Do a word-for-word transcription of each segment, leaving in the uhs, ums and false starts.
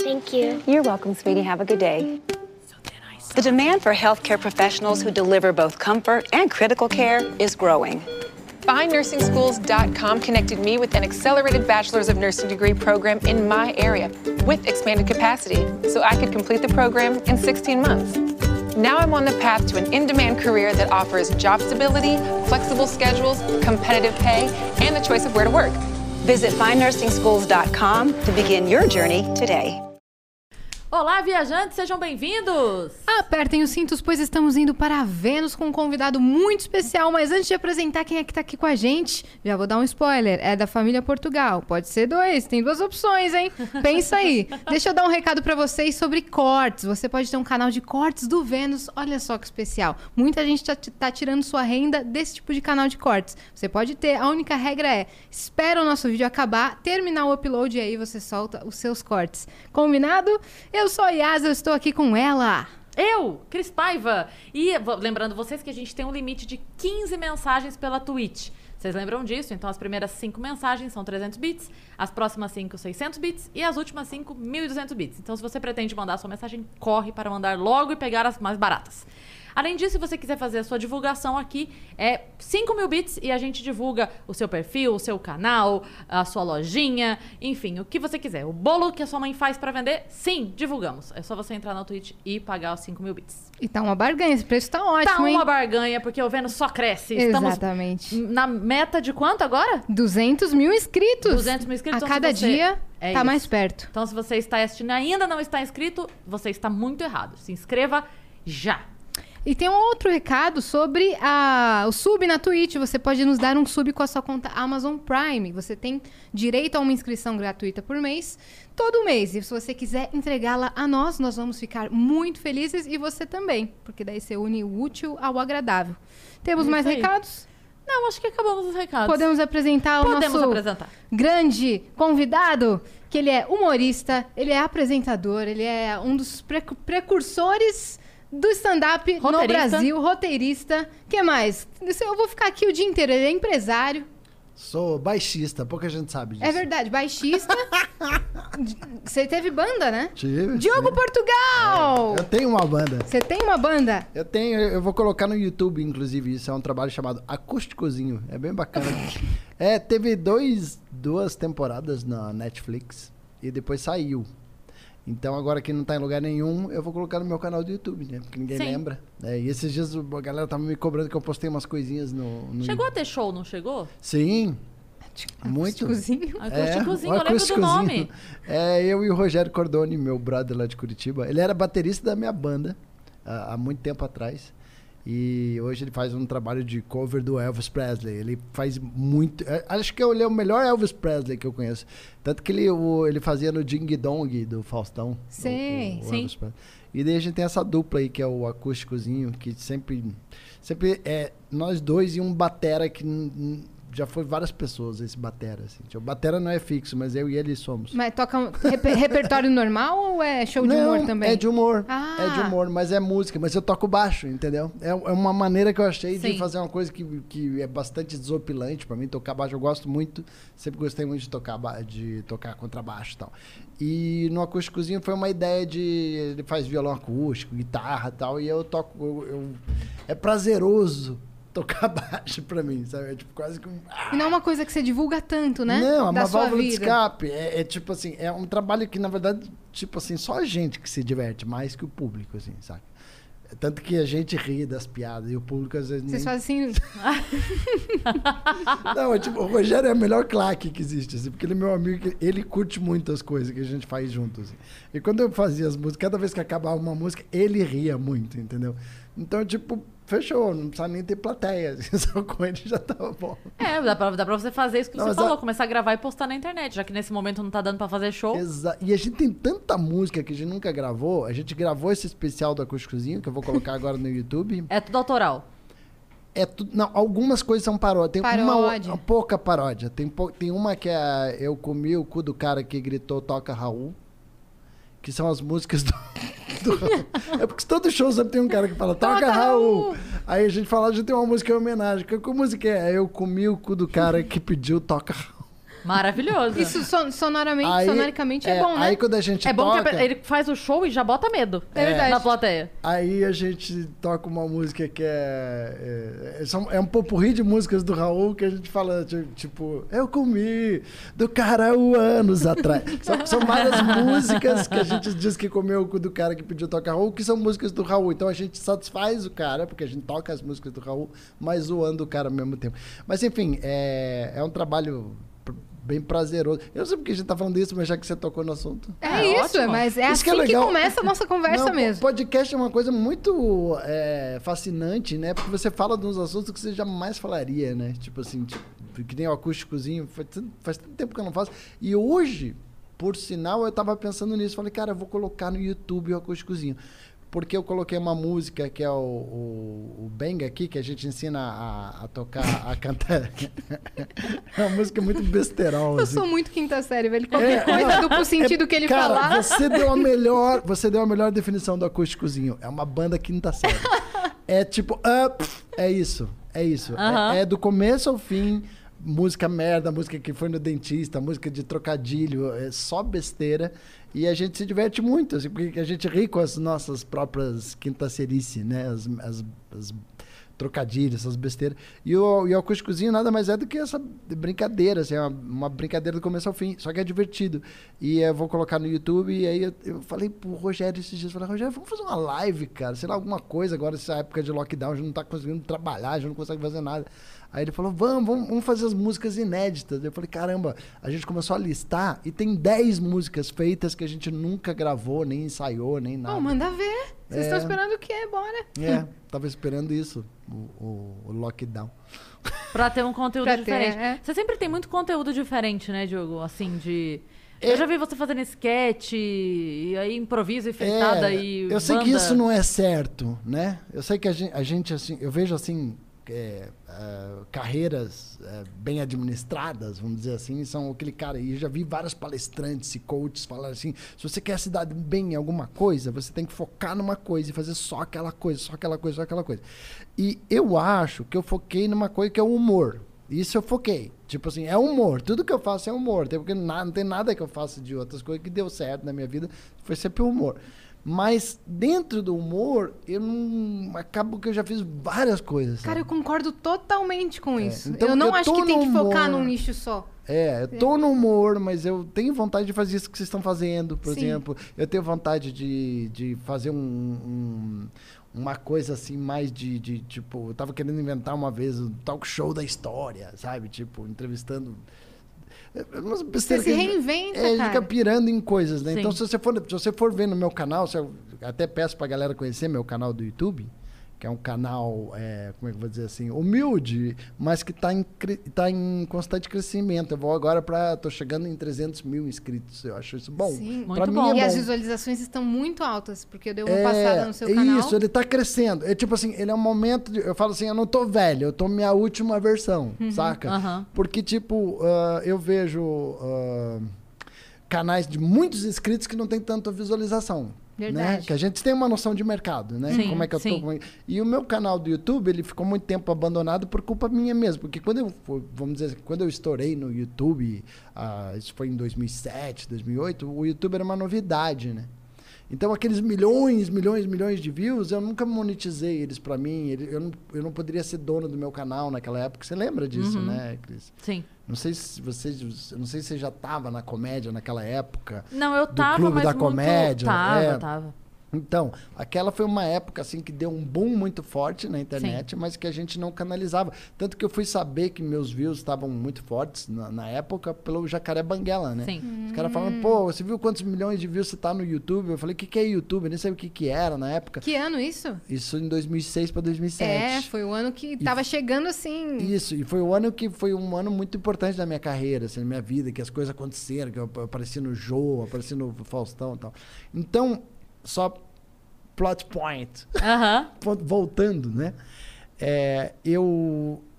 Thank you. You're welcome, sweetie. Have a good day. The demand for healthcare professionals who deliver both comfort and critical care is growing. Find Nursing Schools dot com connected me with an accelerated Bachelor's of Nursing degree program in my area with expanded capacity, so I could complete the program in sixteen months. Now I'm on the path to an in-demand career that offers job stability, flexible schedules, competitive pay, and the choice of where to work. Visit Find Nursing Schools dot com to begin your journey today. Olá, viajantes, sejam bem-vindos! Apertem os cintos, pois estamos indo para Vênus com um convidado muito especial. Mas antes de apresentar quem é que tá aqui com a gente, já vou dar um spoiler. É da família Portugal. Pode ser dois, tem duas opções, hein? Pensa aí. Deixa eu dar um recado para vocês sobre cortes. Você pode ter um canal de cortes do Vênus. Olha só que especial. Muita gente tá, tá tirando sua renda desse tipo de canal de cortes. Você pode ter. A única regra é, espera o nosso vídeo acabar, terminar o upload e aí você solta os seus cortes. Combinado? Eu Eu sou a Yas, eu estou aqui com ela. Eu, Cris Paiva. E lembrando vocês que a gente tem um limite de quinze mensagens pela Twitch. Vocês lembram disso? Então as primeiras cinco mensagens são trezentos bits, as próximas cinco, seiscentos bits e as últimas cinco, mil e duzentos bits. Então se você pretende mandar a sua mensagem, corre para mandar logo e pegar as mais baratas. Além disso, se você quiser fazer a sua divulgação aqui, é cinco mil bits e a gente divulga o seu perfil, o seu canal, a sua lojinha, enfim, o que você quiser. O bolo que a sua mãe faz pra vender, sim, divulgamos. É só você entrar na Twitch e pagar os cinco mil bits. E tá uma barganha, esse preço tá ótimo, tá hein? Tá uma barganha, porque o Vênus só cresce. Exatamente. Estamos na meta de quanto agora? duzentos mil inscritos. duzentos mil inscritos. A então, cada você... dia é tá isso. mais perto. Então, se você está assistindo e ainda não está inscrito, você está muito errado. Se inscreva já. E tem um outro recado sobre a, o sub na Twitch. Você pode nos dar um sub com a sua conta Amazon Prime. Você tem direito a uma inscrição gratuita por mês, todo mês. E se você quiser entregá-la a nós, nós vamos ficar muito felizes e você também. Porque daí você une o útil ao agradável. Temos Isso mais aí. recados? Não, acho que acabamos os recados. Podemos apresentar o Podemos nosso apresentar. grande convidado, que ele é humorista, ele é apresentador, ele é um dos precu- precursores do stand-up no Brasil, roteirista. O que mais? Eu vou ficar aqui o dia inteiro. Ele é empresário. Sou baixista, pouca gente sabe disso. É verdade, baixista. Você teve banda, né? Tive. Diogo sim. Portugal! É, eu tenho uma banda. Você tem uma banda? Eu tenho, eu vou colocar no YouTube, inclusive. Isso é um trabalho chamado Acústicozinho. É bem bacana. é, teve dois, duas temporadas na Netflix e depois saiu. Então, agora que não tá em lugar nenhum, eu vou colocar no meu canal do YouTube, né? Porque ninguém Sim. lembra. É, e esses dias a galera tava me cobrando que eu postei umas coisinhas no... no... Chegou a ter show, não chegou? Sim. Muito. Acústicozinho. Acústicozinho, É, eu lembro do nome. É, eu e o Rogério Cordoni, meu brother lá de Curitiba. Ele era baterista da minha banda há, há muito tempo atrás. E hoje ele faz um trabalho de cover do Elvis Presley. Ele faz muito... Acho que ele é o melhor Elvis Presley que eu conheço. Tanto que ele, o, ele fazia no Ding Dong do Faustão. Sim, o, o sim. Elvis Presley. E daí a gente tem essa dupla aí, que é o acústicozinho, que sempre... Sempre é nós dois e um batera que... n- n- já foi várias pessoas esse batera, assim. Tipo, o batera não é fixo, mas eu e ele somos. Mas toca um reper- repertório normal ou é show de Não, humor também? é de humor. Ah. É de humor, mas é música. Mas eu toco baixo, entendeu? É, é uma maneira que eu achei Sim. de fazer uma coisa que, que é bastante desopilante pra mim. Tocar baixo eu gosto muito. Sempre gostei muito de tocar, ba- de tocar contrabaixo e tal. E no acústicozinho foi uma ideia de... Ele faz violão acústico, guitarra e tal. E eu toco... Eu, eu- é prazeroso tocar baixo pra mim, sabe? É tipo quase que um... E não é uma coisa que você divulga tanto, né? Não, é Da uma sua válvula de vida. escape. É, é tipo assim, é um trabalho que, na verdade, tipo assim, só a gente que se diverte mais que o público, assim, sabe? Tanto que a gente ri das piadas e o público às vezes Vocês nem... fazem assim... Não, é tipo, o Rogério é a melhor claque que existe, assim, porque ele é meu amigo, ele curte muito as coisas que a gente faz juntos. Assim. E quando eu fazia as músicas, cada vez que acabava uma música, ele ria muito, entendeu? Então, tipo, fechou, não precisa nem ter plateia, assim, só com ele já tava bom. É, dá pra, dá pra você fazer isso que Não, você mas falou, a- começar a gravar e postar na internet, já que nesse momento não tá dando pra fazer show. Exa- E a gente tem tanta música que a gente nunca gravou. A gente gravou esse especial do Acústicozinho, que eu vou colocar agora no YouTube. É tudo autoral. É tudo. Não, algumas coisas são paródia. Tem Paródia. uma, uma pouca paródia. Tem, pou- tem uma que é Eu Comi o Cu do Cara que Gritou Toca Raul. Que são as músicas do, do Raul. É porque todo show sempre tem um cara que fala Toca, Toca, Raul. Raul. Aí a gente fala, a gente tem uma música em homenagem. Que, que música é? Eu comi o cu do cara que pediu Toca Raul. Maravilhoso. Isso son- sonoramente, Aí- sonoricamente é, é, bom, né? Aí quando a gente É bom toca... que a- ele faz o show e já bota medo. É verdade. Na plateia. Aí a gente toca uma música que é... É, são- é um popurrí de músicas do Raul que a gente fala, ti- tipo... Eu comi do cara o anos atrás. São, são várias músicas que a gente diz que comeu o cu do cara que pediu tocar Raul, que são músicas do Raul. Então a gente satisfaz o cara, porque a gente toca as músicas do Raul, mas zoando o cara ao mesmo tempo. Mas enfim, é, é um trabalho... bem prazeroso. Eu não sei porque a gente tá falando isso, mas já que você tocou no assunto. É, É isso, ótimo. mas é Isso assim que é que, legal. começa a nossa conversa Não, mesmo. Podcast é uma coisa muito é, fascinante, né? Porque você fala de uns assuntos que você jamais falaria, né? Tipo assim, tipo, que nem o acústicozinho. Faz, tanto- faz tanto tempo que eu não faço. E hoje, por sinal, eu tava pensando nisso. Falei, cara, eu vou colocar no YouTube o acústicozinho. Porque eu coloquei uma música que é o, o, o Bang aqui, que a gente ensina a, a tocar, a cantar. É uma música muito besterol. Eu assim. sou muito quinta série, velho. Qualquer É, coisa não, duplo sentido é- que ele cara, falar. Você deu a melhor, você deu a melhor definição do acústicozinho. É uma banda quinta série. É tipo, up, é isso, é isso. Aham. É, é do começo ao fim, música merda, música que foi no dentista, música de trocadilho, é só besteira. E a gente se diverte muito, assim, porque a gente ri com as nossas próprias quinta-serice, né? As, as, as trocadilhos, essas besteiras. E o, e o acústicozinho nada mais é do que essa brincadeira, assim, é uma, uma brincadeira do começo ao fim, só que é divertido. E eu vou colocar no YouTube, e aí eu, eu falei pro Rogério esses dias, falei, Rogério, vamos fazer uma live, cara, sei lá, alguma coisa agora, nessa época de lockdown, a gente não tá conseguindo trabalhar, a gente não consegue fazer nada. Aí ele falou, vamos, vamos, vamos fazer as músicas inéditas. Eu falei, caramba, a gente começou a listar e tem dez músicas feitas que a gente nunca gravou, nem ensaiou, nem nada. Não, manda ver. Vocês É. estão esperando o quê? Bora. É, tava esperando isso, o, o- o lockdown. Pra ter um conteúdo Pra ter, diferente. é. Você sempre tem muito conteúdo diferente, né, Diogo? Assim, de... É. Eu já vi você fazendo sketch, e aí improviso e fritada É, e eu sei que banda. isso não é certo, né? Eu sei que a gente, a gente assim, eu vejo assim, é, é, carreiras é, bem administradas, vamos dizer assim, são aquele cara, e eu já vi vários palestrantes e coaches falar assim, se você quer se dar bem em alguma coisa, você tem que focar numa coisa e fazer só aquela coisa, só aquela coisa, só aquela coisa. E eu acho que eu foquei numa coisa que é o humor. Isso eu foquei. Tipo assim, é humor. Tudo que eu faço é humor. Tem, porque na, não tem nada que eu faça de outras coisas que deu certo na minha vida. Foi sempre o humor. Mas dentro do humor, eu não... Acabo que eu já fiz várias coisas. Cara, eu sabe? concordo totalmente com isso. então eu não eu acho tô que tem no que focar humor. num nicho só. É, eu tô no humor, mas eu tenho vontade de fazer isso que vocês estão fazendo, por Sim. exemplo. Eu tenho vontade de, de fazer um, um- uma coisa assim, mais de, de, tipo... Eu tava querendo inventar uma vez o talk show da história, sabe? Tipo, entrevistando... é, umas Você besteiras se que a gente- reinventa, É, a gente cara. fica pirando em coisas, né? Sim. Então, se você, for, se você for ver no meu canal, se eu até peço pra galera conhecer meu canal do YouTube, que é um canal, é, como é que eu vou dizer assim, humilde, mas que está em, cre- tá em constante crescimento. Eu vou agora para... Tô chegando em trezentos mil inscritos. Eu acho isso bom. Sim. Pra Muito mim bom. é E as bom. visualizações estão muito altas, porque eu dei uma É, passada no seu canal. Isso, ele tá crescendo. É tipo assim, ele é um momento de, eu falo assim, eu não tô velho, eu tô minha última versão, saca? Aham. Porque, tipo, ah, eu vejo ah, canais de muitos inscritos que não tem tanta visualização. Né? Verdade. Que a gente tem uma noção de mercado, né? Sim, como é que eu tô. sim. como é- E o meu canal do YouTube, ele ficou muito tempo abandonado por culpa minha mesmo. Porque quando eu, fui- vamos dizer, quando eu estourei no YouTube, ah, isso foi em dois mil e sete, dois mil e oito, o YouTube era uma novidade, né? Então, aqueles milhões, milhões, milhões de views, eu nunca monetizei eles pra mim. Ele- Eu não, eu não poderia ser dono do meu canal naquela época. Você lembra disso, Uhum. né, Cris? Sim. Não sei se você, eu não sei se você já estava na comédia naquela época. Não, eu Do tava, Clube mas da muito... Comédia, Tava, é. tava. Então, aquela foi uma época assim que deu um boom muito forte na internet, mas que a gente não canalizava. Tanto que eu fui saber que meus views estavam muito fortes na, na época pelo Jacaré Banguela, né? Sim. Os caras falam, pô, você viu quantos milhões de views você tá no YouTube? Eu falei, o que, que é YouTube? Eu nem sabia o que, que era na época. Que ano isso? Isso em dois mil e seis para dois mil e sete. É, foi o ano que tava chegando assim. Isso, e foi o ano que foi um ano muito importante da minha carreira, assim, na minha vida, que as coisas aconteceram, que eu apareci no Jô, apareci no Faustão e tal. Então, só plot point, Aham. ponto- voltando, né? É, eu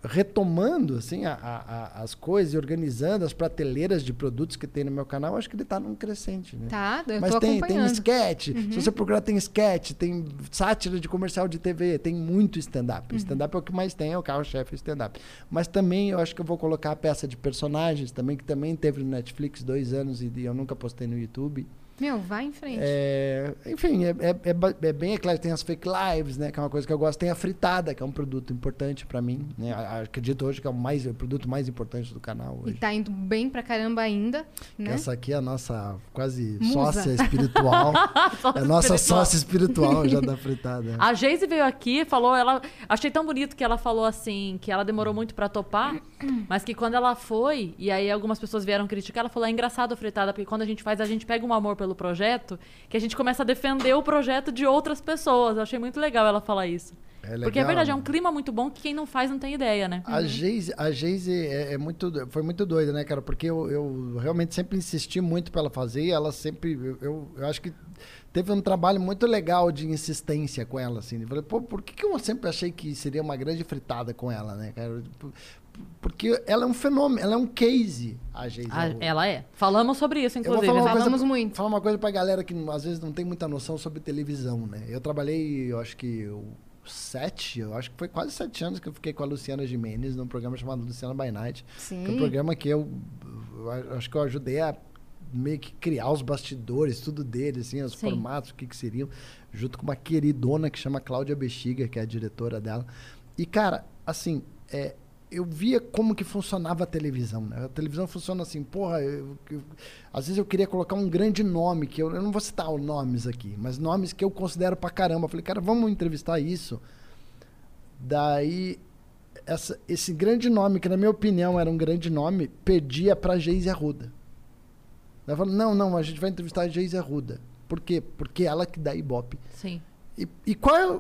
retomando assim, a, a, as coisas e organizando as prateleiras de produtos que tem no meu canal, acho que ele tá num crescente, né? Tá, eu Mas tô tem, tem acompanhando. sketch, se você procurar tem sketch, tem sátira de comercial de T V, tem muito stand-up. Stand-up é o que mais tem, é o carro-chefe stand-up. Mas também eu acho que eu vou colocar a peça de personagens também, que também teve no Netflix dois anos e eu nunca postei no YouTube. Meu, vai em frente. É, enfim, é, é, é, ba- é bem eclético. Tem as fake lives, né? Que é uma coisa que eu gosto. Tem a fritada, que é um produto importante pra mim. Né? A- Acredito hoje que é o, mais, o produto mais importante do canal E hoje. tá indo bem pra caramba ainda, né? Essa aqui é a nossa quase Musa. sócia espiritual. é a nossa sócia espiritual já da fritada. A Geise veio aqui e falou, ela, achei tão bonito que ela falou assim, que ela demorou muito pra topar, mas que quando ela foi, e aí algumas pessoas vieram criticar, ela falou, é engraçado, fritada, porque quando a gente faz, a gente pega um amor pelo projeto, que a gente começa a defender o projeto de outras pessoas. Eu achei muito legal ela falar isso. É legal. Porque é verdade, é um clima muito bom que quem não faz não tem ideia, né? A Geise, a Geise é, é muito, foi muito doida, né, cara? Porque eu, eu realmente sempre insisti muito pra ela fazer e ela sempre... Eu, eu, eu acho que teve um trabalho muito legal de insistência com ela, assim. Eu falei, pô, por que, que eu sempre achei que seria uma grande fritada com ela, né, cara? Porque ela é um fenômeno, ela é um case, a Geise. A- Arruda. ela é. Falamos sobre isso, Eu vou inclusive. falar uma Falamos coisa, muito. falar uma coisa pra galera que às vezes não tem muita noção sobre televisão, né? Eu trabalhei, eu acho que eu, sete, eu acho que foi quase sete anos que eu fiquei com a Luciana Gimenez num programa chamado Luciana by Night. Sim. Que é um programa que eu, eu acho que eu ajudei a meio que criar os bastidores, tudo dele, assim, os Sim. formatos, o que que seriam, junto com uma queridona que chama Cláudia Bexiga, que é a diretora dela. E, cara, assim, é, eu via como que funcionava a televisão, né? A televisão funciona assim, porra, eu- eu- às vezes eu queria colocar um grande nome, que eu, eu não vou citar os nomes aqui, mas nomes que eu considero pra caramba. Eu falei, cara, vamos entrevistar isso. Daí, essa, esse grande nome, que na minha opinião era um grande nome, perdia pra Geise Arruda. Ela falou, não, não, a gente vai entrevistar a Geise Arruda. Por quê? Porque ela que dá Ibope. Sim. E, e qual é o,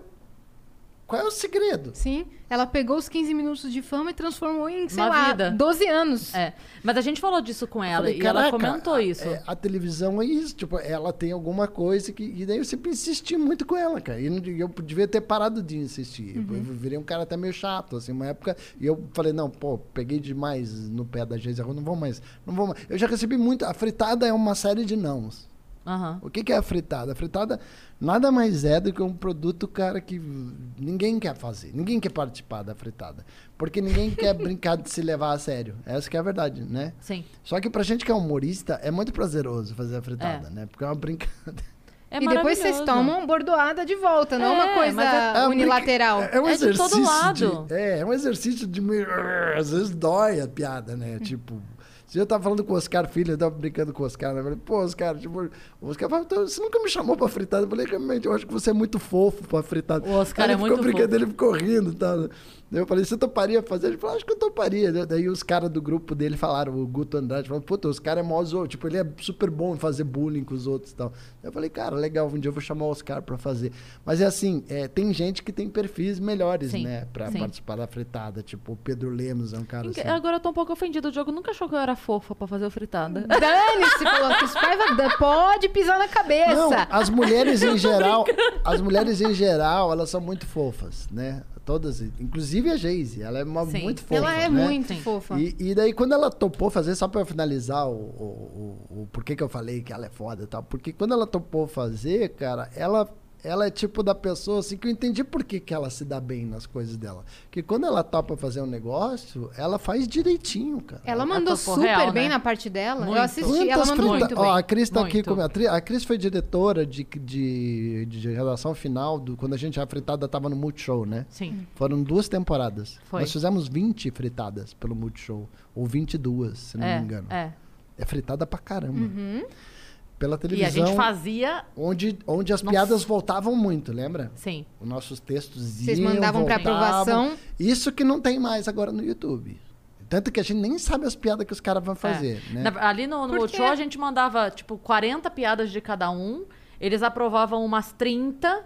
qual é o segredo? Sim, ela pegou os quinze minutos de fama e transformou em, sei Uma lá, vida. doze anos. É. Mas a gente falou disso com ela Falei, e ela "Caraca, comentou a, isso. é, a televisão é isso, tipo, ela tem alguma coisa que... E daí eu sempre insisti muito com ela, cara. E não- eu devia ter parado de insistir. Eu virei um cara até meio chato, assim, uma época... E eu falei, não, pô, peguei demais no pé da Geise Arruda, não vou mais, não vou mais. Eu já recebi muito... A fritada é uma série de nãos. Aham. O que, que é a fritada? A fritada nada mais é do que um produto, cara, que ninguém quer fazer. Ninguém quer participar da fritada. Porque ninguém quer brincar de se levar a sério. Essa que é a verdade, né? Sim. Só que pra gente que é humorista, é muito prazeroso fazer a fritada, É. né? Porque é uma brincadeira. É E depois vocês maravilhoso. tomam bordoada de volta, não é uma É, coisa mas é- É um unilateral. brinca- É um É de todo exercício lado. de- é, é um exercício de... me- Às vezes dói a piada, né? Tipo... Se eu tava falando com o Oscar Filho, eu tava brincando com o Oscar, né? Eu falei, pô, Oscar, tipo... O Oscar falou, "Então, você nunca me chamou pra fritada." Eu falei, realmente, eu acho que você é muito fofo pra fritada. O Oscar Aí é ele muito ficou brincando, fofo. ele ficou rindo e tal. Daí eu falei, você toparia fazer? Ele falou, acho que eu toparia. Daí os caras do grupo dele falaram, o Guto Andrade, falaram, puta, os caras é mó zoado. Tipo, ele é super bom em fazer bullying com os outros e tal. Eu falei, cara, legal, um dia eu vou chamar o Oscar pra fazer. Mas é assim, é, tem gente que tem perfis melhores, Sim, né? Pra sim. participar da fritada. Tipo, o Pedro Lemos é um cara assim. Agora eu tô um pouco ofendido. O Diogo nunca achou que eu era fofa pra fazer o fritada. Dane-se, falou que os pais da- pode pisar na cabeça. Não, as mulheres em geral, as mulheres em geral, elas são muito fofas, né? Todas, inclusive a Geise, ela é uma, Sim. muito fofa. Ela é né? muito Sim. fofa. E, e daí, quando ela topou fazer, só pra eu finalizar o, o, o, o porquê que eu falei que ela é foda e tal, porque quando ela topou fazer, cara, ela, ela é tipo da pessoa assim que eu entendi por que, que ela se dá bem nas coisas dela. Porque quando ela topa fazer um negócio, ela faz direitinho, cara. Ela mandou topou super real, bem né? na parte dela. Muito. Eu assisti, Quantas ela mandou frita- muito Ó, bem. a Cris tá aqui Muito. comigo. A, Tri- a Cris foi diretora de, de, de redação final do, quando a gente, a fritada tava no Multishow, né? Sim. Foram duas temporadas. Foi. Nós fizemos vinte fritadas pelo Multishow. Ou vinte e duas, se não É, me engano. é. É fritada pra caramba. Uhum. Pela E a televisão, gente fazia... onde, onde as Nossa. piadas voltavam muito, lembra? Sim. Os nossos textos Vocês iam, mandavam pra voltavam. aprovação. Isso que não tem mais agora no YouTube. Tanto que a gente nem sabe as piadas que os caras vão fazer, É. né? Na- ali no, no Por Multishow quê? a gente mandava, tipo, quarenta piadas de cada um. Eles aprovavam umas trinta.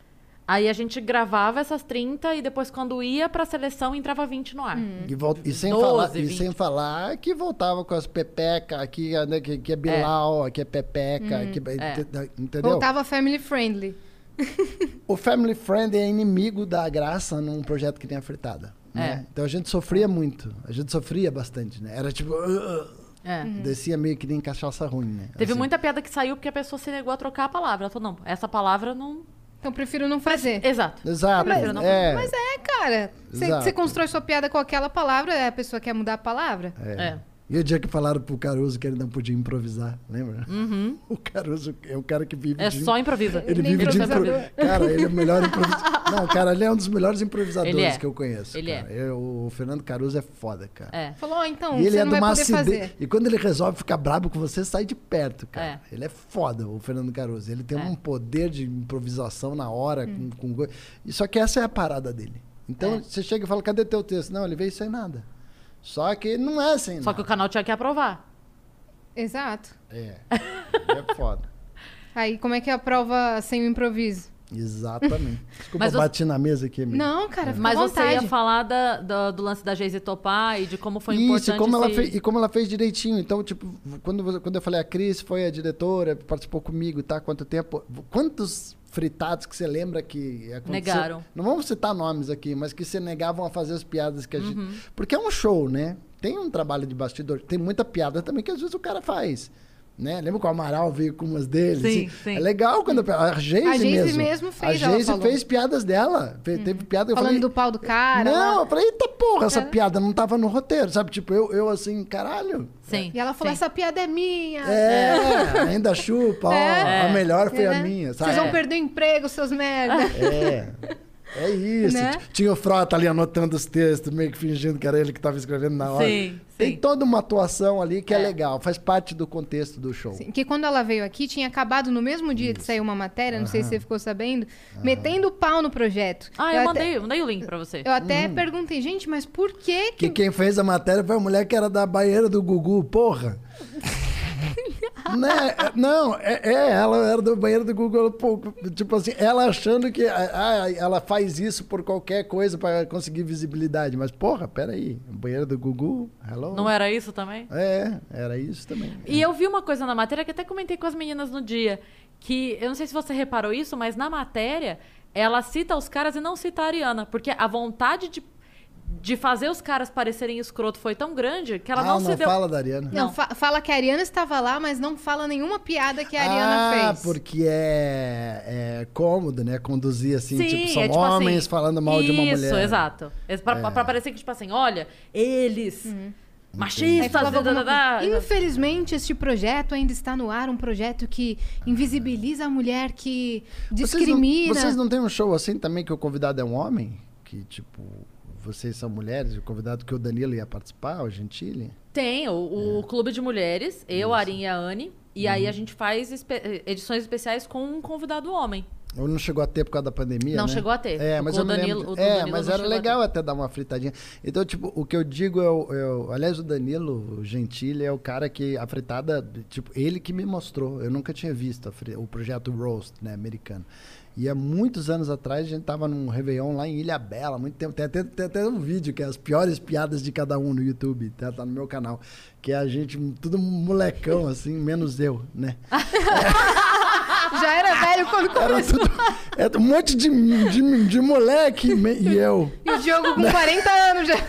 Aí a gente gravava essas trinta e depois, quando ia pra seleção, entrava vinte no ar. Hum. E, vol- e sem doze, falar, e vinte. sem falar que voltava com as pepeca, aqui, né, que, que é Bilal, aqui é pepeca, aqui, é. entendeu? Voltava family friendly. O Family Friend é inimigo da graça num projeto que tem a fritada. né? É. Então a gente sofria muito. A gente sofria bastante, né? Era tipo... Uh, É. descia meio que nem cachaça ruim, né? Teve Assim. muita piada que saiu porque a pessoa se negou a trocar a palavra. Ela falou, não, essa palavra não... Então prefiro não fazer. Exato. Exato. Mas- não- é, Mas é, cara. Exato. Você constrói sua piada com aquela palavra, a pessoa quer mudar a palavra. é. É. E o dia que falaram pro Caruso que ele não podia improvisar, lembra? Uhum. O Caruso é o cara que vive É de... só improvisa. Ele Nem vive de improvisador. impro... Cara, ele é o melhor improvisador. Não, cara, ele é um dos melhores improvisadores Ele é. que eu conheço. Ele cara. Eu- o Fernando Caruso é foda, cara. É. Falou, ó, então, E ele você é não de vai uma poder acidez. fazer. E quando ele resolve ficar brabo com você, sai de perto, cara. É. Ele é foda, o Fernando Caruso. Ele tem É. um poder de improvisação na hora, com, com go- e só que essa é a parada dele. Então É. você chega e fala, cadê teu texto? Não, ele veio sem nada. Só que não é sem Só que o nada. canal tinha que aprovar. Exato. É. Ele é foda. Aí, como é que é a prova sem o improviso? Exatamente. Desculpa, Mas você- bati na mesa aqui, amigo. Não, cara, fica Mas à você ia vontade. falar da- do, do lance da Geise topar e de como foi Isso, importante e como, ela esse- fez, e como ela fez direitinho. Então, tipo, quando, você- quando eu falei, a Cris foi a diretora, participou comigo, tá? Quanto tempo? Quantos fritados que você lembra que aconteceu? Negaram. Não vamos citar nomes aqui, mas que se negavam a fazer as piadas que a gente... Uhum. Porque é um show, né? Tem um trabalho de bastidor. Tem muita piada também que às vezes o cara faz. Né? Lembra que o Amaral veio com umas deles? Sim, assim? sim. É legal quando a, a Geise A Geise mesmo. mesmo fez, A ela Geise falou. fez piadas dela. Fe- Teve piada que eu Falando falei... do pau do cara. Não, lá. eu falei, eita porra, essa É. piada não tava no roteiro, sabe? Tipo, eu, eu assim, caralho. Sim. E ela falou, sim. essa piada é minha. É, ainda chupa, ó, É. a melhor foi É. a minha, sabe? Vocês vão perder o emprego, seus merda. É, é isso. Né? T- Tinha o Frota ali anotando os textos, meio que fingindo que era ele que tava escrevendo na hora. Sim, Tem sim. toda uma atuação ali que é, É. legal, faz parte do contexto do show. Sim, que quando ela veio aqui, tinha acabado no mesmo dia que saiu uma matéria, não sei se você ficou sabendo, metendo o pau no projeto. Ah, eu, até- mandei, eu mandei o link pra você. Eu até perguntei, gente, mas por que Que que... quem fez a matéria foi a mulher que era da banheira do Gugu, porra. Né? É, Não, é, é, ela era do banheiro do Google, ela, pô, tipo assim, ela achando que ah, ah, ela faz isso por qualquer coisa pra conseguir visibilidade, mas porra, peraí, banheiro do Google, hello? Não era isso também? É, era isso também. E eu vi uma coisa na matéria que até comentei com as meninas no dia, que eu não sei se você reparou isso, mas na matéria ela cita os caras e não cita a Ariana, porque a vontade de, de fazer os caras parecerem escroto foi tão grande que ela ah, não, não se deu... fala da Ariana. Não, fa- fala que a Ariana estava lá, mas não fala nenhuma piada que a Ariana ah, fez. porque é, é cômodo, né? Conduzir assim, Sim, tipo, são é tipo homens assim, falando mal de uma mulher. Isso, exato. É pra, pra parecer que, tipo assim, olha, eles, Aí machistas, falava da, da, alguma da, coisa. da. Infelizmente, este projeto ainda está no ar, um projeto que invisibiliza a mulher, que discrimina. Vocês não, vocês não têm um show assim também que o convidado é um homem? Que, tipo, vocês são mulheres, o convidado que o Danilo ia participar, o Gentili? Tem o, o Clube de Mulheres, eu, a Arin e a Anne, e aí Uhum. a gente faz espe- edições especiais com um convidado homem. Ou não chegou a ter por causa da pandemia, Não né? chegou a ter. É, O mas do eu me Danilo- lembro. o do É, Danilo mas não era chegou a legal até dar uma fritadinha. Então, tipo, o que eu digo é... o- é o- aliás, o Danilo, o Gentili, é o cara que... A fritada, tipo, ele que me mostrou. Eu nunca tinha visto a fri- o projeto Roast, né, americano. E há muitos anos atrás, a gente tava num Réveillon lá em Ilha Bela, há muito tempo. Tem até, tem até um vídeo que é as piores piadas de cada um no YouTube, tá, tá no meu canal. Que é a gente, tudo molecão, assim, menos eu, né? Já era velho quando Era começou. tudo, era um monte de, de, de moleque me- e eu. E o Diogo com quarenta anos já.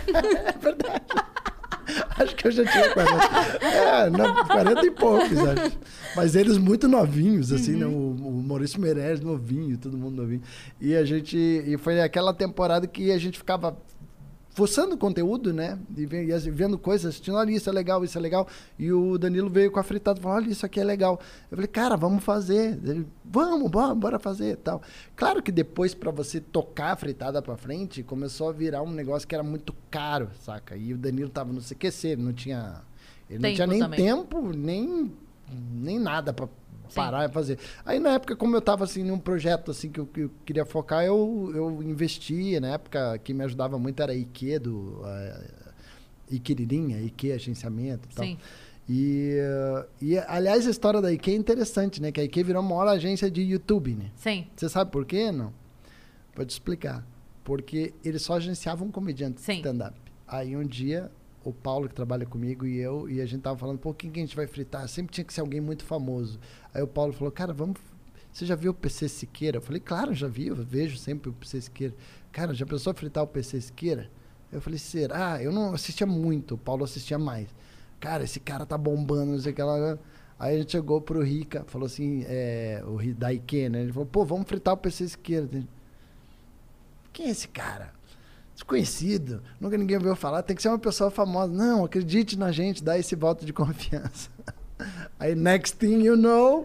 Acho que eu já tinha quarenta. É, não, quarenta e poucos, acho. Mas eles muito novinhos, assim, né? O, o Maurício Meirelles novinho, todo mundo novinho. E a gente... E foi aquela temporada que a gente ficava fuçando conteúdo, né? E ve- e assim, vendo coisas, assistindo, olha, isso é legal, isso é legal. E o Danilo veio com a fritada e falou, olha, isso aqui é legal. Eu falei, cara, vamos fazer. Ele, vamos, bora, bora fazer e tal. Claro que depois, para você tocar a fritada pra frente, começou a virar um negócio que era muito caro, saca? E o Danilo tava no C Q C, ele não tinha... Ele não Tempo tinha nem também. tempo, nem, nem nada pra parar e fazer. Aí na época, como eu tava assim num projeto assim que eu, que eu queria focar, eu, eu investia. Na época, quem me ajudava muito era a Ike do uh, Iquiririnha, Ike Agenciamento e tal. Sim. E, uh, e, aliás, a história da Ike é interessante, né? Que a Ike virou a maior agência de YouTube, né? Sim. Você sabe por quê? Não? Vou te explicar. Porque eles só agenciavam comediantes de Sim. stand-up. Aí um dia, o Paulo, que trabalha comigo, e eu, e a gente tava falando, pô, quem que a gente vai fritar? Sempre tinha que ser alguém muito famoso. Aí o Paulo falou, cara, vamos... Você já viu o P C Siqueira? Eu falei, claro, já vi, eu vejo sempre o P C Siqueira. Cara, já pensou fritar o P C Siqueira? Eu falei, será? Eu não assistia muito, o Paulo assistia mais. Cara, esse cara tá bombando, não sei o que lá. Aí a gente chegou pro Rica, falou assim, é, o Daique, né? Ele falou, pô, vamos fritar o P C Siqueira. Quem é esse cara? Desconhecido, nunca ninguém ouviu falar, tem que ser uma pessoa famosa. Não, acredite na gente, dá esse voto de confiança. Aí, next thing you know,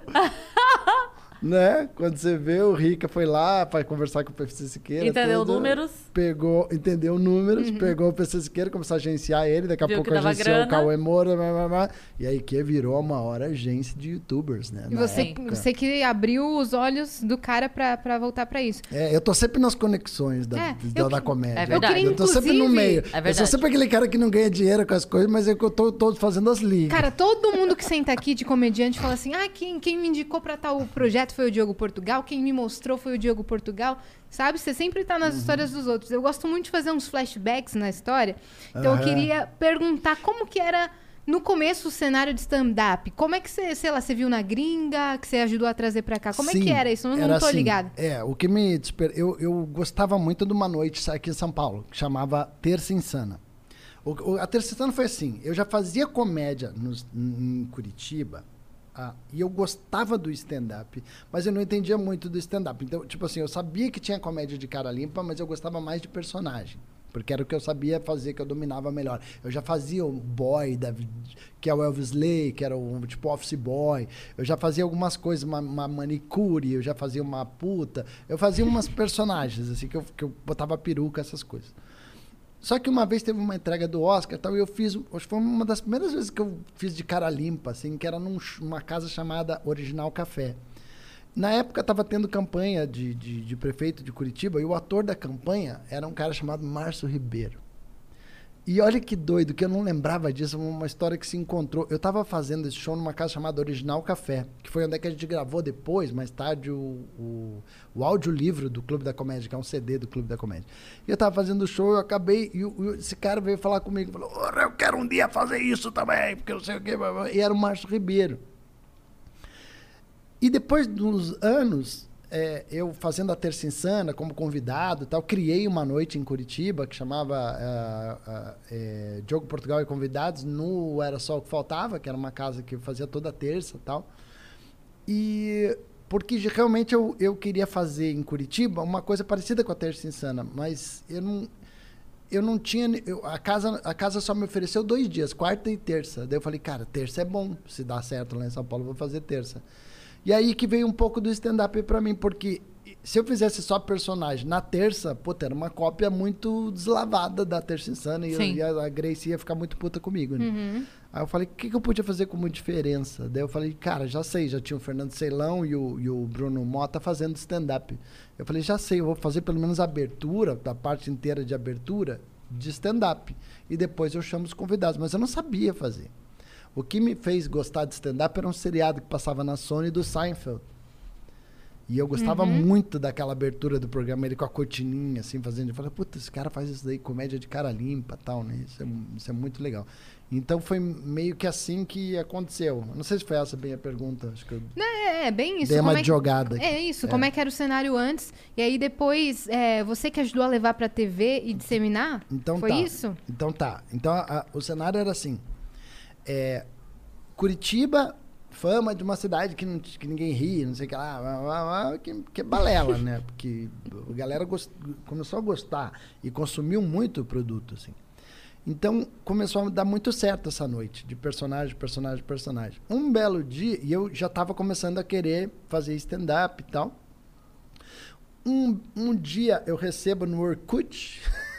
né? Quando você vê, o Rica foi lá para conversar com o P C Siqueira. Entendeu tudo, números. Pegou, entendeu números, uhum. Pegou o P C Siqueira, começou a agenciar ele, daqui a Viu pouco agenciou grana. O Cauê Moura, blá, blá, blá, e aí que virou a maior agência de youtubers, né? E você, você que abriu os olhos do cara para voltar para isso. É, eu tô sempre nas conexões da, é, da, da comédia. É verdade. Eu, eu tô sempre no meio. É eu sou sempre aquele cara que não ganha dinheiro com as coisas, mas é que eu tô, tô fazendo as ligas. Cara, todo mundo que senta aqui de comediante fala assim, ah, quem, quem me indicou para tal projeto foi o Diogo Portugal, quem me mostrou foi o Diogo Portugal, sabe? Você sempre tá nas uhum. histórias dos outros. Eu gosto muito de fazer uns flashbacks na história, então uhum. eu queria perguntar como que era no começo o cenário de stand-up. Como é que você, sei lá, você viu na gringa, que você ajudou a trazer pra cá? Como Sim, é que era isso? Eu não, era não tô assim, ligada. É, o que me... Eu, eu gostava muito de uma noite aqui em São Paulo, que chamava Terça Insana. O, o, a Terça Insana foi assim, eu já fazia comédia nos, em Curitiba, ah, e eu gostava do stand-up, mas eu não entendia muito do stand-up. Então, tipo assim, eu sabia que tinha comédia de cara limpa, mas eu gostava mais de personagem. Porque era o que eu sabia fazer, que eu dominava melhor. Eu já fazia o boy, da, que é o Elvis Lay, que era o tipo office boy. Eu já fazia algumas coisas, uma, uma manicure, eu já fazia uma puta. Eu fazia umas personagens, assim, que eu, que eu botava peruca, essas coisas. Só que uma vez teve uma entrega do Oscar e tal, e eu fiz, acho que foi uma das primeiras vezes que eu fiz de cara limpa, assim, que era numa casa chamada Original Café. Na época estava tendo campanha de, de, de prefeito de Curitiba, e o ator da campanha era um cara chamado Márcio Ribeiro. E olha que doido, que eu não lembrava disso, uma história que se encontrou. Eu estava fazendo esse show numa casa chamada Original Café, que foi onde é que a gente gravou depois, mais tarde, o, o, o audiolivro do Clube da Comédia, que é um C D do Clube da Comédia. E eu estava fazendo o show, eu acabei, e, e esse cara veio falar comigo, falou, oh, eu quero um dia fazer isso também, porque eu não sei o quê. E era o Márcio Ribeiro. E depois dos anos, é, eu fazendo a Terça Insana como convidado e tal, criei uma noite em Curitiba que chamava uh, uh, uh, Diogo Portugal e Convidados, no Era Só o que Faltava, que era uma casa que eu fazia toda terça e tal. E porque realmente eu, eu queria fazer em Curitiba uma coisa parecida com a Terça Insana, mas eu não, eu não tinha... Eu, a, casa, a casa só me ofereceu dois dias, quarta e terça. Daí eu falei, cara, terça é bom, se dá certo lá em São Paulo, eu vou fazer terça. E aí que veio um pouco do stand-up pra mim, porque se eu fizesse só personagem na terça, puta, era uma cópia muito deslavada da Terça Insana, e, e a, a Grace ia ficar muito puta comigo, né? Uhum. Aí eu falei, o que, que eu podia fazer com muita diferença? Daí eu falei, cara, já sei, já tinha o Fernando Ceilão e o, e o Bruno Mota fazendo stand-up. Eu falei, já sei, eu vou fazer pelo menos a abertura, da parte inteira de abertura, de stand-up. E depois eu chamo os convidados, mas eu não sabia fazer. O que me fez gostar de stand-up era um seriado que passava na Sony do Seinfeld. E eu gostava uhum. muito daquela abertura do programa, ele com a cortininha, assim, fazendo. Eu falei, puta, esse cara faz isso daí, comédia de cara limpa e tal, né? Isso é, isso é muito legal. Então foi meio que assim que aconteceu. Não sei se foi essa bem a pergunta. Acho que eu Não, é, é bem isso. Dei uma como é que, jogada aqui. É isso, é. Como é que era o cenário antes. E aí depois, é, você que ajudou a levar pra T V e disseminar? Então foi tá. isso? Então tá. Então a, a, o cenário era assim. É, Curitiba, fama de uma cidade que, não, que ninguém ri, não sei o que lá, que, que é balela, né? Porque a galera gost, começou a gostar e consumiu muito o produto, assim. Então, começou a dar muito certo essa noite, de personagem, personagem, personagem. Um belo dia, e eu já estava começando a querer fazer stand-up e tal. Um, um dia eu recebo no Orkut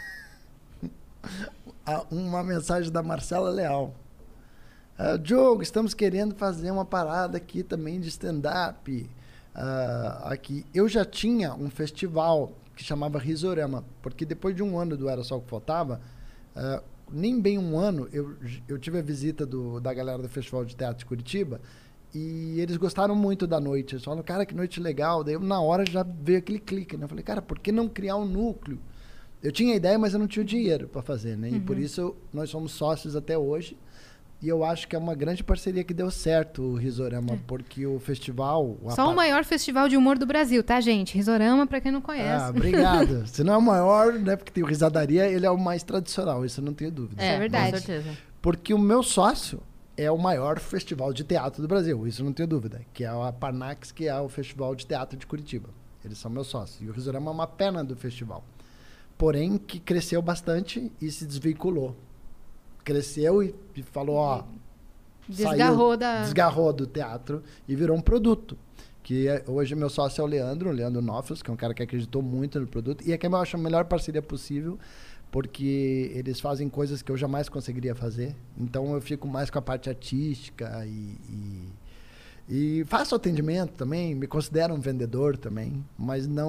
uma mensagem da Marcela Leal. Uh, Diogo, estamos querendo fazer uma parada aqui também de stand-up. Uh, aqui. Eu já tinha um festival que chamava Risorama, porque depois de um ano do Era Só o que Faltava, uh, nem bem um ano, eu, eu tive a visita do, da galera do Festival de Teatro de Curitiba, e eles gostaram muito da noite. Eles falaram, cara, que noite legal. Daí eu, na hora, já veio aquele clique, né? Eu falei, cara, por que não criar um núcleo? Eu tinha a ideia, mas eu não tinha o dinheiro para fazer, né? Uhum. E por isso nós somos sócios até hoje. E eu acho que é uma grande parceria que deu certo o Risorama, é. porque o festival... Só o par... maior festival de humor do Brasil, tá, gente? Risorama, pra quem não conhece. Ah, obrigado. Se não é o maior, né, porque tem o Risadaria, ele é o mais tradicional, isso eu não tenho dúvida. É, é verdade. Com certeza. Porque o meu sócio é o maior festival de teatro do Brasil, isso eu não tenho dúvida, que é a Parnax, que é o Festival de Teatro de Curitiba. Eles são meus sócios. E o Risorama é uma pena do festival. Porém, que cresceu bastante e se desvinculou. Cresceu e, e falou, ó... Desgarrou saiu, da... Desgarrou do teatro e virou um produto. Que é, hoje meu sócio é o Leandro, o Leandro Nofels, que é um cara que acreditou muito no produto. E é que eu acho a melhor parceria possível, porque eles fazem coisas que eu jamais conseguiria fazer. Então eu fico mais com a parte artística e... e E faço atendimento também, me considero um vendedor também, mas não,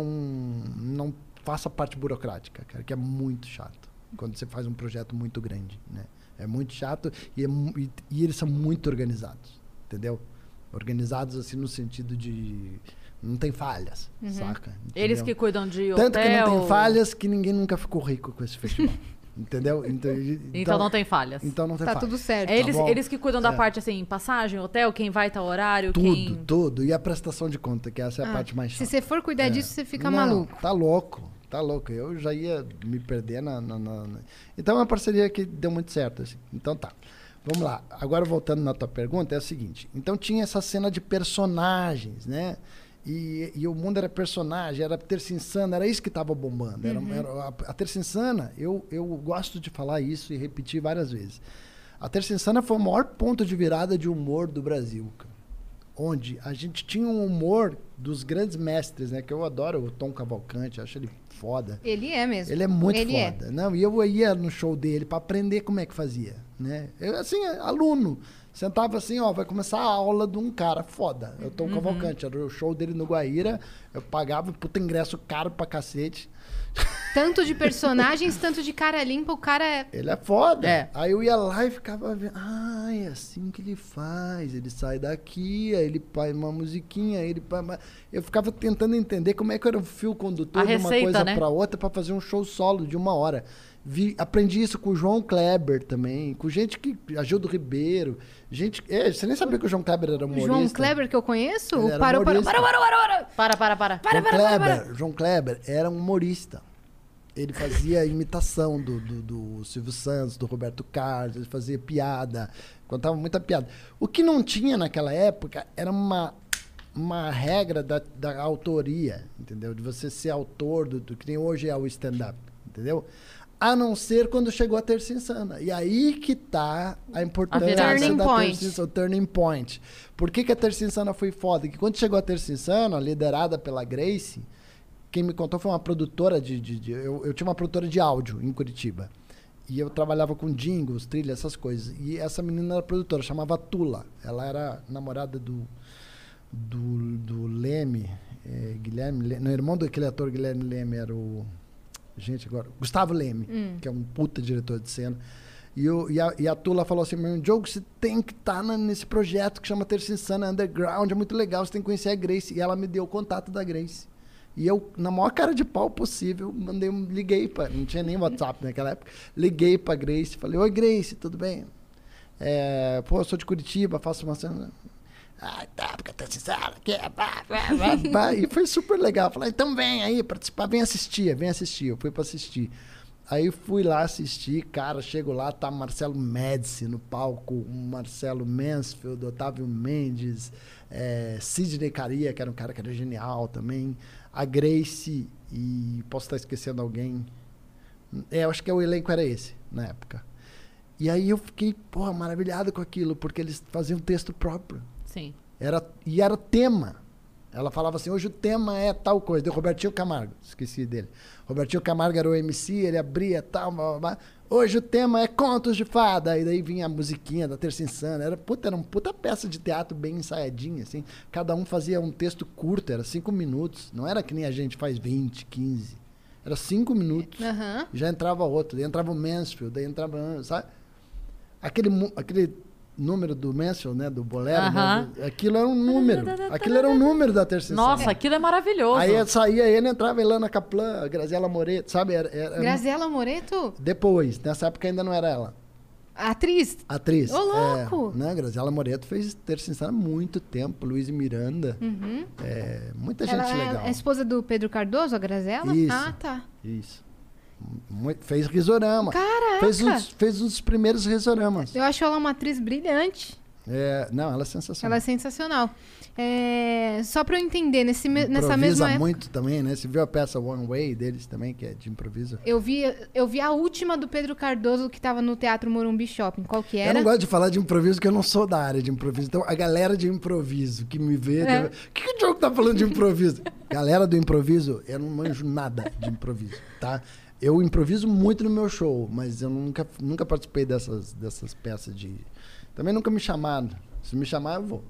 não faço a parte burocrática, cara, que é muito chato. Quando você faz um projeto muito grande, né? É muito chato e, é, e, e eles são muito organizados, entendeu? Organizados assim no sentido de... Não tem falhas, uhum. saca? Entendeu? Eles que cuidam de hotel... Tanto que não tem falhas que ninguém nunca ficou rico com esse festival. Entendeu? Então, então, então não tem falhas. Então não tem tá falhas. tudo certo. É eles, tá eles que cuidam da é. parte, assim, passagem, hotel, quem vai tal horário, tudo, quem... Tudo, E a prestação de conta, que essa é a ah, parte mais chata. Se você for cuidar é. disso, você fica não, maluco. Tá louco, tá louco. Eu já ia me perder na... na, na, na... Então é uma parceria que deu muito certo, assim. Então tá. Vamos lá. Agora voltando na tua pergunta, é o seguinte. Então tinha essa cena de personagens, né? E, e o mundo era personagem, era Terça Insana, era isso que estava bombando. Era, uhum. era, a, a Terça Insana, eu, eu gosto de falar isso e repetir várias vezes. A Terça Insana foi o maior ponto de virada de humor do Brasil, cara. Onde a gente tinha um humor dos grandes mestres, né? Que eu adoro o Tom Cavalcante, acho ele foda. Ele é mesmo. Ele é muito ele foda. É. Não, e eu ia no show dele para aprender como é que fazia, né? Eu, assim, aluno. Sentava assim, ó, vai começar a aula de um cara foda. Eu tô uhum. Cavalcante, era o show dele no Guaíra, eu pagava puta ingresso caro pra cacete. Tanto de personagens, tanto de cara limpa, o cara é... Ele é foda. É. Aí eu ia lá e ficava vendo, ah, é assim que ele faz. Ele sai daqui, aí ele faz uma musiquinha, aí ele... Eu ficava tentando entender como é que era o fio condutor a de uma receita, coisa né? pra outra pra fazer um show solo de uma hora. Vi, aprendi isso com o João Kleber também, com gente que... Agildo Ribeiro, gente... É, você nem sabia que o João Kleber era humorista. João Kleber que eu conheço? Ele era Parou, parou, humorista. parou, parou, parou, Para, parou. para, para. Para, João para, para, Kleber, para. João Kleber era um humorista. Ele fazia imitação do, do, do Silvio Santos, do Roberto Carlos, ele fazia piada, contava muita piada. O que não tinha naquela época era uma, uma regra da, da autoria, entendeu? De você ser autor do, do que nem hoje é o stand-up, entendeu? A não ser quando chegou a Terça Insana. E aí que tá a importância A turning da point. Terça Insana, o turning point. Por que, que a Terça Insana foi foda? Que quando chegou a Terça Insana, liderada pela Grace, quem me contou foi uma produtora de... de, de eu, eu tinha uma produtora de áudio em Curitiba. E eu trabalhava com jingles, trilhas, essas coisas. E essa menina era produtora, chamava Tula. Ela era namorada do, do, do Leme, é, Guilherme Leme. Não, irmão daquele ator Guilherme Leme era o... Gente, agora... Gustavo Leme, hum. que é um puta diretor de cena. E, eu, e, a, e a Tula falou assim, meu Diogo, você tem que estar tá nesse projeto que chama Terça Insana Underground, é muito legal, você tem que conhecer a Grace. E ela me deu o contato da Grace. E eu, na maior cara de pau possível, mandei um, liguei para, não tinha nem WhatsApp naquela época, liguei para Grace, falei, oi Grace, tudo bem? É, pô, eu sou de Curitiba, faço uma cena. Ah, tá, porque tá sincero, que é, pá, pá, pá, pá. E foi super legal. Falei, então vem aí participar, vem assistir, vem assistir. Eu fui para assistir. Aí fui lá assistir, cara, chego lá, tá Marcelo Médici no palco, o Marcelo Mansfield, Otávio Mendes, é, Sidney Caria, que era um cara que era genial também, a Grace e posso estar esquecendo alguém. É, eu acho que o elenco era esse, na época. E aí eu fiquei, porra, maravilhado com aquilo, porque eles faziam texto próprio. Sim. Era, e era tema. Ela falava assim, hoje o tema é tal coisa. Deu Robertinho Camargo, esqueci dele. Robertinho Camargo era o M C, ele abria tal, blá, blá, blá. Hoje o tema é contos de fada. E daí vinha a musiquinha da Terça Insana. Era, puta, era uma puta peça de teatro bem ensaiadinha, assim. Cada um fazia um texto curto, era cinco minutos. Não era que nem a gente faz vinte, quinze. Era cinco minutos. Uhum. Já entrava outro. Daí entrava o Mansfield, daí entrava... Sabe? Aquele... aquele número do Mansfield, né? Do bolero, uh-huh. né, do, aquilo era um número. Aquilo era um número da Terça Insana. Nossa, aquilo é maravilhoso. Aí saía ele, entrava Elana Kaplan, Graziela Moreto, sabe? Era, era, Graziela Moreto? Depois, nessa época ainda não era ela. A atriz? Atriz. Ô, louco! É, né? Graziela Moreto fez Terça Insana há muito tempo. Luiz e Miranda. Uhum. É, muita gente Ela legal. é a esposa do Pedro Cardoso, a Graziella? Isso. Ah, tá. Isso. Muito, fez Risorama. Caraca! Fez uns, fez uns primeiros Risoramas. Eu acho ela uma atriz brilhante. É, não, ela é sensacional. Ela é sensacional. É, só pra eu entender, nesse, me- Improvisa nessa mesma época... muito também, né? Você viu a peça One Way deles também, que é de improviso? Eu vi, eu vi a última do Pedro Cardoso que tava no Teatro Morumbi Shopping. Qual que Eu era? não gosto de falar de improviso porque eu não sou da área de improviso. Então, a galera de improviso que me vê... É. deve- O que, que o Diogo tá falando de improviso? Galera do improviso, eu não manjo nada de improviso, tá? Eu improviso muito no meu show, mas eu nunca, nunca participei dessas, dessas peças de... Também nunca me chamaram. Se me chamar, eu vou.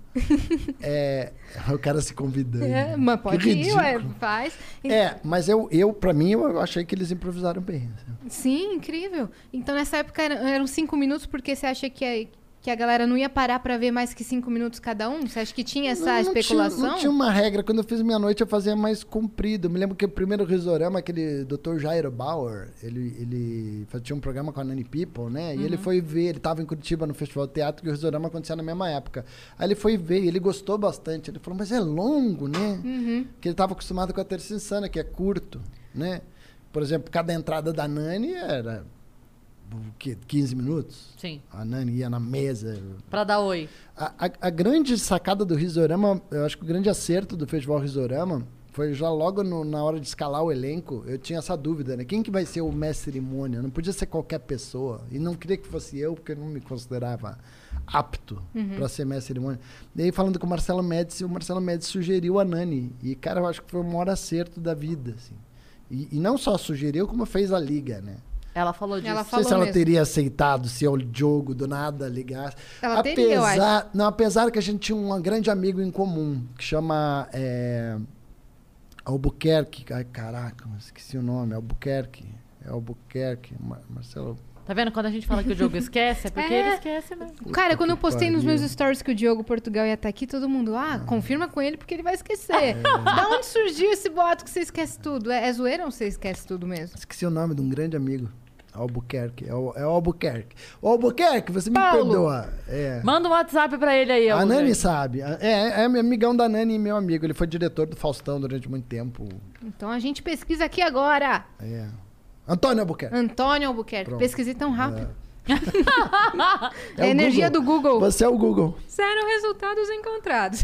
É, o cara se convidando. É, mas pode Que ir, ué, ridículo. faz. É, mas eu, eu, pra mim, eu achei que eles improvisaram bem. assim. Sim, incrível. Então, nessa época era- eram cinco minutos, porque você acha que a, que a galera não ia parar pra ver mais que cinco minutos cada um? Você acha que tinha essa Não, não especulação? Tinha, não tinha uma regra. Quando eu fiz Minha Noite, eu fazia mais comprido. Eu me lembro que o primeiro Risorama, aquele doutor Jairo Bauer, ele, ele fazia- tinha um programa com a Nani People, né? E ele foi ver, ele estava em Curitiba no Festival de Teatro, que o Risorama acontecia na mesma época. Aí ele foi ver, e ele gostou bastante. Ele falou, mas é longo, né? Porque ele estava acostumado com a Terça Insana, que é curto, né? Por exemplo, cada entrada da Nani era... O quê? quinze minutos? Sim. A Nani ia na mesa. Pra dar oi. A, a- a grande sacada do Risorama, eu acho que o grande acerto do Festival Risorama foi já logo no- na hora de escalar o elenco, eu tinha essa dúvida, né? Quem que vai ser o mestre cerimônia? Não podia ser qualquer pessoa. E não queria que fosse eu, porque eu não me considerava apto para ser mestre cerimônia. E aí, falando com o Marcelo Médici, o Marcelo Médici sugeriu a Nani. E, cara, eu acho que foi o maior acerto da vida, assim. E, e não só sugeriu, como fez a liga, né? Ela falou disso. Ela Não sei falou se ela mesmo. teria aceitado se o Diogo do nada ligasse. Ela teria, eu apesar, Não, apesar que a gente tinha um grande amigo em comum, que chama é, Albuquerque. Ai, caraca, esqueci o nome. Albuquerque. É Albuquerque. Mar- Marcelo. Tá vendo? Quando a gente fala que o Diogo esquece, é porque É. ele esquece mesmo. Cara, quando eu que postei nos meus pariu. stories que o Diogo Portugal ia estar aqui, todo mundo, ah, confirma com ele porque ele vai esquecer. Da onde surgiu esse boato que você esquece tudo? É, é zoeira ou você esquece tudo mesmo? Esqueci o nome de um grande amigo. Albuquerque. É o, é o Albuquerque. Ô, Albuquerque, você me Paulo. perdoa. É. Manda um WhatsApp pra ele aí. A Albuquerque. Nani sabe. É, é amigão da Nani e meu amigo. Ele foi diretor do Faustão durante muito tempo. Então a gente pesquisa aqui agora. É. Antônio Albuquerque. Antônio Albuquerque. Pronto. Pesquisei tão rápido. É É a o energia do Google. Você é o Google. Zero resultados encontrados.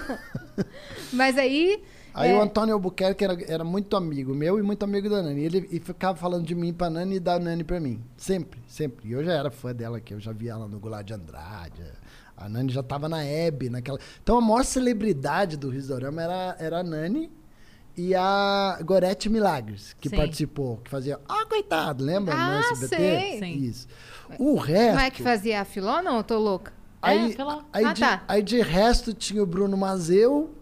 Mas aí... Aí é, o Antônio Albuquerque era, era muito amigo meu e muito amigo da Nani. Ele e ficava falando de mim pra Nani e da Nani pra mim. Sempre, sempre. E eu já era fã dela, que eu já vi ela no Goulart de Andrade. A Nani já tava na Hebe, naquela... Então a maior celebridade do Risorama era, era a Nani e a Gorete Milagres, que Sim. participou, que fazia... Ah, coitado, lembra? Ah, no S B T? sei. Sim. Isso. O resto... Não é que fazia a Filó, não? Eu tô louca. Aí, É, sei lá. aí, Ah, de, tá. aí de resto tinha o Bruno Mazeu,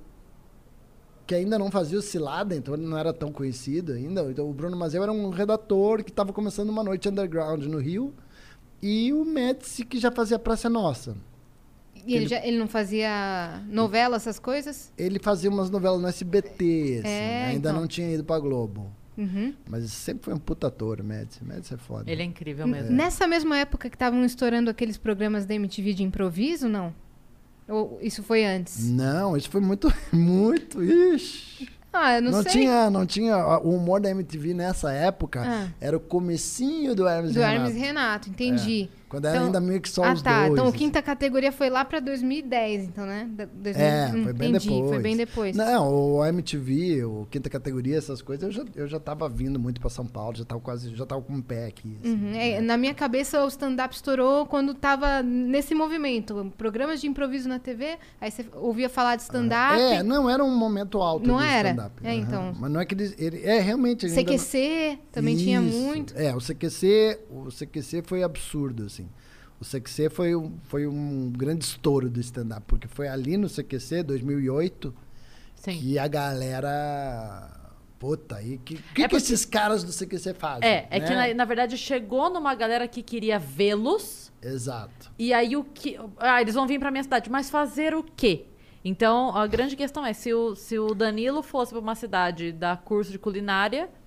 que ainda não fazia o Cilada, então ele não era tão conhecido ainda. Então, o Bruno Mazeu era um redator que estava começando uma noite underground no Rio. E o Médici, que já fazia Praça Nossa. E ele, já, ele não fazia novela, essas coisas? Ele fazia umas novelas no S B T, assim, É, ainda então. não tinha ido pra Globo. Uhum. Mas sempre foi um puta ator, o Médici. O Médici é foda. Ele é incrível mesmo. Nessa mesma época que estavam estourando aqueles programas da M T V de improviso, não? Ou isso foi antes? Não, isso foi muito, muito... Ixi... Ah, eu não, Não, sei. tinha, não tinha. O humor da M T V nessa época Ah. era o comecinho do Hermes Do e Renato. Hermes e Renato, entendi. Quando era ainda meio que só ah, os tá. dois. Então, assim. quinta categoria foi lá pra dois mil e dez, então, né? Da- dois mil É, hum, foi bem entendi, depois. foi bem depois. Não, o M T V, o quinta categoria, essas coisas, eu já, eu já tava vindo muito pra São Paulo, já tava quase, já tava com o pé aqui. assim, Uhum, né? é, na minha cabeça, o stand-up estourou quando tava nesse movimento. Programas de improviso na T V, aí você ouvia falar de stand-up. É, não era um momento alto Não do era? stand-up. É, Aham. então. Mas não é que eles... Ele, é, realmente... ele C ainda Q não- C também tinha Isso. muito. É, o C Q C, o C Q C foi absurdo, assim. O C Q C foi um, foi um grande estouro do stand-up, porque foi ali no C Q C, dois mil e oito, Sim. que a galera... Puta, aí, que que, É que esses caras do C Q C fazem? É, é né? que na, na verdade chegou numa galera que queria vê-los. Exato. E aí o que. Ah, eles vão vir pra minha cidade, mas fazer o quê? Então, a grande questão é, se o, se o Danilo fosse pra uma cidade dar curso de culinária,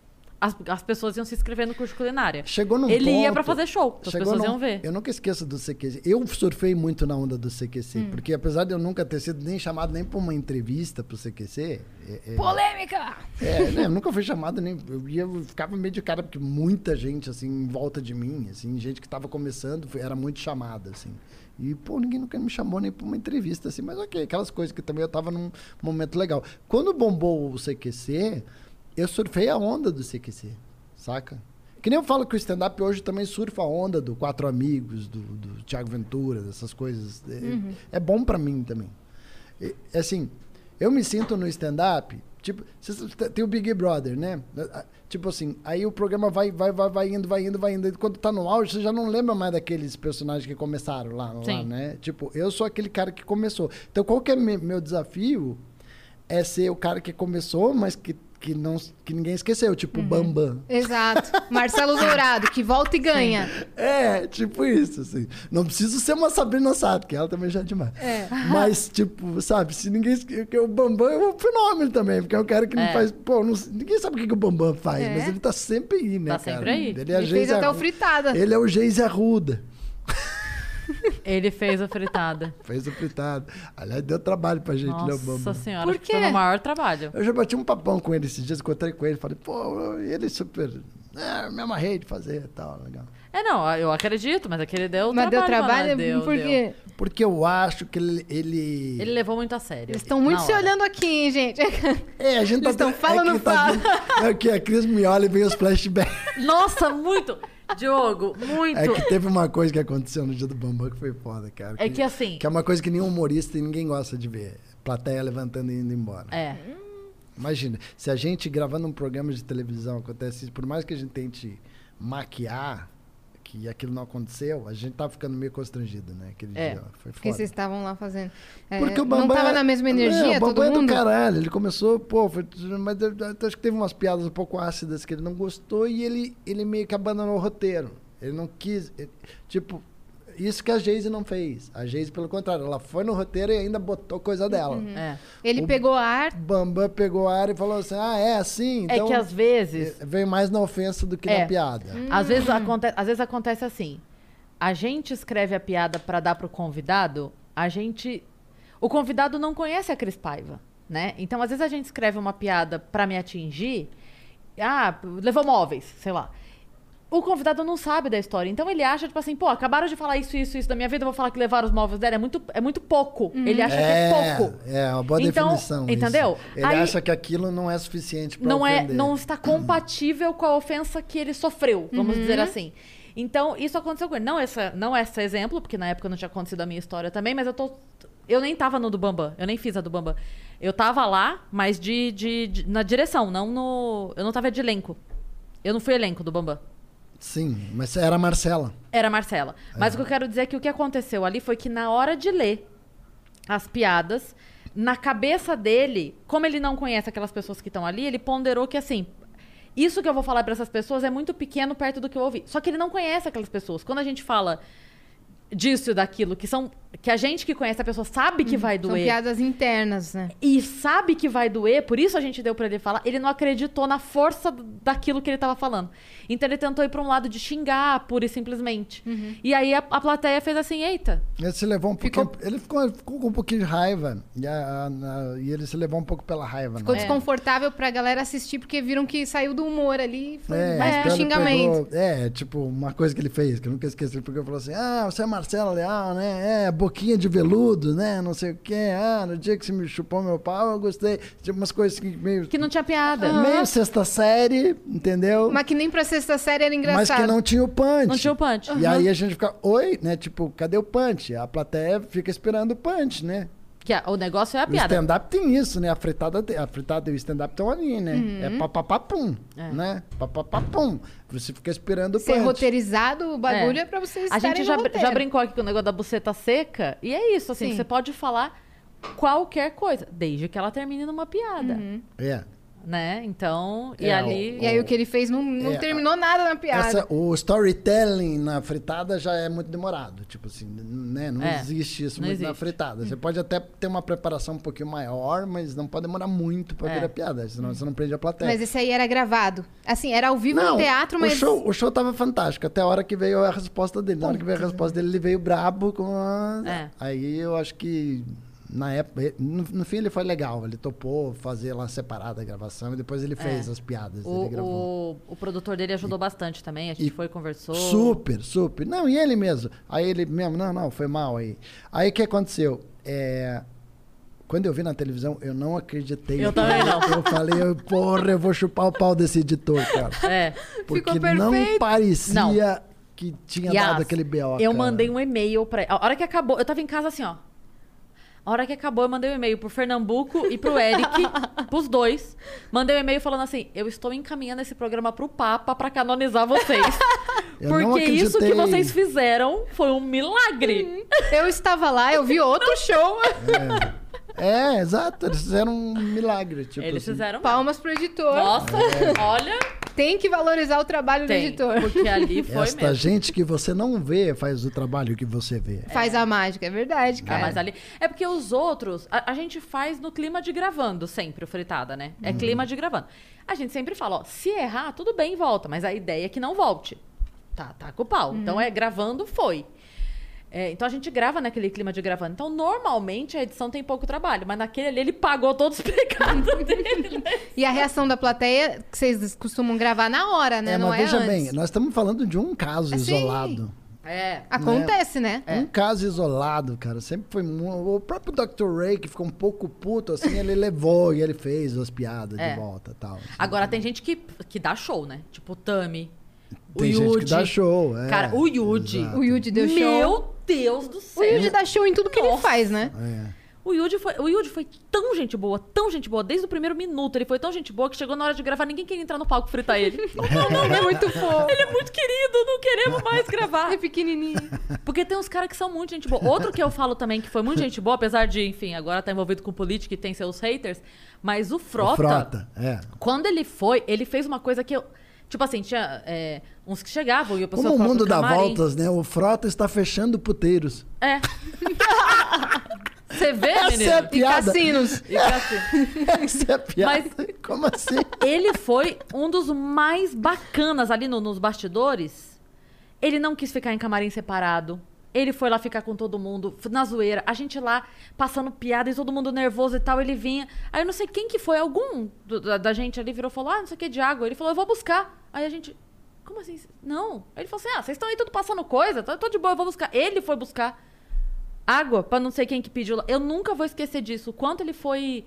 as, as pessoas iam se inscrever no curso de culinária. Chegou num Ele ponto, ia pra fazer show, então as chegou pessoas num- iam ver. Eu nunca esqueço do C Q C. Eu surfei muito na onda do C Q Hum. C, porque apesar de eu nunca ter sido nem chamado nem pra uma entrevista pro C Q C... É, é, Polêmica! é, né, eu nunca fui chamado nem... Eu, ia, eu ficava meio de cara, porque muita gente, assim, em volta de mim, assim, gente que tava começando, foi- era muito chamada, assim. E, pô, ninguém nunca me chamou nem pra uma entrevista, assim, mas ok, aquelas coisas que também eu tava num momento legal. Quando bombou o C Q C, eu surfei a onda do C Q C, saca? Que nem eu falo que o stand-up hoje também surfa a onda do Quatro Amigos, do, do Thiago Ventura, dessas coisas. É, Uhum. é bom pra mim também. E, assim, eu me sinto no stand-up, tipo, cês- tem o Big Brother, né? Tipo assim, aí o programa vai, vai, vai, vai indo, vai indo, vai indo. E quando tá no auge, você já não lembra mais daqueles personagens que começaram lá, lá, Sim. né? Tipo, eu sou aquele cara que começou. Então, qual que é me- meu desafio? É ser o cara que começou, mas que, que, não, que ninguém esqueceu. Tipo, o Bambam. Exato. Marcelo Dourado, que volta e ganha. É, tipo isso, assim. Não preciso ser uma Sabrina Sato, porque ela também já é demais. É. Mas, tipo, sabe, se ninguém... Porque o Bambam é um fenômeno também, porque é um cara que não É. faz... Pô, não- ninguém sabe o que, que o Bambam faz, É. mas ele tá sempre aí, né, Tá cara? sempre aí. Ele, é Ele a fez Geise até o Arruda. fritada. Ele é o Geise Arruda. Ele fez a fritada. Fez o fritado. Aliás, deu trabalho pra gente, né, o Bambam. Nossa senhora, Por acho que foi quê? o maior trabalho. Eu já bati um papão com ele esses dias, encontrei com ele, falei, pô, ele super... É, me amarrei de fazer e tal, legal. É, não, eu acredito, mas aquele deu Mas deu trabalho. pra trabalho nós, deu, por deu. quê? Porque eu acho que ele... Ele, Ele levou muito a sério. Eles estão muito na se hora. olhando aqui, hein, gente? É, a gente Eles tá... tão falando, é que tá fala. vindo- É que a Cris me olha e vem os flashbacks. Nossa, muito! Diogo, muito! É que teve uma coisa que aconteceu no dia do Bambam que foi foda, cara. É que assim- Que é uma coisa que nenhum humorista e ninguém gosta de ver. Plateia levantando e indo embora. É. Imagina, se a gente gravando um programa de televisão acontece isso, por mais que a gente tente maquiar que aquilo não aconteceu, a gente tá ficando meio constrangido, né? Aquele É. dia, ó, foi Porque foda. vocês estavam lá fazendo. É, Porque o não Bambam tava é- na mesma energia, é, o todo Bambam é mundo? do caralho. Ele começou, pô, foi, mas eu, eu acho que teve umas piadas um pouco ácidas que ele não gostou e ele, ele meio que abandonou o roteiro. Ele não quis. ele- tipo, isso que a Geise não fez. A Geise, pelo contrário, ela foi no roteiro e ainda botou coisa dela. É. Ele O- pegou ar. O Bambam pegou a área e falou assim: ah, é assim? É Então, que às vezes, eh, veio mais na ofensa do que É. na piada. às vezes, aconte às vezes acontece assim. A gente escreve a piada pra dar pro convidado, a gente... O convidado não conhece a Cris Paiva, né? Então, às vezes a gente escreve uma piada pra me atingir. Ah, levou móveis, sei lá. O convidado não sabe da história. Então ele acha, tipo assim, pô, acabaram de falar isso, isso, isso da minha vida, eu vou falar que levaram os móveis dela. É muito, é muito pouco. Ele acha que é pouco. É, uma boa Então, definição. entendeu? Isso. Ele Aí- acha que aquilo não é suficiente pra não é ofender. não está compatível com a ofensa que ele sofreu, vamos dizer assim. Então, isso aconteceu com ele. Não essa, não esse exemplo, porque na época não tinha acontecido a minha história também, mas eu tô eu nem tava no do Bambam, eu nem fiz a do Bambam. Eu tava lá, mas de, de, de- na direção, não no eu não tava de elenco. Eu não fui elenco do Bambam. Sim, mas era a Marcela. Era a Marcela. Mas o que eu quero dizer é que o que aconteceu ali foi que na hora de ler as piadas, na cabeça dele, como ele não conhece aquelas pessoas que estão ali, ele ponderou que assim, isso que eu vou falar para essas pessoas é muito pequeno perto do que eu ouvi. Só que ele não conhece aquelas pessoas. Quando a gente fala disso e daquilo, que são que a gente que conhece a pessoa sabe que vai São doer. piadas internas, né? E sabe que vai doer, por isso a gente deu pra ele falar. Ele não acreditou na força d- daquilo que ele tava falando. Então ele tentou ir pra um lado de xingar, pura e simplesmente. E aí a, a plateia fez assim, eita. Ele se levou um pouquinho. Ficou- Ele ficou, ficou com um pouquinho de raiva. E, a- a- e ele se levou um pouco pela raiva. Ficou né? desconfortável pra galera assistir, porque viram que saiu do humor ali e foi É, mais então pro ele xingamento. pegou- é, tipo, uma coisa que ele fez, que eu nunca esqueci. Ele pegou e falou assim: ah, você é Marcela Leal, né? É, boquinha de veludo, né? Não sei o quê. Ah, no dia que você me chupou meu pau, eu gostei. Tipo, umas coisas que meio. Que não tinha piada. Meio sexta série, entendeu? Mas que nem pra sexta série era Mas engraçado. que não tinha o punch. Não tinha o punch. E aí a gente fica, oi, né? Tipo, cadê o punch? A plateia fica esperando o punch, né? Que a- o negócio é a O piada. stand-up tem isso, né? A fritada, tem- a fritada e o stand-up estão ali, né? É papapapum, É. né? Papapapum. Você fica esperando o Ser punch. roteirizado, o bagulho é, É. pra vocês A estarem gente no já, roteiro. já brincou aqui com o negócio da buceta seca. E é isso, assim, Sim. você pode falar qualquer coisa, desde que ela termine numa piada. É. né? Então, e É, ali... E aí o que ele fez não, não É, terminou nada na piada. Essa, o storytelling na fritada já é muito demorado. Tipo assim, né? Não É, existe isso não muito na existe. fritada. Você pode até ter uma preparação um pouquinho maior, mas não pode demorar muito pra É. virar piada, senão você não prende a plateia. Mas esse aí era gravado. Assim, era ao vivo Não, no teatro, mas... o show, o show tava fantástico, até a hora que veio a resposta dele. Na hora que veio a resposta dele, ele veio brabo com a... É. Aí eu acho que, na época, no, no fim ele foi legal. Ele topou fazer lá separada a gravação e depois ele fez É. as piadas. O, ele gravou. o, o produtor dele ajudou bastante também. A gente e foi, conversou. Super, super. Não, e ele mesmo. Aí ele mesmo, não, não, foi mal aí. Aí o que aconteceu? É... Quando eu vi na televisão, eu não acreditei. Eu também não. Eu falei, eu, porra, eu vou chupar o pau desse editor, cara. É. Porque Ficou não perfeito. parecia Não. que tinha Yas, dado aquele B O. eu cara. mandei um e-mail pra... A hora que acabou... Eu tava em casa assim, ó. A hora que acabou, eu mandei um e-mail pro Fernambuco e pro Eric, pros dois. Mandei um e-mail falando assim, eu estou encaminhando esse programa pro Papa pra canonizar vocês. Eu não Porque isso que acreditei. vocês fizeram foi um milagre. Eu estava lá, eu vi outro show. É, exato. Eles fizeram um milagre. Tipo Eles assim. fizeram... Palmas pro editor. Nossa, olha... Tem que valorizar o trabalho Tem, do editor. porque ali foi Esta mesmo. gente que você não vê faz o trabalho que você vê. Faz a mágica, é verdade, Ah, cara. mas ali... É porque os outros, a, a gente faz no clima de gravando sempre o fritada, né? É clima de gravando. A gente sempre fala, ó, se errar, tudo bem, volta. Mas a ideia é que não volte. Tá, tá com o pau. Então é gravando, foi. É, então a gente grava naquele clima de gravando. Então, normalmente, a edição tem pouco trabalho. Mas naquele ali, ele pagou todos os pecados dele. Né? E a reação da plateia, que vocês costumam gravar na hora, né? É, Não mas é veja antes. bem, nós estamos falando de um caso É, sim. isolado. É. Acontece, né? Um caso isolado, cara. Sempre foi. mu- O próprio doutor Ray, que ficou um pouco puto, assim, ele levou e ele fez as piadas É. de volta e tal. assim. Agora, tem gente que, que dá show, né? Tipo o Tami, Tem o gente Yudi. que dá show. É, Cara, o Yudi. exato. O Yudi deu show. Meu Deus do céu. O Yudi dá show em tudo que ele Nossa. faz, né? É. O Yudi, foi, o Yudi foi tão gente boa, tão gente boa, desde o primeiro minuto. Ele foi tão gente boa que chegou na hora de gravar, ninguém queria entrar no palco fritar ele. Não, não, É muito fofo. ele é muito querido, não queremos mais gravar. É pequenininho. Porque tem uns caras que são muito gente boa. Outro que eu falo também que foi muito gente boa, apesar de, enfim, agora tá envolvido com política e tem seus haters, mas o Frota, O Frota, é. quando ele foi, ele fez uma coisa que eu... Tipo assim, tinha é, uns que chegavam e o pessoal Como o ficava mundo no dá camarim. voltas, né? O Frota está fechando puteiros. É. Você vê, Essa menino? é a E piada. cassinos. E assim, Essa é a piada. Como assim? ele foi um dos mais bacanas ali no- nos bastidores. Ele não quis ficar em camarim separado. Ele foi lá ficar com todo mundo, f- na zoeira. A gente lá passando piada e todo mundo nervoso e tal. Ele vinha. Aí eu não sei quem que foi, algum do- da, da gente ali virou e falou: ah, não sei o que de água. Ele falou: eu vou buscar. Aí a gente. Como assim? Não. Aí ele falou assim: ah, vocês estão aí tudo passando coisa? Eu tô de boa, eu vou buscar. Ele foi buscar água pra não sei quem que pediu lá. Eu nunca vou esquecer disso. O quanto ele foi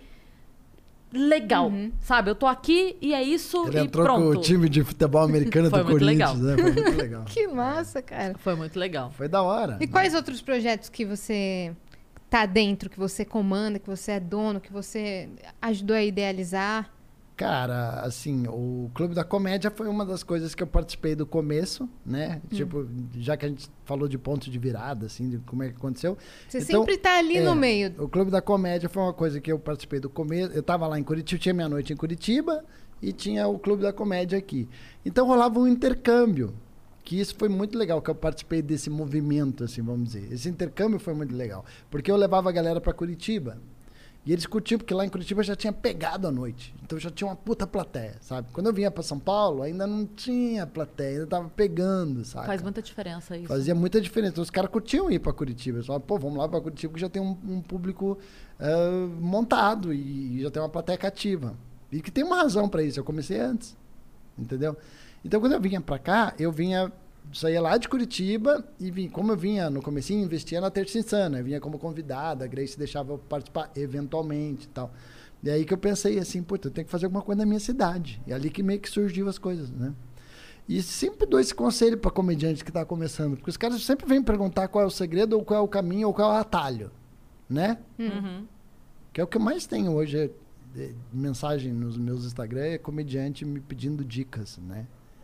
legal, sabe? Eu tô aqui e é isso Ele e entrou pronto. com o time de futebol americano Foi do muito Corinthians, legal. né? Foi muito legal. Que massa, cara. Foi muito legal. Foi da hora. E quais outros projetos que você tá dentro, que você comanda, que você é dono, que você ajudou a idealizar? Cara, assim, o Clube da Comédia foi uma das coisas que eu participei do começo, né? Hum. Tipo, já que a gente falou de ponto de virada, assim, de como é que aconteceu. Você Então, sempre tá ali é, no meio. O Clube da Comédia foi uma coisa que eu participei do começo. Eu tava lá em Curitiba, tinha minha noite em Curitiba e tinha o Clube da Comédia aqui. Então rolava um intercâmbio, que isso foi muito legal, que eu participei desse movimento, assim, vamos dizer. Esse intercâmbio foi muito legal, porque eu levava a galera para Curitiba. E eles curtiam, porque lá em Curitiba já tinha pegado a noite. Então já tinha uma puta plateia, sabe? Quando eu vinha para São Paulo, ainda não tinha plateia, ainda tava pegando, sabe? Faz muita diferença isso. Fazia muita diferença. Então, os caras curtiam ir para Curitiba. Eles falavam, pô, vamos lá para Curitiba que já tem um, um público ah, montado e já tem uma plateia cativa. E que tem uma razão para isso. Eu comecei antes, entendeu? Então, quando eu vinha para cá, eu vinha... Saía lá de Curitiba e vim, como eu vinha no comecinho, investia na Terça Insana, eu vinha como convidada, a Grace deixava eu participar eventualmente e tal. E aí que eu pensei assim, puta, eu tenho que fazer alguma coisa na minha cidade. E ali que meio que surgiu as coisas, né? E sempre dou esse conselho para comediante que está começando, porque os caras sempre vêm perguntar qual é o segredo, ou qual é o caminho, ou qual é o atalho, né? Uhum. Que é o que eu mais tenho hoje, é, é, mensagem nos meus Instagram, é comediante me pedindo dicas, né?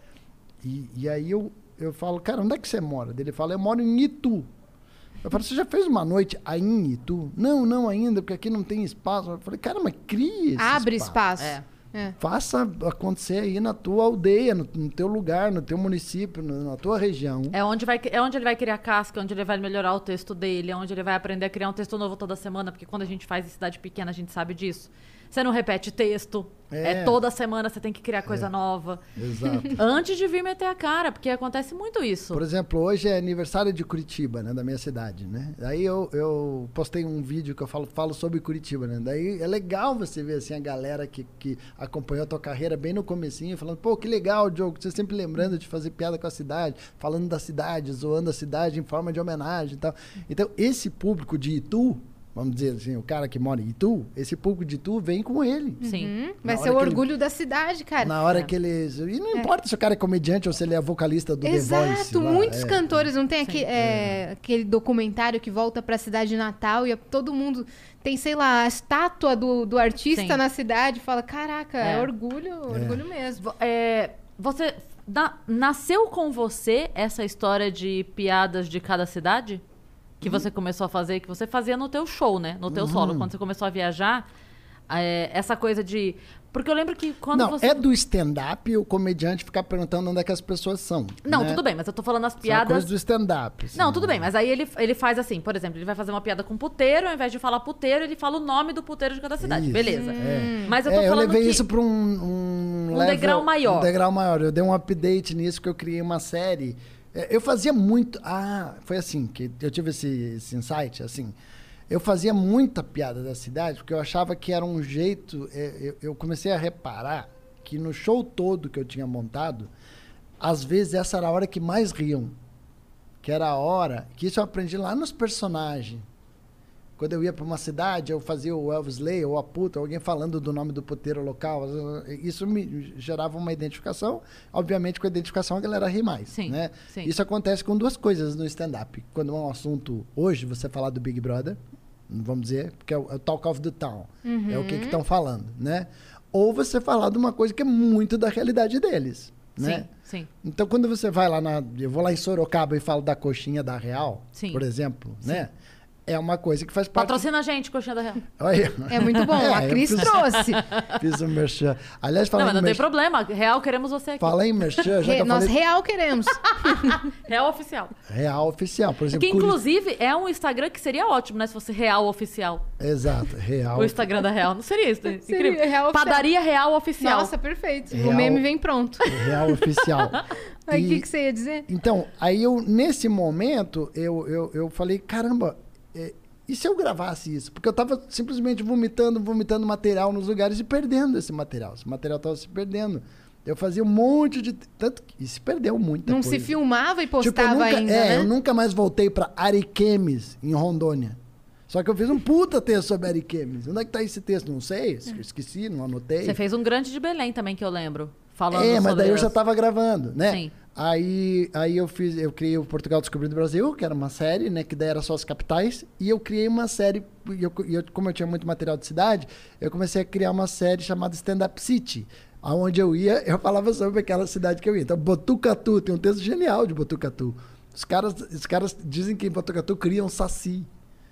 E, e aí eu Eu falo, cara, onde é que você mora? Ele fala, eu moro em Itu. Eu falo, você já fez uma noite aí em Itu? Não, não ainda, porque aqui não tem espaço. Eu falei, cara, mas cria esse Abre espaço. espaço. É. É. Faça acontecer aí na tua aldeia, no, no teu lugar, no teu município, no- na tua região. É onde, vai, é onde ele vai criar casca, onde ele vai melhorar o texto dele, é onde ele vai aprender a criar um texto novo toda semana, porque quando a gente faz em cidade pequena, a gente sabe disso. Você não repete texto, é, É. toda semana você tem que criar coisa nova. Exato. Antes de vir meter a cara, porque acontece muito isso. Por exemplo, hoje é aniversário de Curitiba, né? Da minha cidade, né? Daí eu, eu postei um vídeo que eu falo, falo sobre Curitiba, né? Daí é legal você ver, assim, a galera que, que acompanhou a tua carreira bem no comecinho, falando, pô, que legal, Diogo, você sempre lembrando de fazer piada com a cidade, falando da cidade, zoando a cidade em forma de homenagem e tal. Então, esse público de Itu, vamos dizer assim, o cara que mora em Itu, esse público de Itu vem com ele. Sim. Hum, vai Na ser o hora que ele- orgulho da cidade, cara. Na hora É. que eles... E não importa se o cara é comediante ou se ele é vocalista do The Voice. Exato, lá, muitos é. cantores, não tem aqui, é, aquele documentário que volta pra cidade de Natal e todo mundo tem, sei lá, a estátua do, do artista Sim. na cidade, fala, caraca, é, É. orgulho, orgulho mesmo. Vo- é, você na- nasceu com você essa história de piadas de cada cidade? Que você começou a fazer, que você fazia no teu show, né? No teu solo. Quando você começou a viajar, é, essa coisa de... Porque eu lembro que quando Não, você... é do stand-up o comediante ficar perguntando onde é que as pessoas são. Não, né? tudo bem, mas eu tô falando as Isso é uma piadas... coisa do stand-up. assim. Não, tudo bem, mas aí ele, ele faz assim, por exemplo, ele vai fazer uma piada com puteiro, ao invés de falar puteiro, ele fala o nome do puteiro de cada cidade. Isso, Beleza. é. Mas eu tô É, eu falando levei que... isso para um, um, Um level- degrau maior. Um degrau maior. Eu dei um update nisso, porque eu criei uma série. É, Eu fazia muito... Ah, foi assim que eu tive esse, esse insight, assim... Eu fazia muita piada da cidade, porque eu achava que era um jeito... é, Eu, eu comecei a reparar que no show todo que eu tinha montado, às vezes essa era a hora que mais riam. Que era a hora... Que isso eu aprendi lá nos personagens. Quando eu ia para uma cidade, eu fazia o Elvis Lay ou a puta, alguém falando do nome do puteiro local. Isso me gerava uma identificação. Obviamente, com a identificação, a galera ri mais. Sim, né? sim. Isso acontece com duas coisas no stand-up. Quando é um assunto, hoje, você falar do Big Brother, vamos dizer, porque é o, é o talk of the town. É o que estão falando, né? Ou você falar de uma coisa que é muito da realidade deles. Né? Sim, sim. Então, quando você vai lá na... Eu vou lá em Sorocaba e falo da coxinha da Real, Sim. por exemplo, né? É uma coisa que faz parte... Patrocina a gente, Coxinha da Real. Olha. É muito bom, É, a eu Cris fiz- trouxe. Fiz um merchan. Aliás, Não, falando mas não em tem merchan, problema. Real, queremos você aqui. fala em merchan, já Re- que eu nós falei... real queremos. Real Oficial. Real oficial, por exemplo. Que, Curi- inclusive, é um Instagram que seria ótimo, né? Se fosse Real Oficial. Exato, real. O Instagram da Real. Não seria isso? né? Seria Incrível. Real Oficial. Padaria Real Oficial. Nossa, perfeito. Real. O meme vem pronto. Real oficial. Aí o E- que, que você ia dizer? Então, aí eu, nesse momento, eu, eu, eu falei, caramba, é, e se eu gravasse isso? Porque eu tava simplesmente vomitando, vomitando material nos lugares e perdendo esse material. Esse material tava se perdendo. Eu fazia um monte de... Tanto que... E se perdeu muita Não coisa. se filmava e Tipo, eu postava nunca, ainda, é, né? eu nunca mais voltei pra Ariquemes, em Rondônia. Só que eu fiz um puta texto sobre Ariquemes. Onde é que tá esse texto? Não sei, esqueci, não anotei. Você fez um grande de Belém também, que eu lembro. Falando É, mas sobre daí eu as- já tava gravando, né? Sim. Aí, aí eu fiz, eu criei o Portugal Descobrindo o Brasil, que era uma série, né? Que daí era só as capitais. E eu criei uma série, e eu, e eu- como eu tinha muito material de cidade, eu comecei a criar uma série chamada Stand Up City. Aonde eu ia, eu falava sobre aquela cidade que eu ia. Então, Botucatu, tem um texto genial de Botucatu. Os caras, os caras dizem que em Botucatu criam saci.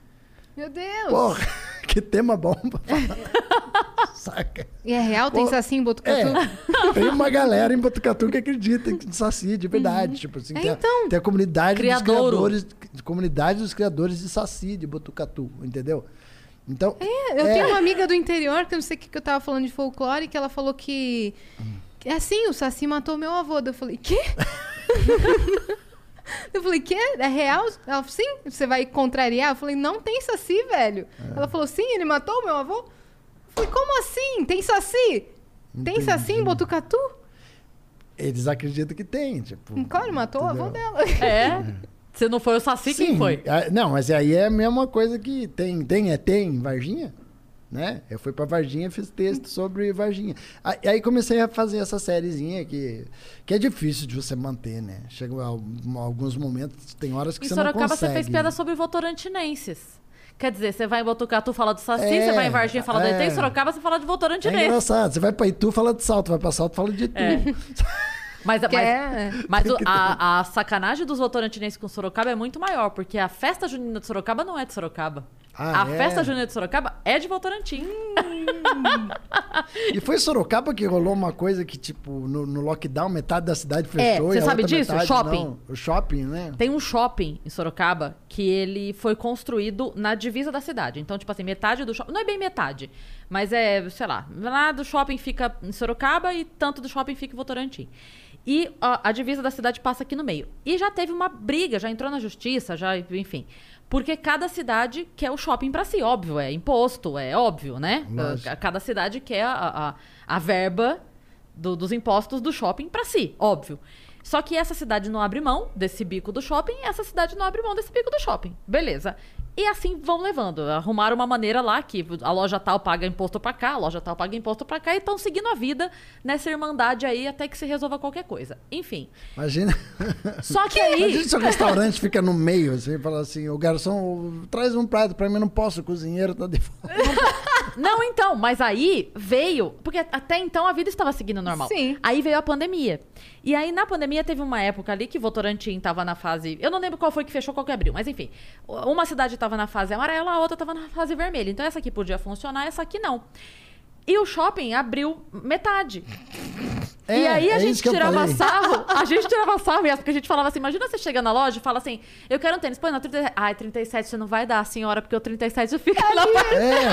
Meu Deus. Porra, que tema bom pra falar. Saca? E é real? Tem Pô, saci em Botucatu? É, tem uma galera em Botucatu que acredita em saci de verdade. Tipo assim, É, tem, a, então. tem a comunidade Criadouro. dos criadores, comunidade dos criadores de saci de Botucatu, entendeu? Então, É, eu é, tenho uma amiga do interior, que eu não sei o que, que eu tava falando de folclore, que ela falou que... que é assim, o saci matou meu avô. Daí eu falei, quê? Eu falei, quê? É real? Ela falou, sim, você vai contrariar? Eu falei, não tem saci, velho. É. Ela falou, sim, ele matou meu avô? Eu falei, como assim? Tem saci? Tem saci em Botucatu? eles acreditam que tem, tipo. Claro, matou o avô entendeu? dela. É. Se não foi o Saci, quem Sim, foi? ah, não, mas aí é a mesma coisa que tem, tem, é tem em Varginha, né? Eu fui pra Varginha e fiz texto sobre Varginha. Aí, aí comecei a fazer essa sériezinha que, que é difícil de você manter, né? Chega a, a alguns momentos, tem horas que Em você não Sorocaba consegue. você fez piada sobre votorantinenses. Quer dizer, você vai em Botucatu falar do Saci, É, você vai em Varginha falar do E T, é. em Sorocaba você fala de É votorantinense. engraçado, você vai pra Itu, fala de Salto, vai pra Salto, fala de Itu. É. Mas, Que mas, é- mas o- a, a sacanagem dos votorantinenses com Sorocaba é muito maior, porque a festa junina de Sorocaba não é de Sorocaba. Ah, a é? festa junina de Sorocaba é de Votorantim. E foi em Sorocaba que rolou uma coisa que, tipo, no, no lockdown, metade da cidade fechou. você e a sabe outra disso? metade Shopping. não. O shopping, né? Tem um shopping em Sorocaba que ele foi construído na divisa da cidade. Então, tipo assim, metade do shopping... Não é bem metade, mas é, sei lá, lá do shopping fica em Sorocaba e tanto do shopping fica em Votorantim. E a, a divisa da cidade passa aqui no meio. E já teve uma briga, já entrou na justiça, já, enfim... Porque cada cidade quer o shopping pra si, óbvio, é imposto, é óbvio, né? Lógico. Cada cidade quer a, a, a verba do- dos impostos do shopping pra si, óbvio. Só que essa cidade não abre mão desse bico do shopping, essa cidade não abre mão desse bico do shopping. Beleza. E assim vão levando. Arrumaram uma maneira lá que a loja tal paga imposto pra cá, a loja tal paga imposto pra cá, e estão seguindo a vida nessa irmandade aí até que se resolva qualquer coisa. Enfim. Imagina. Só que aí... Imagina se o restaurante fica no meio, assim, fala assim, o garçom traz um prato pra mim, eu não posso, o cozinheiro tá de fora. Não, então, mas aí veio... Porque até então a vida estava seguindo normal. Sim. Aí veio a pandemia. E aí na pandemia teve uma época ali que Votorantim tava na fase... Eu não lembro qual foi que fechou, qual que abriu, mas enfim. Uma cidade tava na fase amarela, a outra tava na fase vermelha. Então essa aqui podia funcionar, essa aqui não. E o shopping abriu metade. É, e aí a é gente isso que eu tirava falei. sarro. A gente tirava sarro, porque a gente falava assim, imagina você chega na loja e fala assim, eu quero um tênis. Põe, não, trinta e sete. Ai, trinta e sete você não vai dar, senhora, porque o trinta e sete fica lá. É,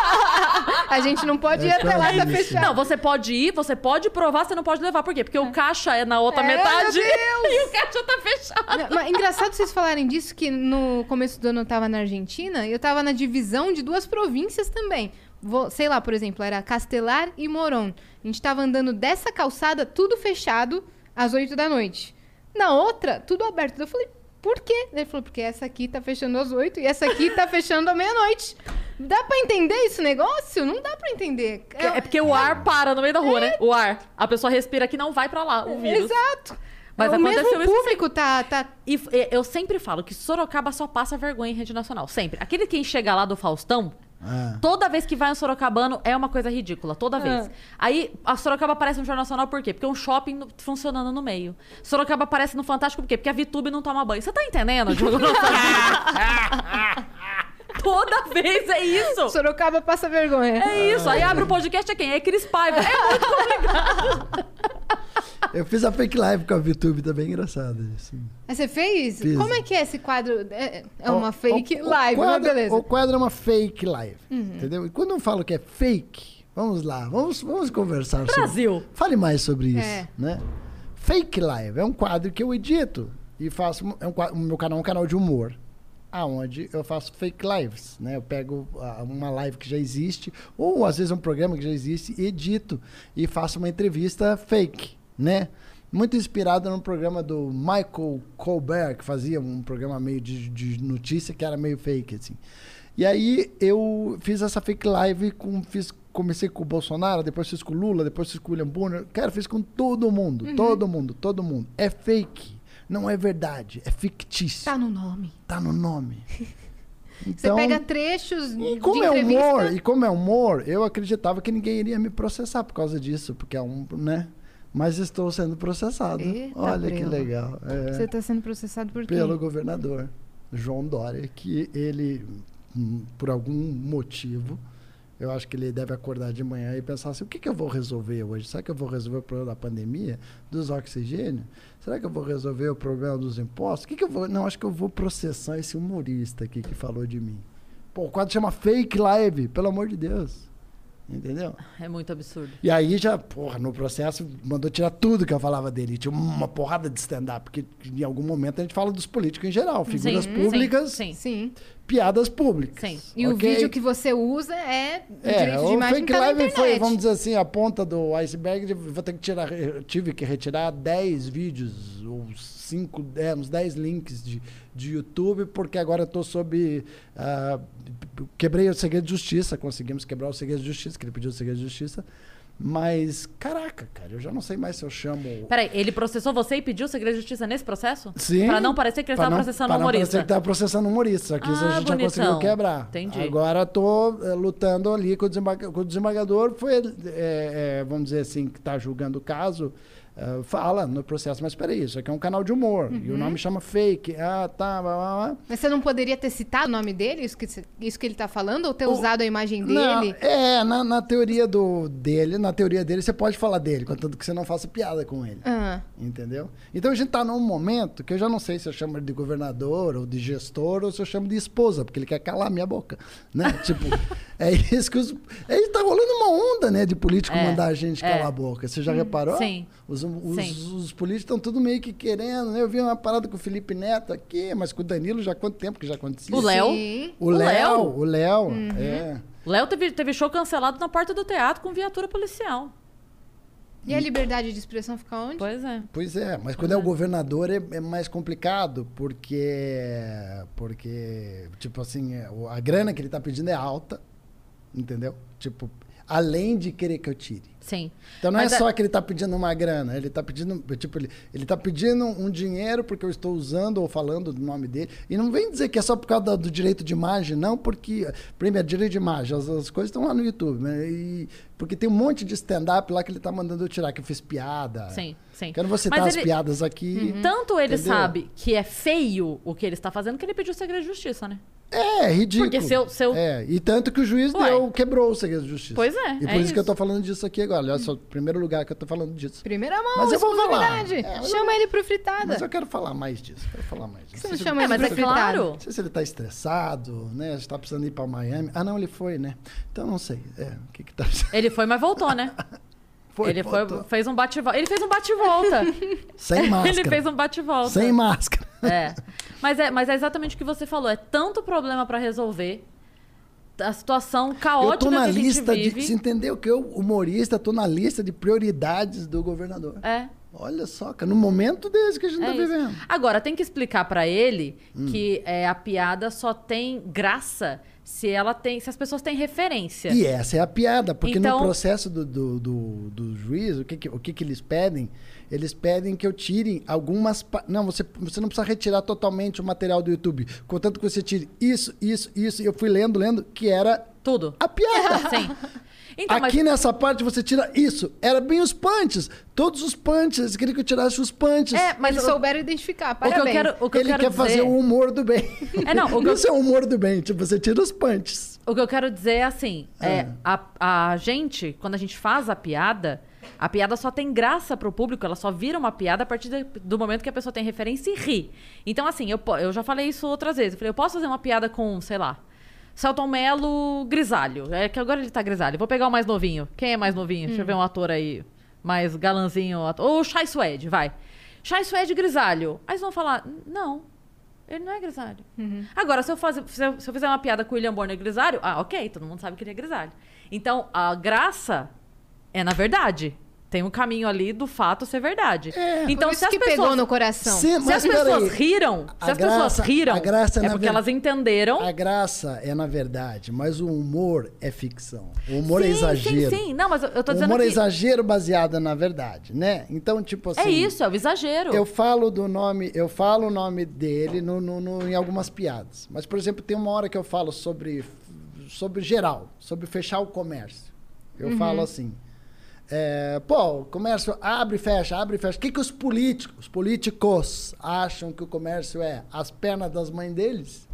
A gente não pode ir É até lá, tá quase isso. fechado. Não, você pode ir, você pode provar, você não pode levar. Por quê? Porque o caixa é na outra É, metade meu Deus! e o caixa tá fechado. Não, mas engraçado vocês falarem disso, que no começo do ano eu tava na Argentina e eu tava na divisão de duas províncias também. Vou, sei lá, por exemplo, era Castelar e Morón. A gente tava andando dessa calçada, tudo fechado, às oito da noite. Na outra, tudo aberto. Eu falei, por quê? Ele falou, porque essa aqui tá fechando às oito e essa aqui tá fechando à meia-noite. Dá pra entender esse negócio? Não dá pra entender. É porque o ar para no meio da rua, né? O ar. A pessoa respira que não vai pra lá, o vírus. Exato. Mas o aconteceu mesmo isso público tá, tá... E e eu sempre falo que Sorocaba só passa vergonha em rede nacional. Sempre. Aquele que chega lá do Faustão, Ah. toda vez que vai um sorocabano é uma coisa ridícula. Toda vez. Ah. Aí a Sorocaba aparece no Jornal Nacional por quê? Porque é um shopping no- funcionando no meio. Sorocaba aparece no Fantástico por quê? Porque a VTube não toma banho. Você tá entendendo? Diogo? Toda vez é isso. Sorocaba passa vergonha. É isso. Aí abre o podcast, é quem? É Cris Paiva. É muito complicado. Eu fiz a fake live com a VTube, também engraçado isso. Mas você fez? Fiz. Como é que é esse quadro? É, é uma O- fake o- o live, mas quadro- beleza. Uhum. O quadro é uma fake live, entendeu? E quando eu falo que é fake, vamos lá, vamos, vamos conversar sobre... Brasil. Fale mais sobre isso, É. né? Fake live é um quadro que eu edito e faço... É um quadro, o meu canal é um canal de humor, aonde eu faço fake lives, né? Eu pego ah, uma live que já existe, ou às vezes um programa que já existe, e edito e faço uma entrevista fake, né? Muito inspirado num programa do Michael Colbert, que fazia um programa meio de, de notícia que era meio fake, assim. E aí eu fiz essa fake live, com, fiz, comecei com o Bolsonaro, depois fiz com o Lula, depois fiz com o William Bonner. Cara, fiz com todo mundo, todo mundo, todo mundo. É fake, não é verdade, é fictício. Tá no nome. Tá no nome. Você Então, pega trechos e de como é entrevista... humor, e como é humor, eu acreditava que ninguém iria me processar por causa disso, porque é um, né? Mas estou sendo processado. Eita, Olha que prela. legal. É, Você tá sendo processado por quê? pelo governador João Dória, que ele, hum, por algum motivo, eu acho que ele deve acordar de manhã e pensar assim, o que, que eu vou resolver hoje? Será que eu vou resolver o problema da pandemia, dos oxigênios? Será que eu vou resolver o problema dos impostos? O que, que eu vou... Não, acho que eu vou processar esse humorista aqui que falou de mim. Pô, o quadro chama Fake Live, pelo amor de Deus. Entendeu? É muito absurdo. E aí já, porra, no processo, mandou tirar tudo que eu falava dele. Tinha uma porrada de stand-up, porque em algum momento a gente fala dos políticos em geral, figuras Sim, públicas, Sim, sim. Sim. piadas públicas. Sim. E o ok? vídeo que você usa é... O É, direito de o imagem Fake tá na Live internet. foi, vamos dizer assim, a ponta do iceberg. de- Vou ter que tirar, eu tive que retirar dez vídeos, ou cinco, é, uns dez links de, de YouTube, porque agora eu tô sob... ah, quebrei o segredo de justiça, conseguimos quebrar o segredo de justiça, que ele pediu o segredo de justiça. Mas, caraca, cara, eu já não sei mais se eu chamo... Peraí, ele processou você e pediu segredo de justiça nesse processo? Sim. Pra não parecer que ele Pra estava não- processando pra o não parecer humorista. que tava processando humorista, só que isso a Ah, gente já bonitão. conseguiu quebrar. Entendi. Agora tô eh, lutando ali com o, desembarga- com o desembargador, foi, eh, eh, vamos dizer assim, que tá julgando o caso, uh, fala no processo, mas espera aí, isso aqui é um canal de humor, uhum. e o nome chama fake. Ah, tá, blá, blá, blá. Mas você não poderia ter citado o nome dele, isso que, isso que ele tá falando, ou ter o... usado a imagem dele? Não, é, na, na teoria do, dele, na teoria dele, você pode falar dele, contanto que você não faça piada com ele. Ah. Entendeu? Então a gente tá num momento que eu já não sei se eu chamo ele de governador, ou de gestor, ou se eu chamo de esposa, porque ele quer calar a minha boca, né? Tipo, é isso que os... Aí tá rolando uma onda, né, de político É, mandar a gente é. calar a boca. Você já reparou? Sim. Os, os, Sim. os políticos estão tudo meio que querendo, né? Eu vi uma parada com o Felipe Neto aqui, mas com o Danilo já há quanto tempo que já acontecia? O Léo. Sim. O O Léo, Léo. o Léo, é. O Léo teve, teve show cancelado na porta do teatro com viatura policial. E a liberdade de expressão fica onde? Pois é. Pois é, mas quando é o governador é, é mais complicado, porque, porque, tipo assim, é, o- a grana que ele tá pedindo é alta, entendeu? Tipo, além de querer que eu tire. Sim. Então não Mas é é- só que ele tá pedindo uma grana, ele tá pedindo, tipo, ele, ele tá pedindo um dinheiro porque eu estou usando ou falando do nome dele. E não vem dizer que é só por causa do, do direito de imagem, não, porque, primeiro, direito de imagem, as, as coisas estão lá no YouTube, né? E, porque tem um monte de stand-up lá que ele tá mandando eu tirar, que eu fiz piada. Sim, sim. Quero você citar Mas as ele- piadas aqui. Tanto ele Entendeu? sabe que é feio o que ele está fazendo, que ele pediu segredo de justiça, né? É, ridículo. Porque se eu- se eu- É, e tanto que o juiz Ué. deu, quebrou o segredo de justiça. Pois é, E por é isso, que eu isso. tô falando disso aqui agora. Olha só, o primeiro lugar que eu tô falando disso. Primeira mão, Mas eu vou falar. exclusividade. É, mas Chama ele pro fritada. Mas eu quero falar mais disso. Quero falar mais disso. Você não Se- chama É, ele mas pro é fritada? claro. Não sei se ele tá estressado, né? A gente tá precisando ir pra Miami. Ah, não, ele foi, né? Então não sei. É, o que que tá. Ele foi, mas voltou, né? Foi, ele foi, voltou. fez um bate-volta. Ele fez um bate-volta. Sem máscara. Ele fez um bate-volta. Sem máscara. É. Mas, é. mas é exatamente o que você falou. É tanto problema pra resolver. A situação Eu caótica tô na que a gente lista de. vive. Você entendeu que eu, humorista, tô na lista de prioridades do governador. É. Olha só, cara, no momento desse que a gente É tá isso. vivendo. Agora, tem que explicar pra ele Hum. que é, a piada só tem graça se ela tem, se as pessoas têm referência. E essa é a piada, porque Então- no processo do, do, do, do juiz, o, que, que, o que, que eles pedem? Eles pedem que eu tire algumas... pa- Não, você, você não precisa retirar totalmente o material do YouTube. Contanto que você tire isso, isso, isso. E eu fui lendo, lendo, que era Tudo. a piada. Sim. Então, Aqui nessa parte você tira isso. Era bem os punches. Todos os punches. Eles queriam que eu tirasse os punches. mas, é, mas Eles o, souberam identificar, o que eu parabéns. quero, o que eu Ele quero quer dizer, fazer o humor do bem. É, não, o que eu- Isso é o humor do bem. Tipo, você tira os punches. o que eu quero dizer é assim, é, a, a gente, quando a gente faz a piada, a piada só tem graça pro público, ela só vira uma piada a partir de- do momento que a pessoa tem referência e ri. Então, assim, eu, po- eu já falei isso outras vezes. Eu falei, eu posso fazer uma piada com, sei lá, Selton Mello grisalho. É que agora ele tá grisalho. Vou pegar o mais novinho. Quem é mais novinho? Deixa eu ver um ator aí mais galanzinho. Ator. Ou o Chai Suede, vai. Chai Suede grisalho. Aí eles vão falar, não, ele não é grisalho. Agora, se eu, fazer, se, eu, se eu fizer uma piada com o William Bonner grisalho, ah, ok, todo mundo sabe que ele é grisalho. Então, a graça é na verdade. Tem um caminho ali do fato ser verdade. Então, Por isso se as que pessoas... pegou no coração. Sim, Se mas as pessoas peraí. riram, A se as graça- pessoas riram, a graça, é na porque ver- elas entenderam. A graça é na verdade, mas o humor é ficção. O humor sim, é exagero. Sim, sim. Não, mas eu eu tô O dizendo humor é que exagero baseado na verdade, né? Então, tipo assim... é isso, é o exagero. Eu falo do nome, eu falo o nome dele no, no- no- em algumas piadas. Mas, por exemplo, tem uma hora que eu falo sobre, sobre geral, sobre fechar o comércio. Eu Uhum. falo assim, é, pô, o comércio abre e fecha, abre e fecha. O que, que os políticos, os políticos acham que o comércio é? As pernas das mães deles?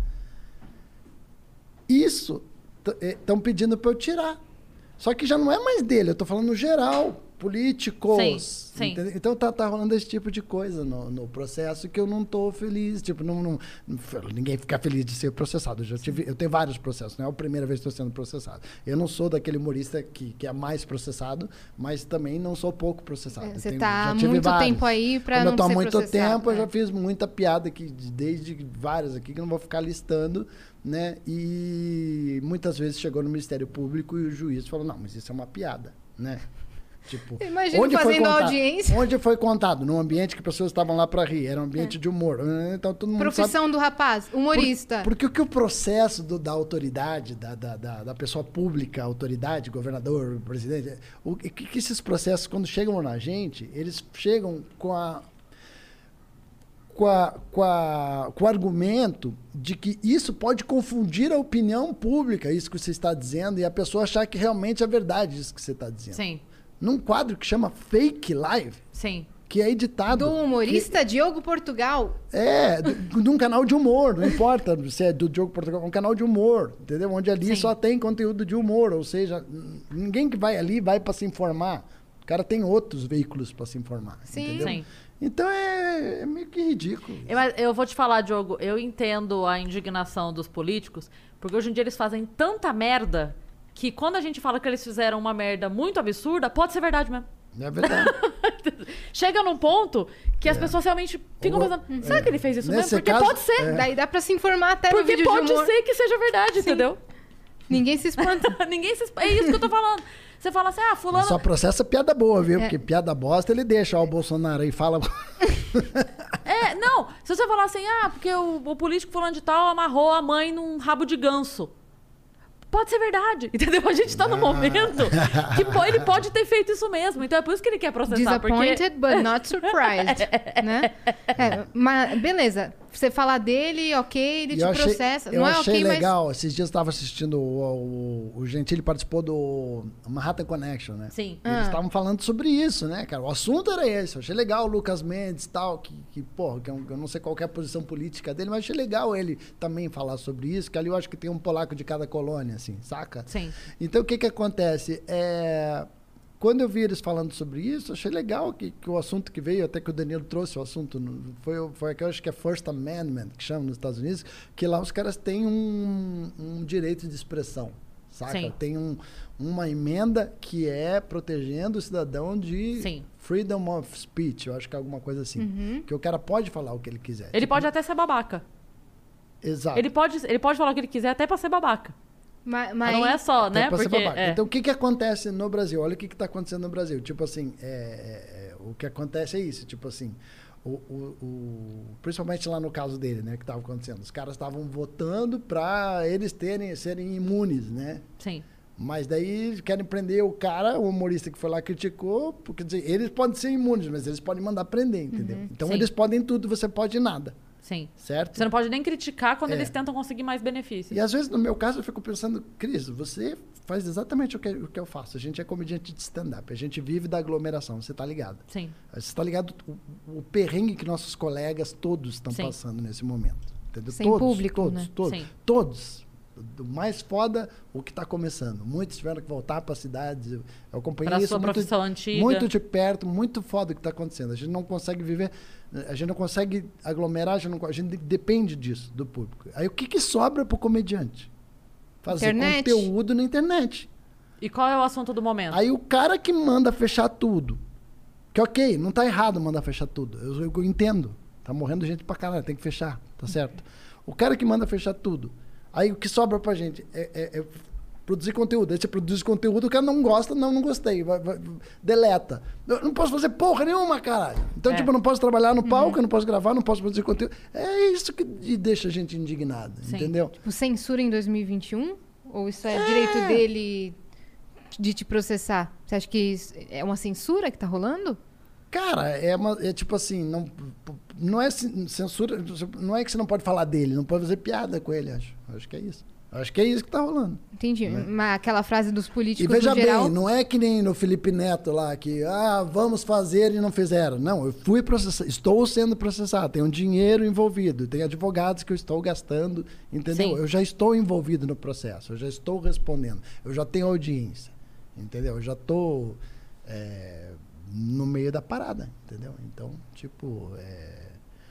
Isso estão pedindo para eu tirar. Só que já não é mais dele, eu tô falando no geral, políticos. Sim, sim. entendeu? Então tá, tá rolando esse tipo de coisa no, no processo que eu não tô feliz. Tipo, não, não- não- ninguém fica feliz de ser processado. Eu, já tive, eu tenho vários processos, não é a primeira vez que estou sendo processado. Eu não sou daquele humorista que, que é mais processado, mas também não sou pouco processado. É, Eu você tenho- tá já há tive muito vários. tempo aí pra Como não eu tô há ser muito processado, tempo, eu é. já fiz muita piada aqui, desde várias aqui, que eu não vou ficar listando, né? E muitas vezes chegou no Ministério Público e o juiz falou, não, mas isso é uma piada, né? Tipo, Imagina fazendo audiência. Onde foi contado? Num ambiente que pessoas estavam lá para rir, era um ambiente de humor. Então todo mundo sabe... Profissão do rapaz, humorista. Por- porque o que o processo do- da autoridade, da, da, da, da pessoa pública, autoridade, governador, presidente, o que, que esses processos, quando chegam na gente, eles chegam com a, com, a, com, a, com o argumento de que isso pode confundir a opinião pública, isso que você está dizendo, e a pessoa achar que realmente é verdade isso que você está dizendo. Sim. num quadro que chama Fake Live, Sim. que é editado. Do humorista Diogo Portugal. É, de um canal de humor, não importa se é do Diogo Portugal, é um canal de humor, entendeu? Onde ali Sim. só tem conteúdo de humor, ou seja, ninguém que vai ali vai para se informar. O cara tem outros veículos para se informar, Sim. entendeu? Sim. Então é, é meio que ridículo. Eu, mas eu vou te falar, Diogo, eu entendo a indignação dos políticos, porque hoje em dia eles fazem tanta merda que quando a gente fala que eles fizeram uma merda muito absurda, pode ser verdade mesmo. É verdade. Chega num ponto que as pessoas realmente ficam Ou- pensando, será que ele fez isso Nesse mesmo? Porque caso, pode ser. é. Daí dá pra se informar até no Porque vídeo de pode humor. ser que seja verdade, entendeu? Ninguém se espanta. Ninguém se... É isso que eu tô falando. Você fala assim, ah, fulano... Só processa piada boa, viu? É. Porque piada bosta ele deixa, ó, o Bolsonaro aí fala. É, não. Se você falar assim, ah, porque o, o político fulano de tal amarrou a mãe num rabo de ganso. Pode ser verdade, entendeu? A gente tá num momento que pô, ele pode ter feito isso mesmo. Então é por isso que ele quer processar. Disappointed, Porque... but not surprised. né? É, mas beleza. Você fala dele, ok, ele E te eu achei, processa. eu Não é achei ok, legal. Esses dias eu estava assistindo o, o, o Gentili participou do Manhattan Connection, né? Sim. E Eles Ah. estavam falando sobre isso, né, cara? O assunto era esse. Eu achei legal o Lucas Mendes e tal, que, que porra, que eu, eu não sei qual que é a posição política dele, mas achei legal ele também falar sobre isso, que ali eu acho que tem um polaco de cada colônia, assim, saca? Sim. Então o que que acontece? É... Quando eu vi eles falando sobre isso, achei legal que, que o assunto que veio, até que o Danilo trouxe o assunto, no- foi, o- foi aquele, acho que é First Amendment, que chama nos Estados Unidos, que lá os caras têm um, um direito de expressão, saca? Sim. Tem um, uma emenda que é protegendo o cidadão de Sim. freedom of speech, eu acho que é alguma coisa assim, que o cara pode falar o que ele quiser. Ele Tipo, pode até ser babaca. Exato. Ele pode, ele pode falar o que ele quiser até pra ser babaca. Mas, Mas não é só, Até né? pra ser Porque, babaca. é. Então, o que, que acontece no Brasil? Olha o que está acontecendo no Brasil. Tipo assim, é, é, é, o que acontece é isso. Tipo assim, o, o, o- principalmente lá no caso dele, né? Que estava acontecendo. Os caras estavam votando para eles terem, serem imunes, né? Sim. Mas daí querem prender o cara, o humorista que foi lá criticou, porque dizer, eles podem ser imunes, mas eles podem mandar prender, entendeu? Então Sim. eles podem tudo, você pode nada, Sim. certo? Você não pode nem criticar quando É. eles tentam conseguir mais benefícios. E às vezes, no meu caso, eu fico pensando, Cris, você faz exatamente o que, o que eu faço. A gente é comediante de stand-up, a gente vive da aglomeração, você tá ligado? Sim. Você tá ligado o, o perrengue que nossos colegas todos estão Sim. passando nesse momento. Entendeu? Sem todos, público, todos, né? todos, Sim. todos. Do mais foda, o que está começando. Muitos tiveram que voltar para cidades. Eu eu acompanhei Pra isso sua muito, profissão antiga. muito de perto, muito foda o que está acontecendo. A gente não consegue viver, a gente não consegue aglomerar, a gente, não, a gente depende disso, do público. Aí o que, que sobra para o comediante? Fazer Internet. conteúdo na internet. E qual é o assunto do momento? Aí o cara que manda fechar tudo, que ok, não tá errado mandar fechar tudo, eu, eu entendo, tá morrendo gente pra caralho, tem que fechar, tá certo? O cara que manda fechar tudo, aí o que sobra pra gente é, é- é produzir conteúdo, aí você produz conteúdo, o cara não gosta, não, não gostei, vai- vai- deleta. Eu não posso fazer porra nenhuma, caralho. Então, É. tipo, eu não posso trabalhar no palco, eu não posso gravar, não posso produzir conteúdo. É isso que deixa a gente indignado, Sim. entendeu? Tipo, censura em dois mil e vinte e um? Ou isso é, direito dele de te processar? Você acha que isso é uma censura que tá rolando? Cara, é, uma, é tipo assim, não, não é cen- censura, não é que você não pode falar dele, não pode fazer piada com ele, acho. Acho que é isso. Acho que é isso que tá rolando. Entendi. Mas aquela frase dos E políticos veja no geral... bem, não é que nem no Felipe Neto lá, que ah, vamos fazer e não fizeram. Não, eu fui processado, estou sendo processado, tem um dinheiro envolvido, tem advogados que eu estou gastando, entendeu? Sim. Eu já estou envolvido no processo, eu já estou respondendo, eu já tenho audiência, entendeu? Eu já estou é, no meio da parada, entendeu? Então, tipo, é,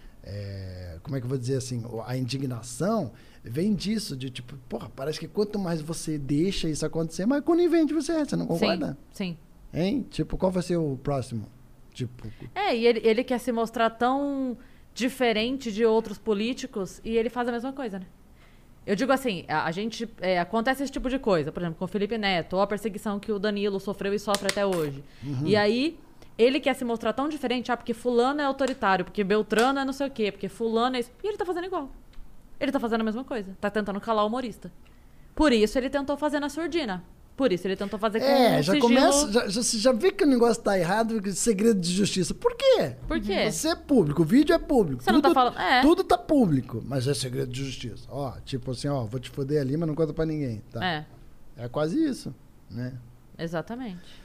é, como é que eu vou dizer assim, a indignação vem disso, de tipo, porra, parece que quanto mais você deixa isso acontecer, mais conivente você é, você não concorda? Sim, sim. Hein? Tipo, qual vai ser o próximo? Tipo, É, e ele, ele quer se mostrar tão diferente de outros políticos e ele faz a mesma coisa, né? Eu digo assim, a, a gente... é, acontece esse tipo de coisa, por exemplo, com o Felipe Neto, ou a perseguição que o Danilo sofreu e sofre até hoje. E aí, ele quer se mostrar tão diferente, ah, porque fulano é autoritário, porque Beltrano é não sei o quê, porque fulano é isso. E ele tá fazendo igual. Ele tá fazendo a mesma coisa. Tá tentando calar o humorista. Por isso ele tentou fazer na surdina. Por isso ele tentou fazer com é, um já sigilo... começa, já, já, você já vê que o negócio tá errado, que segredo de justiça. Por quê? Por quê? Você é público, o vídeo é público. Você não tá falando- é. Tudo tá público, mas é segredo de justiça. Ó, tipo assim, ó, vou te foder ali, mas não conta pra ninguém. Tá? É, É quase isso, né? exatamente.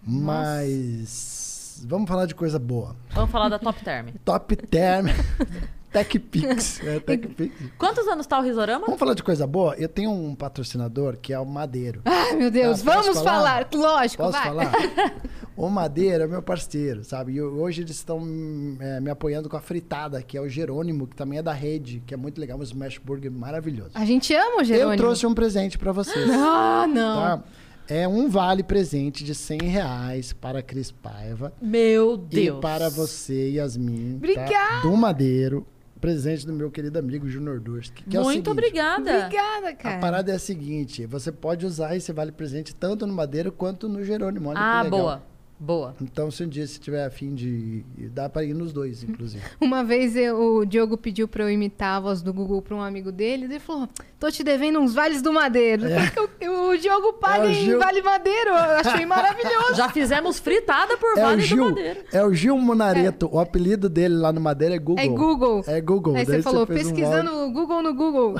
Mas vamos falar de coisa boa. Vamos falar da Top Term. Top Term. TechPix. É, TechPix. Quantos anos tá o Risorama? Vamos falar de coisa boa? Eu tenho um patrocinador que é o Madeiro. Ai, meu Deus, Tá, posso vamos falar? falar? Lógico, Posso vai. falar? O Madeiro é meu parceiro, sabe? E hoje eles estão é, me apoiando com a fritada, que é o Jerônimo, que também é da rede, que é muito legal, um smash burger maravilhoso. A gente ama o Jerônimo. Eu trouxe um presente pra vocês. Ah, não. Tá? É um vale presente de cem reais para a Cris Paiva. Meu Deus. E para você, Yasmin. Obrigada. Tá? Do Madeiro. Presente do meu querido amigo Júnior Durski. Que é o Muito seguinte, obrigada. Obrigada, A cara. parada é a seguinte: você pode usar esse vale presente tanto no Madeiro quanto no Jerônimo. Olha Ah, que legal. boa. Boa. Então, se um dia você tiver afim de. Dá para ir nos dois, inclusive. Uma vez eu- o Diogo pediu pra eu imitar a voz do Google pra um amigo dele. Ele falou: tô te devendo uns vales do Madeiro. Porque o, o Diogo paga É o em Gil. Vale Madeiro. Eu achei maravilhoso. Já fizemos fritada por É o Vale do Gil. Madeiro. É o Gil Monareto. O apelido dele lá no Madeira é Google. É Google. É Google. Aí Daí você falou, fez um pesquisando voucher. o Google no Google.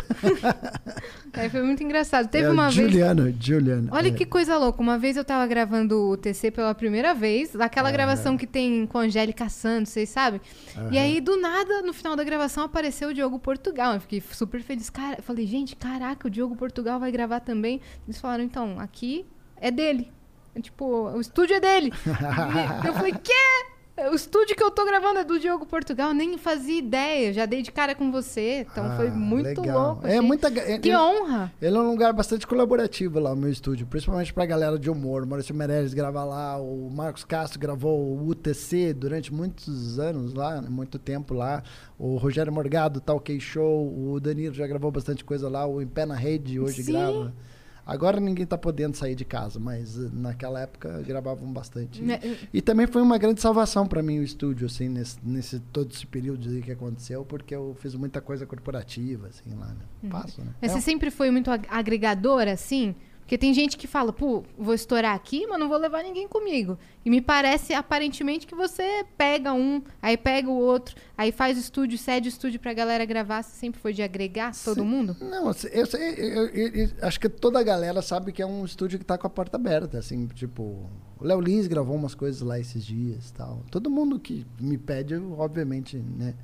Aí foi muito engraçado. Teve é uma o vez. Juliano, Juliano. Olha é. que coisa louca. Uma vez eu tava gravando o T C pela primeira vez, aquela gravação que tem com a Angélica Santos, vocês sabem? E aí, do nada, no final da gravação, apareceu o Diogo Portugal. Eu fiquei super feliz. Cara, eu falei, gente, caraca, o Diogo Portugal vai gravar também. Eles falaram, então, aqui é dele. É, tipo, o estúdio é dele. E eu falei, quê? O estúdio que eu tô gravando é do Diogo Portugal, eu nem fazia ideia, já dei de cara com você, então Ah, foi muito legal. louco. É achei- muita ga- é- Que é- honra! Ele é um lugar bastante colaborativo lá, o meu estúdio, principalmente pra galera de humor. O Maurício Meirelles grava lá, o Marcos Castro gravou o U T C durante muitos anos lá, né, muito tempo lá. O Rogério Morgado, Talk Show, o Danilo já gravou bastante coisa lá, o Em Pé na Rede hoje Sim. grava. Agora ninguém tá podendo sair de casa, mas eh, naquela época gravavam bastante. Né, E também foi uma grande salvação para mim o estúdio, assim, nesse, nesse todo esse período aí que aconteceu, porque eu fiz muita coisa corporativa, assim, lá, né? Faço, né? Mas É você sempre foi muito ag- agregador, assim? Porque tem gente que fala, pô, vou estourar aqui, mas não vou levar ninguém comigo. E me parece, aparentemente, que você pega um, aí pega o outro, aí faz o estúdio, cede o estúdio pra galera gravar. Você sempre foi de agregar todo Sim. mundo? Não, assim, eu, sei- eu- eu- eu- acho que toda a galera sabe que é um estúdio que tá com a porta aberta, assim, tipo, o Léo Lins gravou umas coisas lá esses dias, tal. Todo mundo que me pede, eu, obviamente, né?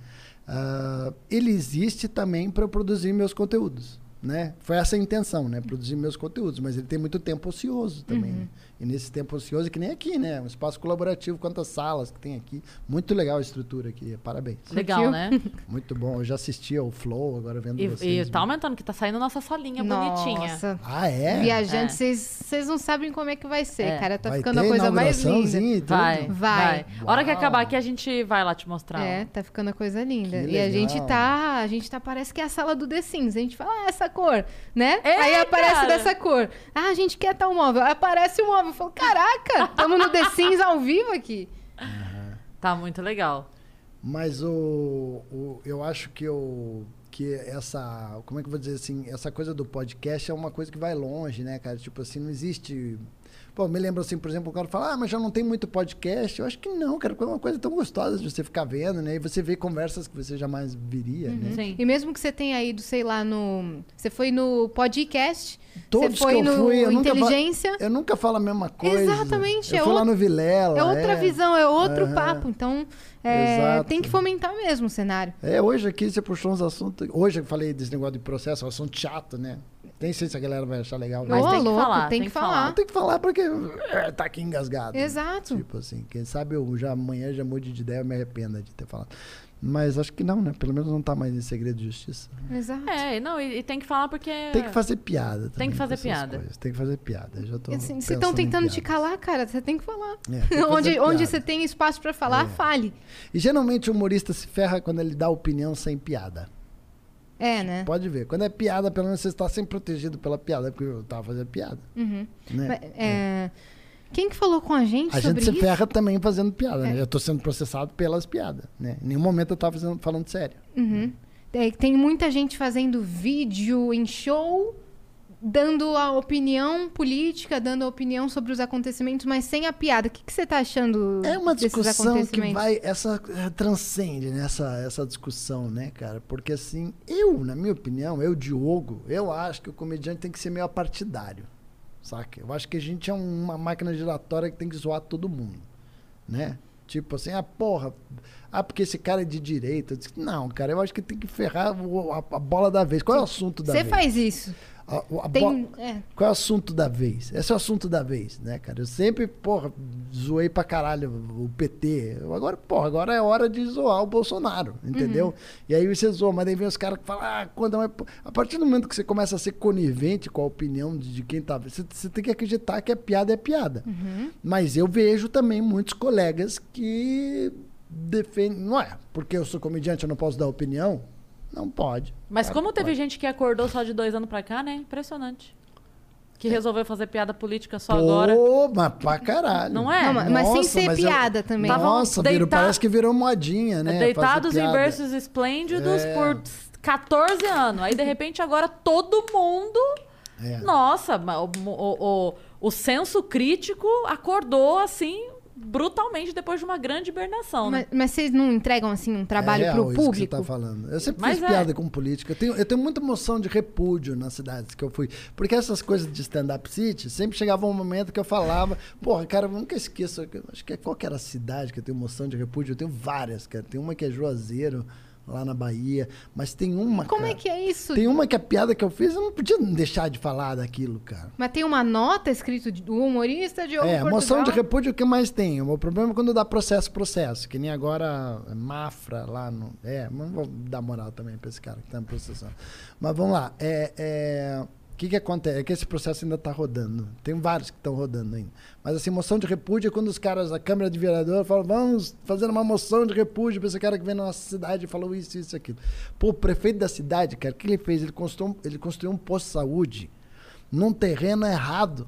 Ah, ele existe também para eu produzir meus conteúdos, né? Foi essa a intenção, né? Produzir meus conteúdos, mas ele tem muito tempo ocioso também, né? E nesse tempo ocioso, que nem aqui, né? Um espaço colaborativo, quantas salas que tem aqui. Muito legal a estrutura aqui, parabéns. Legal, Curtiu? né? Muito bom, eu já assisti ao Flow, agora vendo E, vocês. e tá aumentando, que tá saindo nossa salinha bonitinha. Nossa. Ah, é? Viajante, É. vocês vocês não sabem como é que vai ser, É. cara. Tá Vai ficando ter a coisa mais linda. inauguraçãozinha e tudo? Vai, vai. Vai. A hora que Uau. acabar aqui, a gente vai lá te mostrar. É, tá ficando a coisa linda. Que E a gente legal. tá, a gente tá, parece que é a sala do The Sims. A gente fala, ah, essa cor, né? É, Aí aparece cara. dessa cor. Ah, a gente quer tal móvel. Aí aparece o móvel. Eu falo, caraca, estamos no The Sims ao vivo aqui. Tá muito legal. Mas o, o, eu acho que, o, que essa, como é que eu vou dizer assim, essa coisa do podcast é uma coisa que vai longe, né, cara? Tipo assim, não existe... Pô, me lembro assim, por exemplo, o cara fala, ah, mas já não tem muito podcast. Eu acho que não, cara, porque é uma coisa tão gostosa de você ficar vendo, né? E você vê conversas que você jamais viria, né? Sim. E mesmo que você tenha ido, sei lá, no... Você foi no podcast, Todos você foi que eu no fui, eu nunca fa- Inteligência. Eu nunca falo a mesma coisa. Exatamente, Eu é fui lá outro- no Vilela. É outra visão, é outro Aham. papo. Então, é, Exato. tem que fomentar mesmo o cenário. É, hoje aqui você puxou uns assuntos... Hoje eu falei desse negócio de processo, é um assunto chato, né? Nem sei se a galera vai achar legal. Mas Ô, tem que louco, falar, tem tem que que falar. Não tem que falar porque é, tá aqui engasgado. né? Exato. Tipo assim, quem sabe eu já amanhã já mude de ideia, eu me arrependa de ter falado. Mas acho que não, né? Pelo menos não tá mais em segredo de justiça. Exato. É, não, e, e tem que falar porque... Tem que fazer piada também. que fazer com essas piada. coisas. Tem que fazer piada. Eu já tô E assim, se pensando estão em tentando te piadas. calar, cara, você tem que falar. É, tem que onde fazer onde piada. você tem espaço pra falar, É. fale. E geralmente o humorista se ferra quando ele dá opinião sem piada. É, né? Pode ver. Quando é piada, pelo menos você está sempre protegido pela piada, porque eu tava fazendo piada. Uhum. Né? Mas, é, Quem que falou com a gente A sobre gente se isso? ferra também fazendo piada, É. né? Eu tô sendo processado pelas piadas, né? Em nenhum momento eu tava fazendo, falando sério. Uhum. É, tem muita gente fazendo vídeo em show, dando a opinião política, dando a opinião sobre os acontecimentos, mas sem a piada. O que, que você tá achando É uma desses discussão que acontecimentos? vai, essa é, transcende, né? essa, essa discussão, né, cara? Porque assim, eu, na minha opinião, eu, Diogo, eu acho que o comediante tem que ser meio apartidário. saca? Eu acho que a gente é uma máquina giratória que tem que zoar todo mundo, né? Tipo assim, ah, porra, ah, porque esse cara é de direita. Eu disse, não, cara, eu acho que tem que ferrar o- a, a bola da vez. Qual é o assunto da Você vez? faz isso. A- a Tem, bo- é. Qual é o assunto da vez? Esse é o assunto da vez, né, cara? Eu sempre, porra, zoei pra caralho o P T. Eu agora, porra, agora é hora de zoar o Bolsonaro, entendeu? Uhum. E aí você zoa, mas daí vem os caras que falam, ah, quando é... A partir do momento que você começa a ser conivente com a opinião de, de quem tá... Você, você tem que acreditar que a piada é piada. Uhum. Mas eu vejo também muitos colegas que defendem... Não é, porque eu sou comediante, eu não posso dar opinião? Não pode. Mas Claro como que teve pode. gente que acordou só de dois anos pra cá, né? Impressionante. Que resolveu fazer piada política só agora. Pô, mas pra caralho. Não é? Não, mas- mas sem Nossa, ser mas eu- piada também. Tavam Nossa, virou, deita- parece que virou modinha, né? Deitados fazer em piada. berços esplêndidos É. por catorze anos. Aí, de repente, agora todo mundo... É. Nossa, ma- o, o, o, o senso crítico acordou, assim, brutalmente depois de uma grande hibernação, né? Mas, mas vocês não entregam, assim, um trabalho é real pro isso que você público? tá falando. Eu sempre Mas fiz é. piada com política. Eu tenho, eu tenho muita emoção de repúdio nas cidades que eu fui. Porque essas coisas de stand-up city, sempre chegava um momento que eu falava, porra, cara, eu nunca esqueço, eu acho que é qualquer cidade que eu tenho emoção de repúdio, eu tenho várias, cara. Tem uma que é Juazeiro, lá na Bahia, mas tem uma, Como cara, é que é isso? Tem uma que a piada que eu fiz, eu não podia deixar de falar daquilo, cara. Mas tem uma nota escrito do humorista Diogo É, Portugal? moção de repúdio, o que mais tem? O problema é quando dá processo, processo. Que nem agora é Mafra lá no... É, mas não vou dar moral também pra esse cara que tá processando. Mas vamos lá. É, é, o que que acontece? É que esse processo ainda tá rodando. Tem vários que estão rodando ainda. Mas assim, moção de repúdio é quando os caras, a Câmara de Vereador, falam, vamos fazer uma moção de repúdio pra esse cara que vem na nossa cidade e falou isso, isso, aquilo. Pô, o prefeito da cidade, cara, o que ele fez? Ele construiu, um- ele construiu um posto de saúde num terreno errado.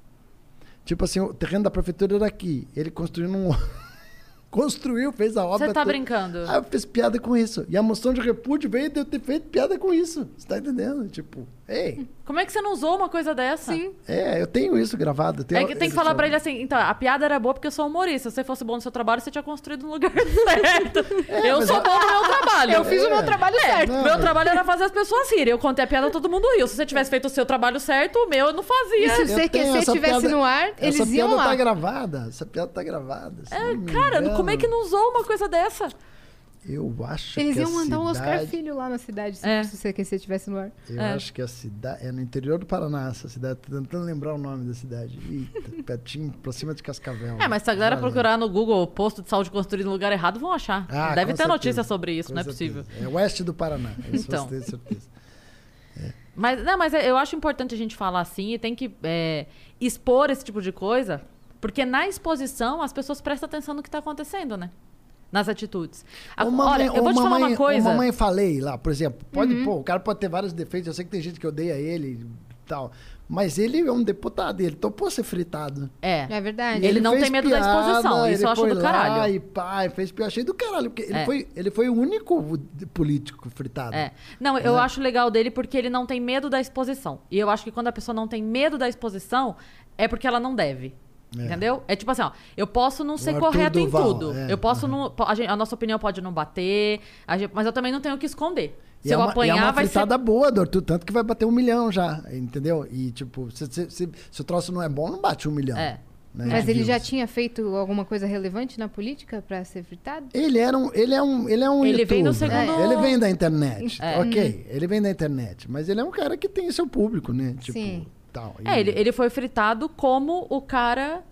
Tipo assim, o terreno da prefeitura era aqui. Ele construiu num... construiu, fez a obra... Você tá toda. brincando? Ah, eu fiz piada com isso. E a moção de repúdio veio de eu ter feito piada com isso. Você tá entendendo? Tipo, ei, Como é que você não usou uma coisa dessa? Sim. é, eu tenho isso gravado. eu tenho É que tem que esse falar show. pra ele assim, então, a piada era boa porque eu sou humorista. Se você fosse bom no seu trabalho, você tinha construído no lugar certo. eu mas sou é- bom no meu trabalho. Eu fiz o meu trabalho certo. não, Meu mas- trabalho era fazer as pessoas rirem. Eu contei a piada, todo mundo riu. Se você tivesse feito o seu trabalho certo, o meu eu não fazia. E se Eu você tenho se essa estivesse piada- no ar, eles Essa iam piada lá. tá gravada. Essa piada tá gravada. se não me Cara, engano. como é que não usou uma coisa dessa? Eu acho Eles que iam a mandar o Oscar cidade- Filho lá na cidade, se, É. se você que você estivesse no ar. Eu É. acho que a cidade... É no interior do Paraná, essa cidade. Tô tentando lembrar o nome da cidade. Eita, pertinho, pra cima de Cascavel. É, mas se a galera Valeu. procurar no Google posto de saúde construído no lugar errado, vão achar. Ah, Deve com ter certeza, notícia sobre isso, com não é certeza. possível. É oeste do Paraná. Isso Então. você tem certeza. Mas, não, mas eu acho importante a gente falar assim e tem que é, expor esse tipo de coisa, porque na exposição as pessoas prestam atenção no que está acontecendo, né? Nas atitudes. A- Ô, mamãe- olha, eu ô, vou te falar mamãe- uma coisa. ô, mamãe falei lá, por exemplo. Pode, Uhum. pô, o cara pode ter vários defeitos. Eu sei que tem gente que odeia ele e tal. Mas ele é um deputado, ele topou ser fritado. É. É verdade. Ele não fez tem medo da exposição, ele isso eu acho foi do lá caralho. E pá, e fez piada. Achei do caralho, porque ele, É. foi, ele foi o único político fritado. É. Não, eu Né? acho legal dele porque ele não tem medo da exposição. E eu acho que quando a pessoa não tem medo da exposição, é porque ela não deve. É. Entendeu? É tipo assim, ó, eu posso não ser Arthur correto Duval, em tudo. é, eu posso aham. não. po- A, gente- a nossa opinião pode não bater, a gente- mas eu também não tenho o que esconder. E Se é eu uma, apanhar, e é uma vai ser. fritada boa do Arthur, tanto que vai bater um milhão já, entendeu? E tipo, se, se, se, se o troço não é bom, não bate um milhão. É. né, Mas de ele já views. tinha feito alguma coisa relevante na política pra ser fritado? Ele era um, ele é um, ele é um Ele vem no youtuber. segundo- Ele vem da internet, É. ok? Ele vem da internet, mas ele é um cara que tem seu público, né? Tipo, Sim. tal. É, ele, ele foi fritado como o cara.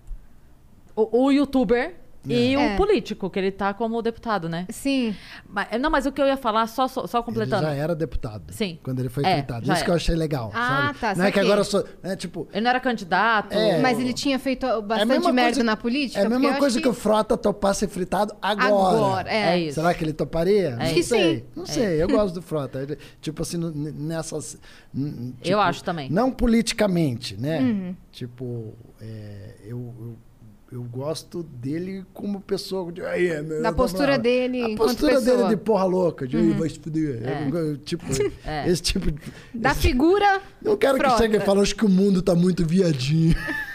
O, o youtuber e É. o político, que ele tá como deputado, né? Sim. Mas, não, mas o que eu ia falar, só, só, só Ele completando. já era deputado. Sim. Quando ele foi É, fritado. já Isso que eu era. achei legal, Ah, sabe? tá, Não é que saquei. agora eu sou, né, tipo, Ele não era candidato. É. Mas ele tinha feito é a bastante mesma merda coisa- na política? É a Porque mesma eu coisa acho que... o Frota topar ser fritado agora. Agora, é. É isso. Será que ele toparia? É não isso. sei. Sim. Não sei. Eu gosto do Frota. Ele, tipo assim, no- n- nessas. n- tipo, Eu acho também. Não politicamente, né? Uhum. Tipo, é, eu, eu, eu gosto dele como pessoa. De, aí, é, meu, Da eu- postura a- dele A enquanto postura dele pessoa. de porra louca. De, "Ei, vai se fuder. É. Eu- eu- tipo, É. esse tipo de. Da esse- figura. Eu quero que Frota. chegue e fale, acho que o mundo tá muito viadinho.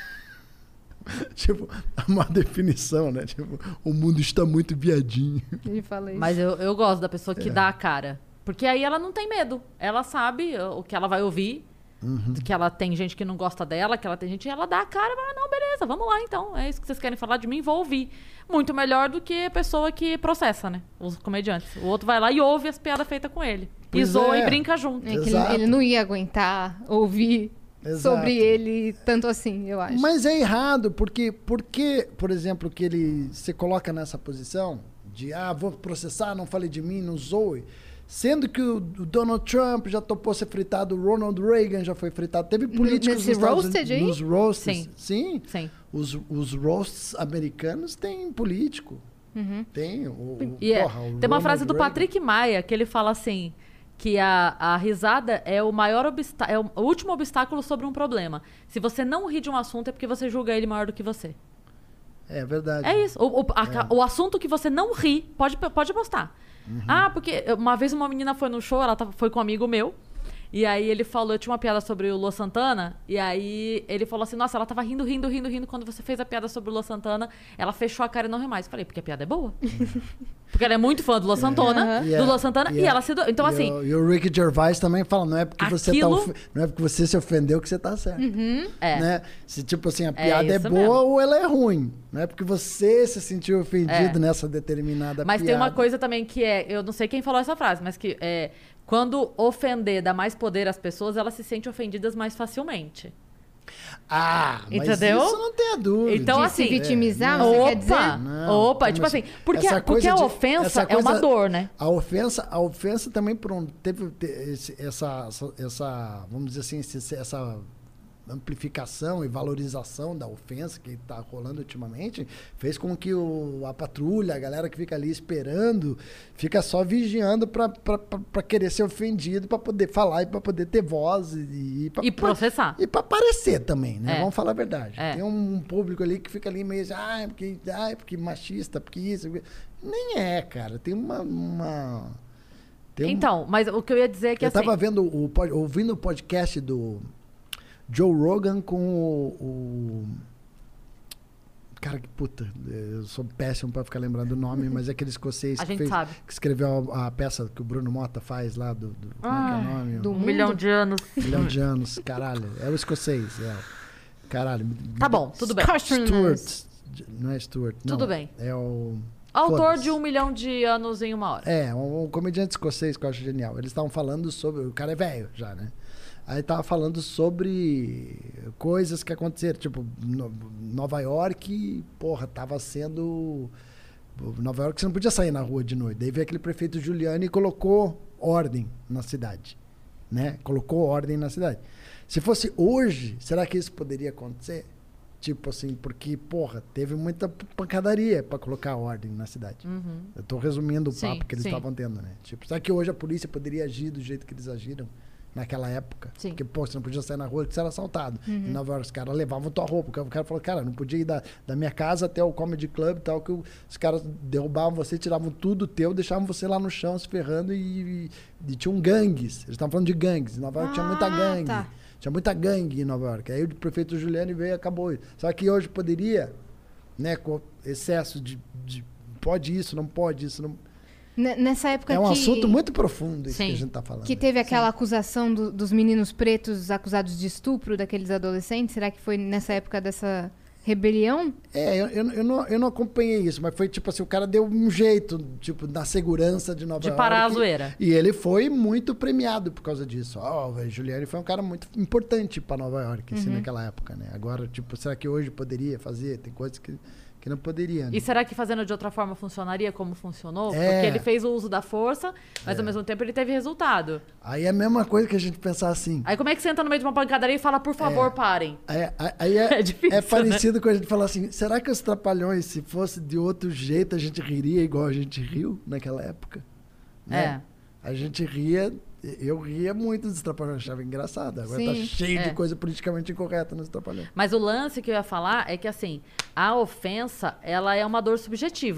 Tipo, uma definição, né? Tipo, o mundo está muito viadinho. Ele fala isso. Mas eu, eu gosto da pessoa É. que dá a cara. Porque aí ela não tem medo. Ela sabe o que ela vai ouvir. Uhum. Que ela tem gente que não gosta dela, que ela tem gente... E ela dá a cara e fala, não, beleza, vamos lá então. É isso que vocês querem falar de mim, vou ouvir. Muito melhor do que a pessoa que processa, né? Os comediantes. O outro vai lá e ouve as piadas feitas com ele. Pois e zoa é. e brinca junto. É que ele, Exato. ele não ia aguentar ouvir Exato. sobre ele tanto assim, eu acho. Mas é errado, porque, porque, por exemplo, que ele se coloca nessa posição de, ah, vou processar, não fale de mim, não zoe. Sendo que o, o Donald Trump já topou ser fritado, o Ronald Reagan já foi fritado. Teve políticos Nesse nos Estados roasted Unidos, aí? nos roasts. Sim. Sim. Sim. Os, os roasts americanos têm político. Uhum. Tem. O, o, E é, porra, o tem uma Ronald frase do Reagan. Patrick Maia que ele fala assim, que a, a risada é o maior obstáculo, é o último obstáculo sobre um problema. Se você não ri de um assunto é porque você julga ele maior do que você. É verdade. É isso. O, o, a- É. o assunto que você não ri, pode, pode postar. Uhum. Ah, porque uma vez uma menina foi no show, ela tava, foi com um amigo meu. E aí ele falou, eu tinha uma piada sobre o Lua Santana, e aí ele falou assim, nossa, ela tava rindo, rindo, rindo, rindo, quando você fez a piada sobre o Lua Santana, ela fechou a cara e não riu mais. Falei, porque a piada é boa. Porque ela é muito fã do Lua Santana, E é- do Lua Santana, e e é- ela se... do- Então, e assim, o, e o Ricky Gervais também fala, não é porque você tá Aquilo- ofe- não é porque você se ofendeu que você tá certo. é. Né? Se tipo assim, a piada é, isso boa mesmo. ou ela é ruim. Não é porque você se sentiu ofendido É. nessa determinada Mas piada. tem uma coisa também que é, eu não sei quem falou essa frase, mas que é, quando ofender dá mais poder às pessoas, elas se sentem ofendidas mais facilmente. Ah, mas Entendeu? isso não tem a dúvida. Então, De assim, se vitimizar, é, você Opa! quer dizer? Não, Opa, como tipo assim, porque, essa porque coisa a de- ofensa essa é uma coisa- dor, né? A ofensa, a ofensa também por um, teve te- esse- essa, essa, essa, vamos dizer assim, esse- essa amplificação e valorização da ofensa que está rolando ultimamente, fez com que o, a patrulha, a galera que fica ali esperando, fica só vigiando para querer ser ofendido, para poder falar e para poder ter voz e, pra- E processar. e para aparecer também, né? É. Vamos falar a verdade. É. Tem um público ali que fica ali meio assim, ah, é porque, ah, é porque machista, porque isso. porque-" Nem é, cara. Tem uma. uma- tem um- Então, mas o que eu ia dizer é que eu assim... tava vendo o pod- ouvindo o podcast do Joe Rogan com o, o- cara que puta, eu sou péssimo pra ficar lembrando o nome, mas é aquele escocês A que gente fez, sabe. que escreveu a, a peça que o Bruno Mota faz lá do, do como é que é o nome? do Um mundo? milhão de anos. Um milhão de anos, caralho. É o escocês, é. Caralho. Tá bom, tudo bem. Stuart. Não é Stuart, não. Tudo bem. É o Autor foda-se. de um milhão de anos em uma hora. É, um, um comediante escocês que eu acho genial. Eles estavam falando sobre. O cara é velho já, né? Aí tava falando sobre coisas que aconteceram. Tipo, no- Nova York, porra, tava sendo. Nova York você não podia sair na rua de noite. Daí veio aquele prefeito Giuliani e colocou ordem na cidade. Né? Colocou ordem na cidade. Se fosse hoje, será que isso poderia acontecer? Tipo assim, porque, porra, teve muita pancadaria pra colocar ordem na cidade. Eu tô resumindo o Sim, papo que eles sim. estavam tendo, né? Tipo, será que hoje a polícia poderia agir do jeito que eles agiram naquela época? Sim. Porque, pô, você não podia sair na rua porque você era assaltado. Em Nova York, os caras levavam tua roupa. O cara falou, cara, não podia ir da, da minha casa até o Comedy Club e tal, que o- os caras derrubavam você, tiravam tudo teu, deixavam você lá no chão se ferrando e, e, e tinham gangues. Eles estavam falando de gangues. Em Nova York tinha muita Ah, gangue. tá. Tinha muita gangue em Nova York. Aí o prefeito Giuliani veio e acabou. Só que hoje poderia, né, com excesso de, de pode isso, não pode isso. Não... N- Nessa época É um que, assunto muito profundo isso Sim. que a gente tá falando. que teve aquela acusação do- dos meninos pretos acusados de estupro daqueles adolescentes, será que foi nessa época dessa rebelião? É, eu, eu, eu, não, eu não acompanhei isso, mas foi tipo assim, o cara deu um jeito, tipo, na segurança de Nova De York. parar a zoeira. E ele foi muito premiado por causa disso. Ó, o Giuliani foi um cara muito importante para Nova York, assim, Uhum. naquela época, né? Agora, tipo, será que hoje poderia fazer? Tem coisas que, que não poderia, né? E será que fazendo de outra forma funcionaria como funcionou? É. Porque ele fez o uso da força, mas ao mesmo tempo ele teve resultado. Aí é a mesma coisa que a gente pensar assim. Aí como é que você entra no meio de uma pancadaria e fala, por favor, parem? Aí, aí- aí é, É difícil, é parecido com a gente falar assim, será que os Trapalhões, se fosse de outro jeito, a gente riria igual a gente riu naquela época? Né? A gente ria, eu ria muito dos Trapalhões, achava engraçado. Agora tá Sim. cheio É. de coisa politicamente incorreta nos Trapalhões. Mas o lance que eu ia falar é que, assim, a ofensa, ela é uma dor subjetiva, né?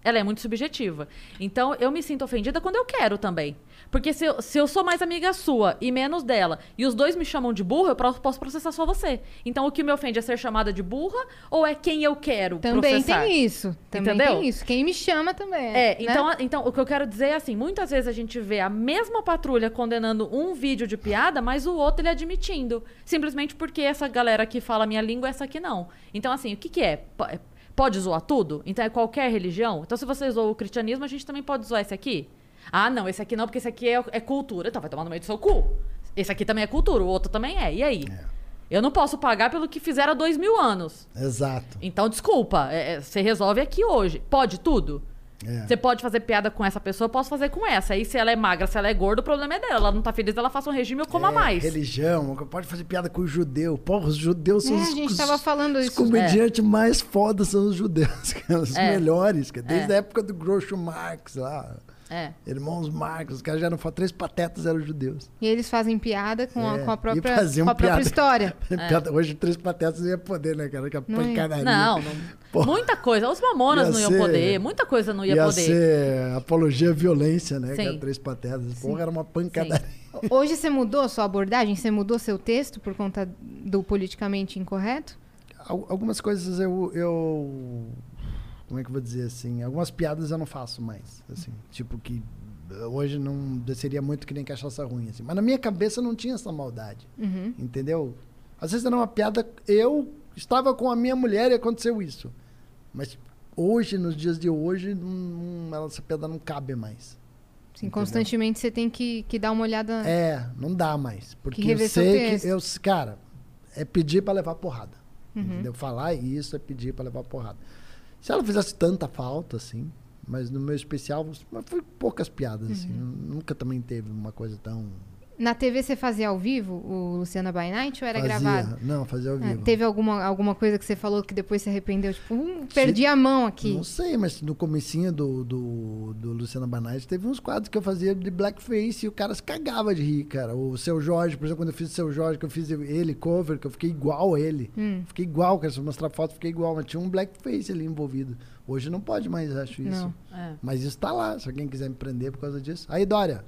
ela é muito subjetiva. Então, eu me sinto ofendida quando eu quero também. Porque se eu, se eu sou mais amiga sua e menos dela, e os dois me chamam de burra, eu pro- posso processar só você. Então, o que me ofende é ser chamada de burra ou é quem eu quero Também processar? tem isso. Também Entendeu? tem isso. Quem me chama também. É, né? então, a- então, o que eu quero dizer é assim, muitas vezes a gente vê a mesma patrulha condenando um vídeo de piada, mas o outro ele admitindo. Simplesmente porque essa galera que fala a minha língua, essa aqui não. Então, assim, o que que é? P- é- Pode zoar tudo? Então é qualquer religião? Então, se você zoou o cristianismo, a gente também pode zoar esse aqui? Ah, não, esse aqui não, porque esse aqui é, é cultura. Então vai tomar no meio do seu cu. Esse aqui também é cultura, o outro também é. E aí? É. Eu não posso pagar pelo que fizeram há dois mil anos. Exato. Então, desculpa, é, é, você resolve aqui hoje. Pode tudo? É. Você pode fazer piada com essa pessoa, eu posso fazer com essa. Aí, se ela é magra, se ela é gorda, o problema é dela. Ela não tá feliz, ela faça um regime, eu coma É, mais. Religião, pode fazer piada com o judeu. Porra, os judeus são É, os, a gente os- tava falando os isso. comediantes mais fodas são os judeus, cara, os É. melhores, cara, desde É. a época do Groucho Marx lá. É. Irmãos Marx, os caras já eram três patetas eram judeus. E eles fazem piada com, a, É, com a e própria, faziam com a própria piada. história. Piada- Hoje três patetas não ia poder, né, cara? Que a Não ia. pancadaria. Não, não. Pô, Muita coisa. Os mamonas Ia não iam ser- poder, muita coisa não ia, ia poder. ser apologia à violência, né? Que Sim. era três patetas. Porra, era uma pancadaria. Hoje você mudou a sua abordagem? Você mudou seu texto por conta do politicamente incorreto? Al- Algumas coisas eu, eu. Como é que eu vou dizer assim? Algumas piadas eu não faço mais. Assim, tipo que eh, hoje não desceria muito que nem cachaça ruim. Assim. Mas na minha cabeça não tinha essa maldade. Uhum. Entendeu? Às vezes era uma piada. Eu estava com a minha mulher e aconteceu isso. Mas hoje, nos dias de hoje, não, não- ela- essa piada não cabe mais. Sim, Entendeu? constantemente você tem que, que dar uma olhada. É, não dá mais. Porque eu rever seu sei texto. que. Eu, cara, é pedir pra levar porrada. Uhum. Entendeu? Falar isso é pedir pra levar porrada. Se ela fizesse tanta falta, assim, mas no meu especial, mas foi poucas piadas, assim. Uhum. Nunca também teve uma coisa tão. Na T V você fazia ao vivo o Luciana by Night ou era fazia. gravado? Não, fazia ao Ah, vivo. teve alguma, alguma coisa que você falou que depois se arrependeu? Tipo, hum, perdi a mão aqui. Não sei, mas no comecinho do, do, do Luciana Banais teve uns quadros que eu fazia de blackface e o cara se cagava de rir, cara. O Seu Jorge, por exemplo, quando eu fiz o Seu Jorge, que eu fiz ele cover, que eu fiquei igual a ele. Hum. Fiquei igual, cara. Se eu mostrar foto, fiquei igual. Mas tinha um blackface ali envolvido. Hoje não pode mais, acho isso. Não. É. Mas isso tá lá, se alguém quiser me prender por causa disso. Aí, Dória,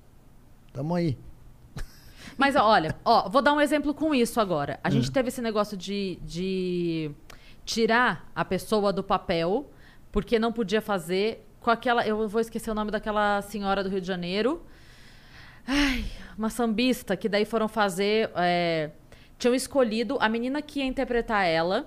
tamo aí. Mas ó, olha, ó, vou dar um exemplo com isso agora. A Hum. gente teve esse negócio de, de tirar a pessoa do papel, porque não podia fazer com aquela. Eu vou esquecer o nome daquela senhora do Rio de Janeiro. Ai, uma sambista, que daí foram fazer. é, tinham escolhido a menina que ia interpretar ela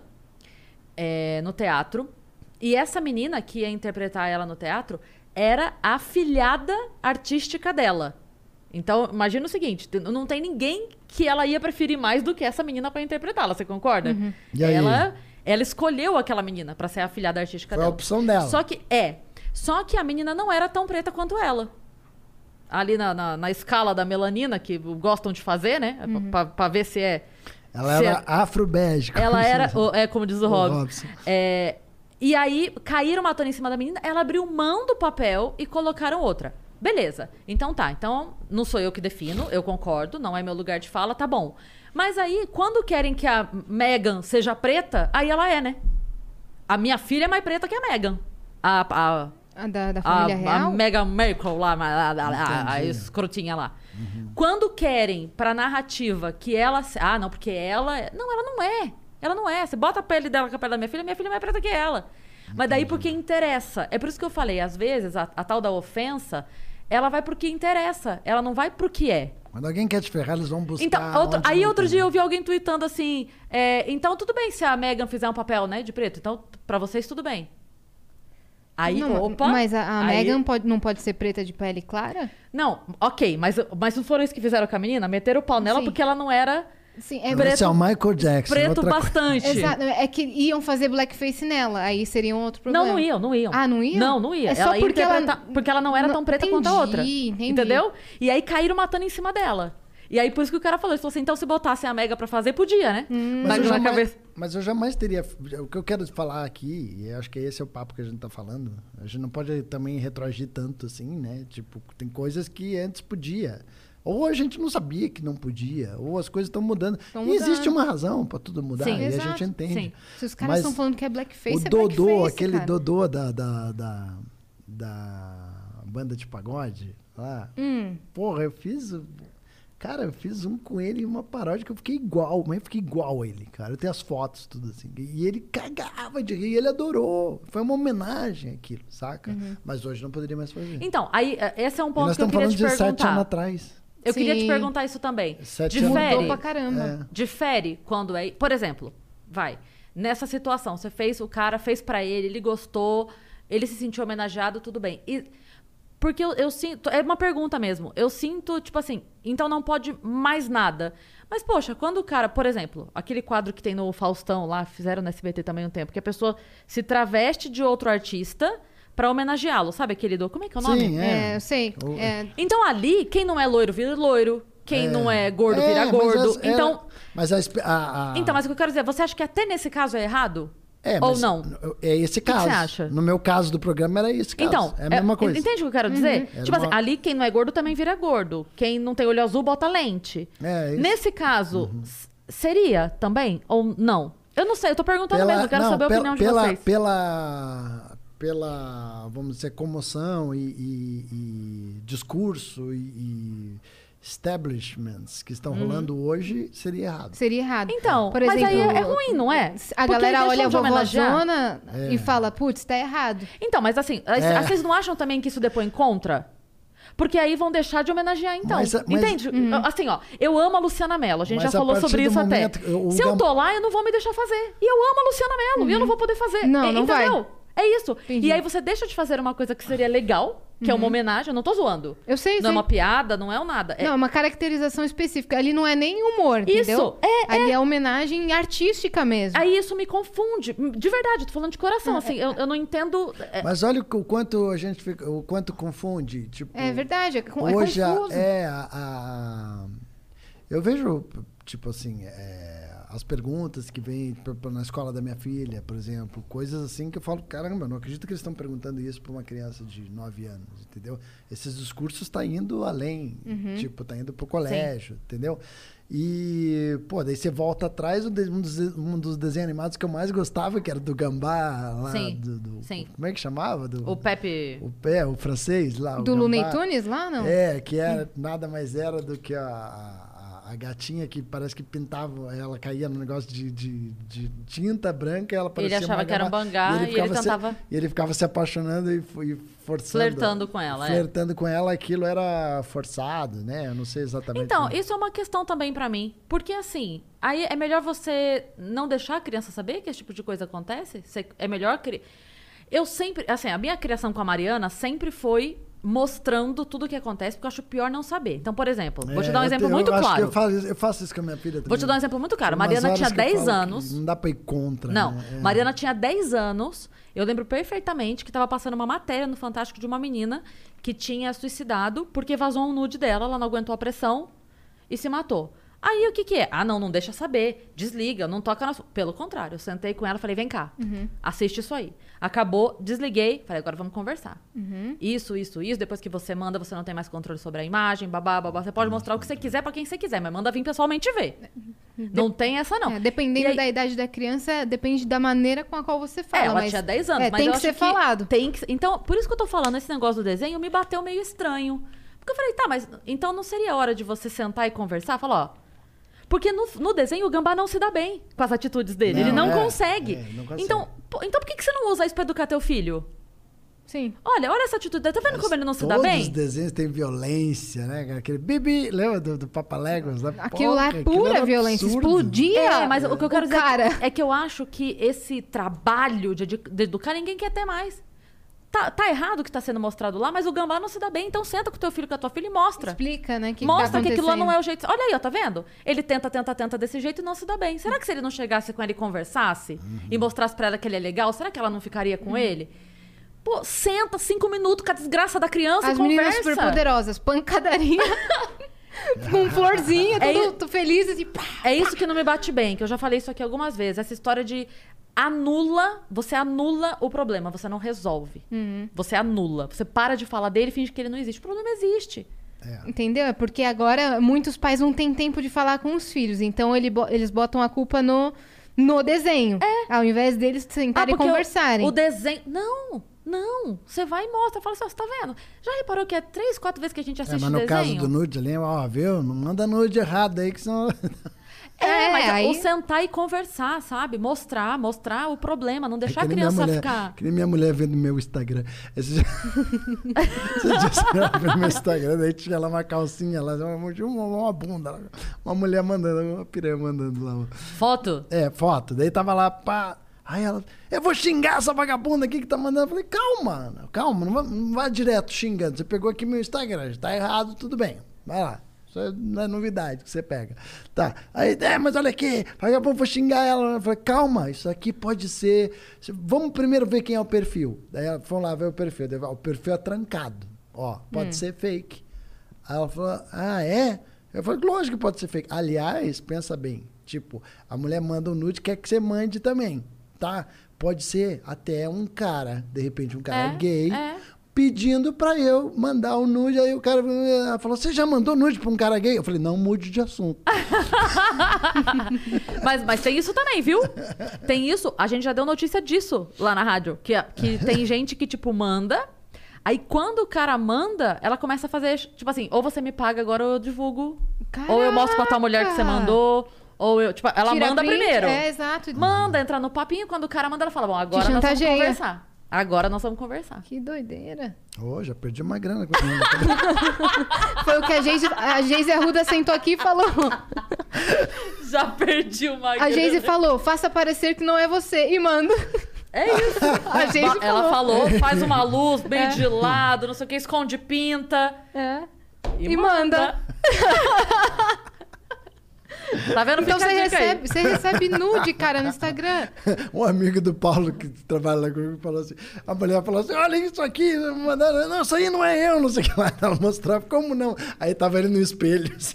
é, no teatro. E essa menina que ia interpretar ela no teatro era a afilhada artística dela. Então, imagina o seguinte, t- não tem ninguém que ela ia preferir mais do que essa menina para interpretá-la, você concorda? E aí? Ela, ela escolheu aquela menina para ser a afilhada artística Foi a dela. opção dela. Só que, é, só que a menina não era tão preta quanto ela. Ali na, na, na escala da melanina, que gostam de fazer, né? Pra, pra ver se é... Ela se era é- afro-bégica. ela era, o- é como diz o, O Robson. Robson. É, e aí, caíram matando em cima da menina, ela abriu mão do papel e colocaram outra. Beleza. Então tá. Então, não sou eu que defino, eu concordo, não é meu lugar de fala, tá bom. Mas aí, quando querem que a Meghan seja preta, aí ela é, né? A minha filha é mais preta que a Meghan. A, a, A da, da a, família a real? Meghan Markle lá, a, a, a, a Entendi. escrotinha lá. Quando querem pra narrativa que ela... se- Ah, não, porque ela... é- Não, ela não é. Ela não é. Você bota a pele dela com a pele da minha filha, minha filha é mais preta que ela. Mas daí porque interessa. É por isso que eu falei, às vezes, a, a tal da ofensa, ela vai pro que interessa. Ela não vai pro que é. Quando alguém quer te ferrar, eles vão buscar. Então, outro- onde aí não outro tem. dia eu vi alguém tweetando assim, é, então tudo bem se a Meghan fizer um papel, né, de preto. Então, pra vocês, tudo bem. Aí, Não, opa... mas a, a aí- Meghan pode, não pode ser preta de pele clara? Não, ok, mas, mas não foram isso que fizeram com a menina? Meteram o pau nela Sim. porque ela não era Sim, é Esse é o Michael Jackson. preto outra coisa. bastante. Exato, é que iam fazer blackface nela, aí seria um outro problema. Não, não iam, não iam. Ah, não iam? Não, não ia. É só ela ia porque ela- interpretar- porque ela não era Não, tão preta quanto a entendi, outra. entendi. Entendeu? E aí caíram matando em cima dela. E aí por isso que o cara falou, ele falou assim, então se botassem a Mega pra fazer, podia, né? Hum. Mas, Mas eu na jamais, cabeça... mas eu jamais teria. O que eu quero falar aqui, e acho que esse é o papo que a gente tá falando, a gente não pode também retroagir tanto assim, né? Tipo, tem coisas que antes podia. Ou a gente não sabia que não podia, ou as coisas estão mudando. Tão E existe mudando. uma razão para tudo mudar, Sim. e a Exato. gente entende. Sim. Se os caras Mas estão falando que é blackface, o é Dodô, blackface, aquele cara. Dodô da, da, da, da banda de pagode lá. Hum. Porra, eu fiz. Cara, eu fiz um com ele, uma paródia que eu fiquei igual, mas eu fiquei igual a ele, cara. Eu tenho as fotos, tudo assim. E ele cagava de rir, ele adorou. Foi uma homenagem aquilo, saca? Uhum. Mas hoje não poderia mais fazer. Então, aí, eh, esse é um E ponto nós que eu estamos queria falando te de sete perguntar. anos atrás. Eu queria te Sim. perguntar isso também. Sete anos Difere, Mudou pra caramba. É. difere quando é... Por exemplo, vai, nessa situação, você fez, o cara fez pra ele, ele gostou, ele se sentiu homenageado, tudo bem. E... Porque eu, eu sinto... É uma pergunta mesmo. Eu sinto, tipo assim, então não pode mais nada. Mas, poxa, quando o cara... Por exemplo, aquele quadro que tem no Faustão lá, fizeram no S B T também um tempo, que a pessoa se traveste de outro artista pra homenageá-lo. Sabe aquele do... Como é que é o nome? Sim, É, é. eu sei. O- É, Então ali, quem não é loiro vira loiro. Quem não é gordo É, vira mas gordo. as- é- Então... Mas a, espe- a, a- Então, mas o que eu quero dizer, você acha que até nesse caso é errado? É, Ou mas não? É esse que caso. você acha? No meu caso do programa era esse caso. Então, é a mesma coisa. Entende o que eu quero dizer? Era Tipo assim, uma- ali quem não é gordo também vira gordo. Quem não tem olho azul bota lente. É, isso. Nesse caso, s- seria também? Ou não? Eu não sei, eu tô perguntando mesmo, eu quero não, saber a pela, opinião de pela, vocês. Pela, pela, vamos dizer, comoção e, e- e discurso e, e establishments que estão rolando hoje, seria errado. seria errado. Então, Por mas aí exemplo, é, é ruim, não é? A Porque galera deixam olha a de homenagear. vovózona É. e fala, putz, tá errado. Então, mas assim, É. vocês não acham também que isso depõe contra? Porque aí vão deixar de homenagear, então. Mas- mas- Entende? Assim, ó, eu amo a Luciana Mello. A gente Mas já a falou partir sobre do isso momento- até. o- o Se eu Gam- tô lá, eu não vou me deixar fazer. E eu amo a Luciana Mello. E eu não vou poder fazer. Não, É, não entendeu? vai. É isso. Entendi. E aí você deixa de fazer uma coisa que seria legal, que é uma homenagem. Eu não tô zoando. Eu sei, Não sei. é uma piada, não é um nada. É- Não, é uma caracterização específica. Ali não é nem humor, Isso, entendeu? é, Ali é homenagem artística mesmo. Aí isso me confunde. De verdade, tô falando de coração. Assim, eu, eu não entendo. é, Mas olha o quanto a gente fica, o quanto confunde. Tipo, É verdade, é, con- é hoje a- confuso. é a, a- eu vejo tipo assim é, as perguntas que vêm pra- pra- na escola da minha filha, por exemplo, coisas assim que eu falo, caramba, eu não acredito que eles estão perguntando isso para uma criança de nove anos, entendeu? Esses discursos estão indo além, Uhum. tipo, tá indo pro colégio, entendeu? E, pô, daí você volta atrás, um, de- um dos, um dos desenhos animados que eu mais gostava, que era do Gambá lá, Sim, do, do- sim. como é que chamava? Do, O Pepe. o pé, o francês lá. o Do Looney Gambá. Tunes lá, não? É, que era, nada mais era do que a, a, a gatinha que parece que pintava, ela caía no negócio de, de, de tinta branca, ela parecia achava uma que era um gambá, bangá e ele ficava se- tentava- e ele ficava se apaixonando e, fo- e forçando. Flertando com ela, é. Flertando com ela, aquilo era forçado, né? Eu não sei exatamente. Então, como- isso é uma questão também pra mim. Porque assim, aí é melhor você não deixar a criança saber que esse tipo de coisa acontece? Você- É melhor cri... Eu sempre, assim, a minha criação com a Mariana sempre foi mostrando tudo o que acontece, porque eu acho pior não saber. Então, por exemplo, vou te É, dar um eu exemplo te- muito eu acho que claro. Eu faço, isso- eu faço isso com a minha filha também. Vou te dar um exemplo muito claro. Tem umas Mariana horas tinha que eu dez falo que anos. Não dá pra ir contra. Não, né? É. Mariana tinha dez anos. Eu lembro perfeitamente que estava passando uma matéria no Fantástico de uma menina que tinha suicidado porque vazou um nude dela, ela não aguentou a pressão e se matou. Aí o que que é? Ah, não, não deixa saber. Desliga, não toca na sua... Pelo contrário, eu sentei com ela e falei, vem cá, assiste isso aí. Acabou, desliguei, falei, agora vamos conversar. Isso, isso, isso. Depois que você manda, você não tem mais controle sobre a imagem, babá, babá. Você pode mostrar o que você quiser pra quem você quiser, mas manda vir pessoalmente ver. Não tem essa, não. É, dependendo E aí- da idade da criança, depende da maneira com a qual você fala. É, ela mas tinha dez anos, é, mas tem eu que acho ser falado. Tem que... Então, por isso que eu tô falando, esse negócio do desenho me bateu meio estranho. Porque eu falei, tá, mas então não seria hora de você sentar e conversar? Falar, ó... Porque no, no desenho o Gambá não se dá bem com as atitudes dele. Não, ele não é, consegue. é, não consegue. Então, pô, então por que, que você não usa isso pra educar teu filho? Sim. Olha, olha essa atitude dele. Tá vendo como ele não se dá Todos bem? os desenhos têm violência, né? cara? Aquele bibi, lembra do, do Papaléguas? lá? Aquilo lá é Porra, aquilo pura era violência. absurdo. Explodia. É, mas o que eu quero o dizer cara. é que, é que eu acho que esse trabalho de, edu- de educar ninguém quer ter mais. Tá, tá errado o que tá sendo mostrado lá, mas o Gambá não se dá bem. Então senta com teu filho, com a tua filha e mostra. Explica, né? Que Mostra tá que aquilo lá não é acontecendo. o jeito. Olha aí, ó, tá vendo? Ele tenta, tenta, tenta desse jeito e não se dá bem. Será que se ele não chegasse com ela e conversasse e mostrasse pra ela que ele é legal, será que ela não ficaria com ele? Pô, senta cinco minutos com a desgraça da criança As e meninas conversa. super poderosas, pancadaria. com florzinha, É tudo, isso. tudo feliz, assim, pá. É isso que não me bate bem, que eu já falei isso aqui algumas vezes. Essa história de anula, você anula o problema, você não resolve. Você anula. Você para de falar dele e finge que ele não existe. O problema existe. É. Entendeu? É porque agora muitos pais não têm tempo de falar com os filhos. Então ele bo- eles botam a culpa no, no desenho. É. Ao invés deles sentarem e porque conversarem. O, o desenho... Não, não. Você vai e mostra. Fala assim, ó, você tá vendo? Já reparou que é três, quatro vezes que a gente É, assiste mas no desenho? caso do nude ali, ó, viu? Não manda nude errado aí, que senão... É, É, mas aí- o sentar e conversar, sabe? Mostrar, mostrar o problema. Não deixar É que a nem minha criança mulher, ficar... Que nem minha mulher vendo meu Instagram. Esse dia... Esse dia ela vendo meu Instagram, daí tinha lá uma calcinha, lá, uma, uma, uma bunda. Uma mulher mandando, uma piranha mandando lá. Foto? É, foto. Daí tava lá, pá... Aí ela, eu vou xingar essa vagabunda aqui que tá mandando. Eu falei, calma, Ana, calma, não vai, não vai direto xingando. Você pegou aqui meu Instagram, tá errado, tudo bem. Vai lá. Isso não é novidade que você pega. Tá. Aí, é, mas olha aqui, vagabundo, vou xingar ela. Eu falei, calma, isso aqui pode ser. Vamos primeiro ver quem é o perfil. Daí ela foi lá ver o perfil. Daí, o perfil é trancado. Ó, pode hum. ser fake. Aí ela falou, ah, é? Eu falei, lógico que pode ser fake. Aliás, pensa bem. Tipo, a mulher manda um nude, quer que você mande também. Tá? Pode ser até um cara, de repente um cara é, gay, é. pedindo pra eu mandar um nude. Aí o cara falou, você já mandou nude pra um cara gay? Eu falei, não mude de assunto. mas, mas tem isso também, viu? Tem isso. A gente já deu notícia disso lá na rádio. Que, que tem gente que, tipo, manda. Aí quando o cara manda, ela começa a fazer, tipo assim, ou você me paga agora ou eu divulgo. Caraca. Ou eu mostro pra tua mulher que você mandou. Ou eu, tipo, ela Tira manda print, primeiro. É, exato. Manda, entra no papinho. Quando o cara manda, ela fala, bom, agora Te nós vamos chantageia. conversar. Agora nós vamos conversar. Que doideira. Ô, oh, já perdi uma grana. Foi o que a Geise, a Geise Arruda sentou aqui e falou. Já perdi uma grana. A Geise falou, faça parecer que não é você. E manda. É isso. A Geise Ela falou. falou, faz uma luz bem É. de lado, não sei o que, esconde pinta. É. E, E manda. manda. Tá vendo? Então Fica você a dica aí. recebe, você recebe nude, cara, no Instagram. Um amigo do Paulo que trabalha lá comigo falou assim: a mulher falou assim: olha isso aqui, mandaram, não, isso aí não é eu, não sei o que lá. Ela mostrava, como não? Aí tava ele no espelho. Assim.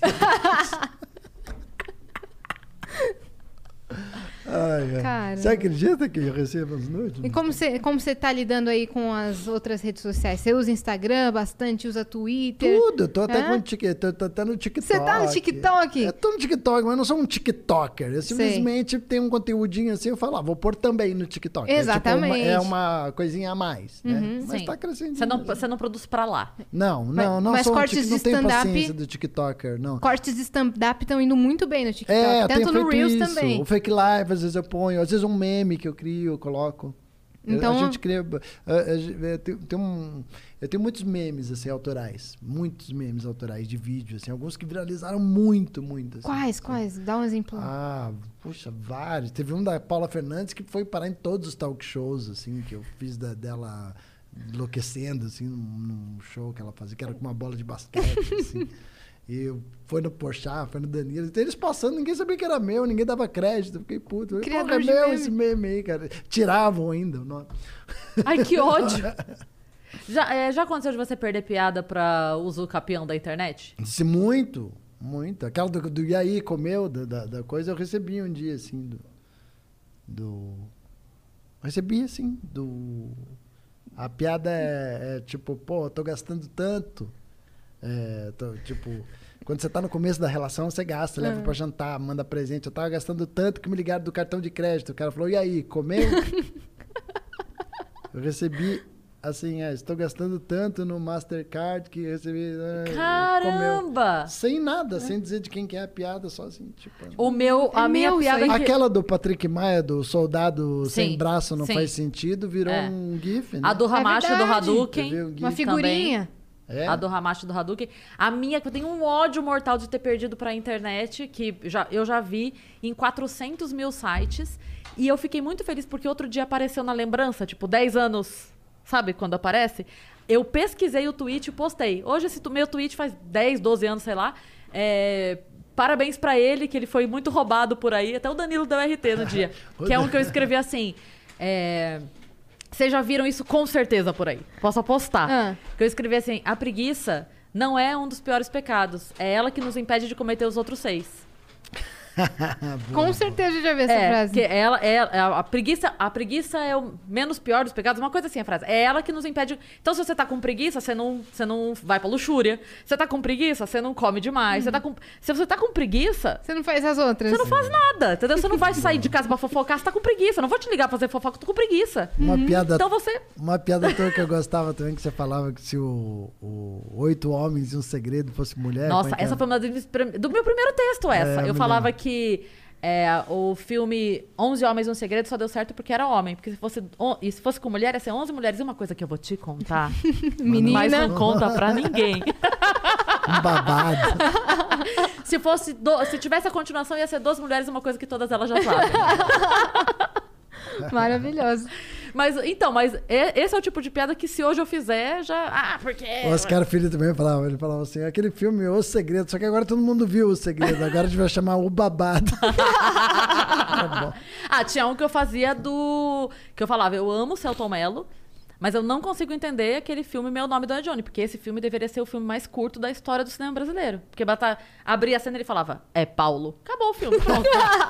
Ai, ai. Cara. Você acredita que eu recebo os nudes? E como você, como você tá lidando aí com as outras redes sociais? Você usa Instagram bastante, usa Twitter? Tudo, eu tô até, Hã? com tic, tô, tô até no TikTok. Você tá no TikTok? Eu tô no TikTok, mas eu não sou um TikToker. Eu simplesmente tenho um conteúdinho assim, eu falo, ah, vou pôr também no TikTok. Exatamente. É, tipo uma, é uma coisinha a mais, né? Uhum, mas sim. tá crescendo. Você não, você não produz pra lá. Não, não, não mas sou um cortes tic, de não tenho stand-up- paciência do TikToker, não. Cortes de stand-up estão indo muito bem no TikTok. É, eu tenho tanto no feito Reels isso. também. O fake live, às vezes eu ponho, às vezes um meme que eu crio, eu coloco. Então- a gente cria. a- a- eu tenho, tem um, eu tenho muitos memes assim, autorais. Muitos memes autorais de vídeo, assim, alguns que viralizaram muito, muito. Assim, Quais, assim. quais? Dá um exemplo. Ah, puxa, vários. Teve um da Paula Fernandes que foi parar em todos os talk shows, assim, que eu fiz da, dela enlouquecendo, assim, num, num show que ela fazia, que era com uma bola de basquete, assim. E foi no Porchat, foi no Danilo. Então, eles passando, ninguém sabia que era meu, ninguém dava crédito. Eu fiquei puto. Eu falei, Criador "Pô, é de meu meme." esse meme aí, cara. Tiravam ainda o nome. Ai, que ódio. Já, é, já aconteceu de você perder piada pra uso capião da internet? Disse muito, muito. Aquela do, do E aí, comeu, da, da, da coisa, eu recebi um dia, assim, do... do... Recebi, assim, do... A piada é, é tipo, pô, eu tô gastando tanto. É, tô, tipo, quando você tá no começo da relação, você gasta, leva Ah. pra jantar, manda presente. Eu tava gastando tanto que me ligaram do cartão de crédito. O cara falou, e aí, comeu? Eu recebi, assim, é, estou gastando tanto no Mastercard que eu recebi... ah, comeu. Caramba! Sem nada, sem dizer de quem que é a piada, só assim, tipo... O meu, a É minha meu isso piada aí. que... Aquela do Patrick Maia, do soldado sem Sim, braço não sim. faz sentido, virou É. um gif, né? A do Hamashi e do verdade. Hadouken. Eu vi um gif. Uma figurinha. É? A do Hamashi e do Hadouken. A minha, que eu tenho um ódio mortal de ter perdido pra internet, que já, eu já vi em quatrocentos mil sites. E eu fiquei muito feliz porque outro dia apareceu na lembrança, tipo, dez anos, sabe quando aparece? Eu pesquisei o tweet e postei. Hoje esse tu- meu tweet faz dez, doze anos, sei lá. É, parabéns pra ele, que ele foi muito roubado por aí. Até o Danilo deu R T no dia. Que é um que eu escrevi assim... É, vocês já viram isso com certeza por aí. Posso apostar. Ah. Que eu escrevi assim: a preguiça não é um dos piores pecados. É ela que nos impede de cometer os outros seis. Com certeza eu já vi essa É, frase. que ela é a, a preguiça, a preguiça é o menos pior dos pecados, uma coisa assim a frase. É ela que nos impede. Então, se você tá com preguiça, você não, você não vai pra luxúria. Você tá com preguiça, você não come demais. Você tá com, se você tá com preguiça, Você não faz as outras. você não faz nada, entendeu? Você não vai sair de casa pra fofocar, você tá com preguiça. Eu não vou te ligar pra fazer fofoca, eu tô com preguiça. Uma piada, Então você. uma piada toda que eu gostava também, que você falava que se o, o Oito Homens e um Segredo fosse mulher... Nossa, como é que essa era? foi uma das, do meu primeiro texto, essa. É, eu eu me falava lembro. que é, o filme onze Homens e um Segredo só deu certo porque era homem. Porque se fosse, on- e se fosse com mulher, ia ser onze mulheres. E uma coisa que eu vou te contar, Menina. mas não conta pra ninguém. Um babado. Se fosse do- se tivesse a continuação, ia ser duas mulheres, uma coisa que todas elas já sabem. Maravilhoso. Mas, então, mas e- esse é o tipo de piada que se hoje eu fizer, já... Ah, porque... O Oscar Filho também falava, ele falava assim, aquele filme O Segredo, só que agora todo mundo viu O Segredo, agora a gente vai chamar O Babado. Tá bom. Ah, tinha um que eu fazia do... Que eu falava, eu amo o Selton Mello, mas eu não consigo entender aquele filme Meu Nome Não é Johnny, porque esse filme deveria ser o filme mais curto da história do cinema brasileiro. Porque bata... abria a cena e ele falava, é Paulo. Acabou o filme, pronto.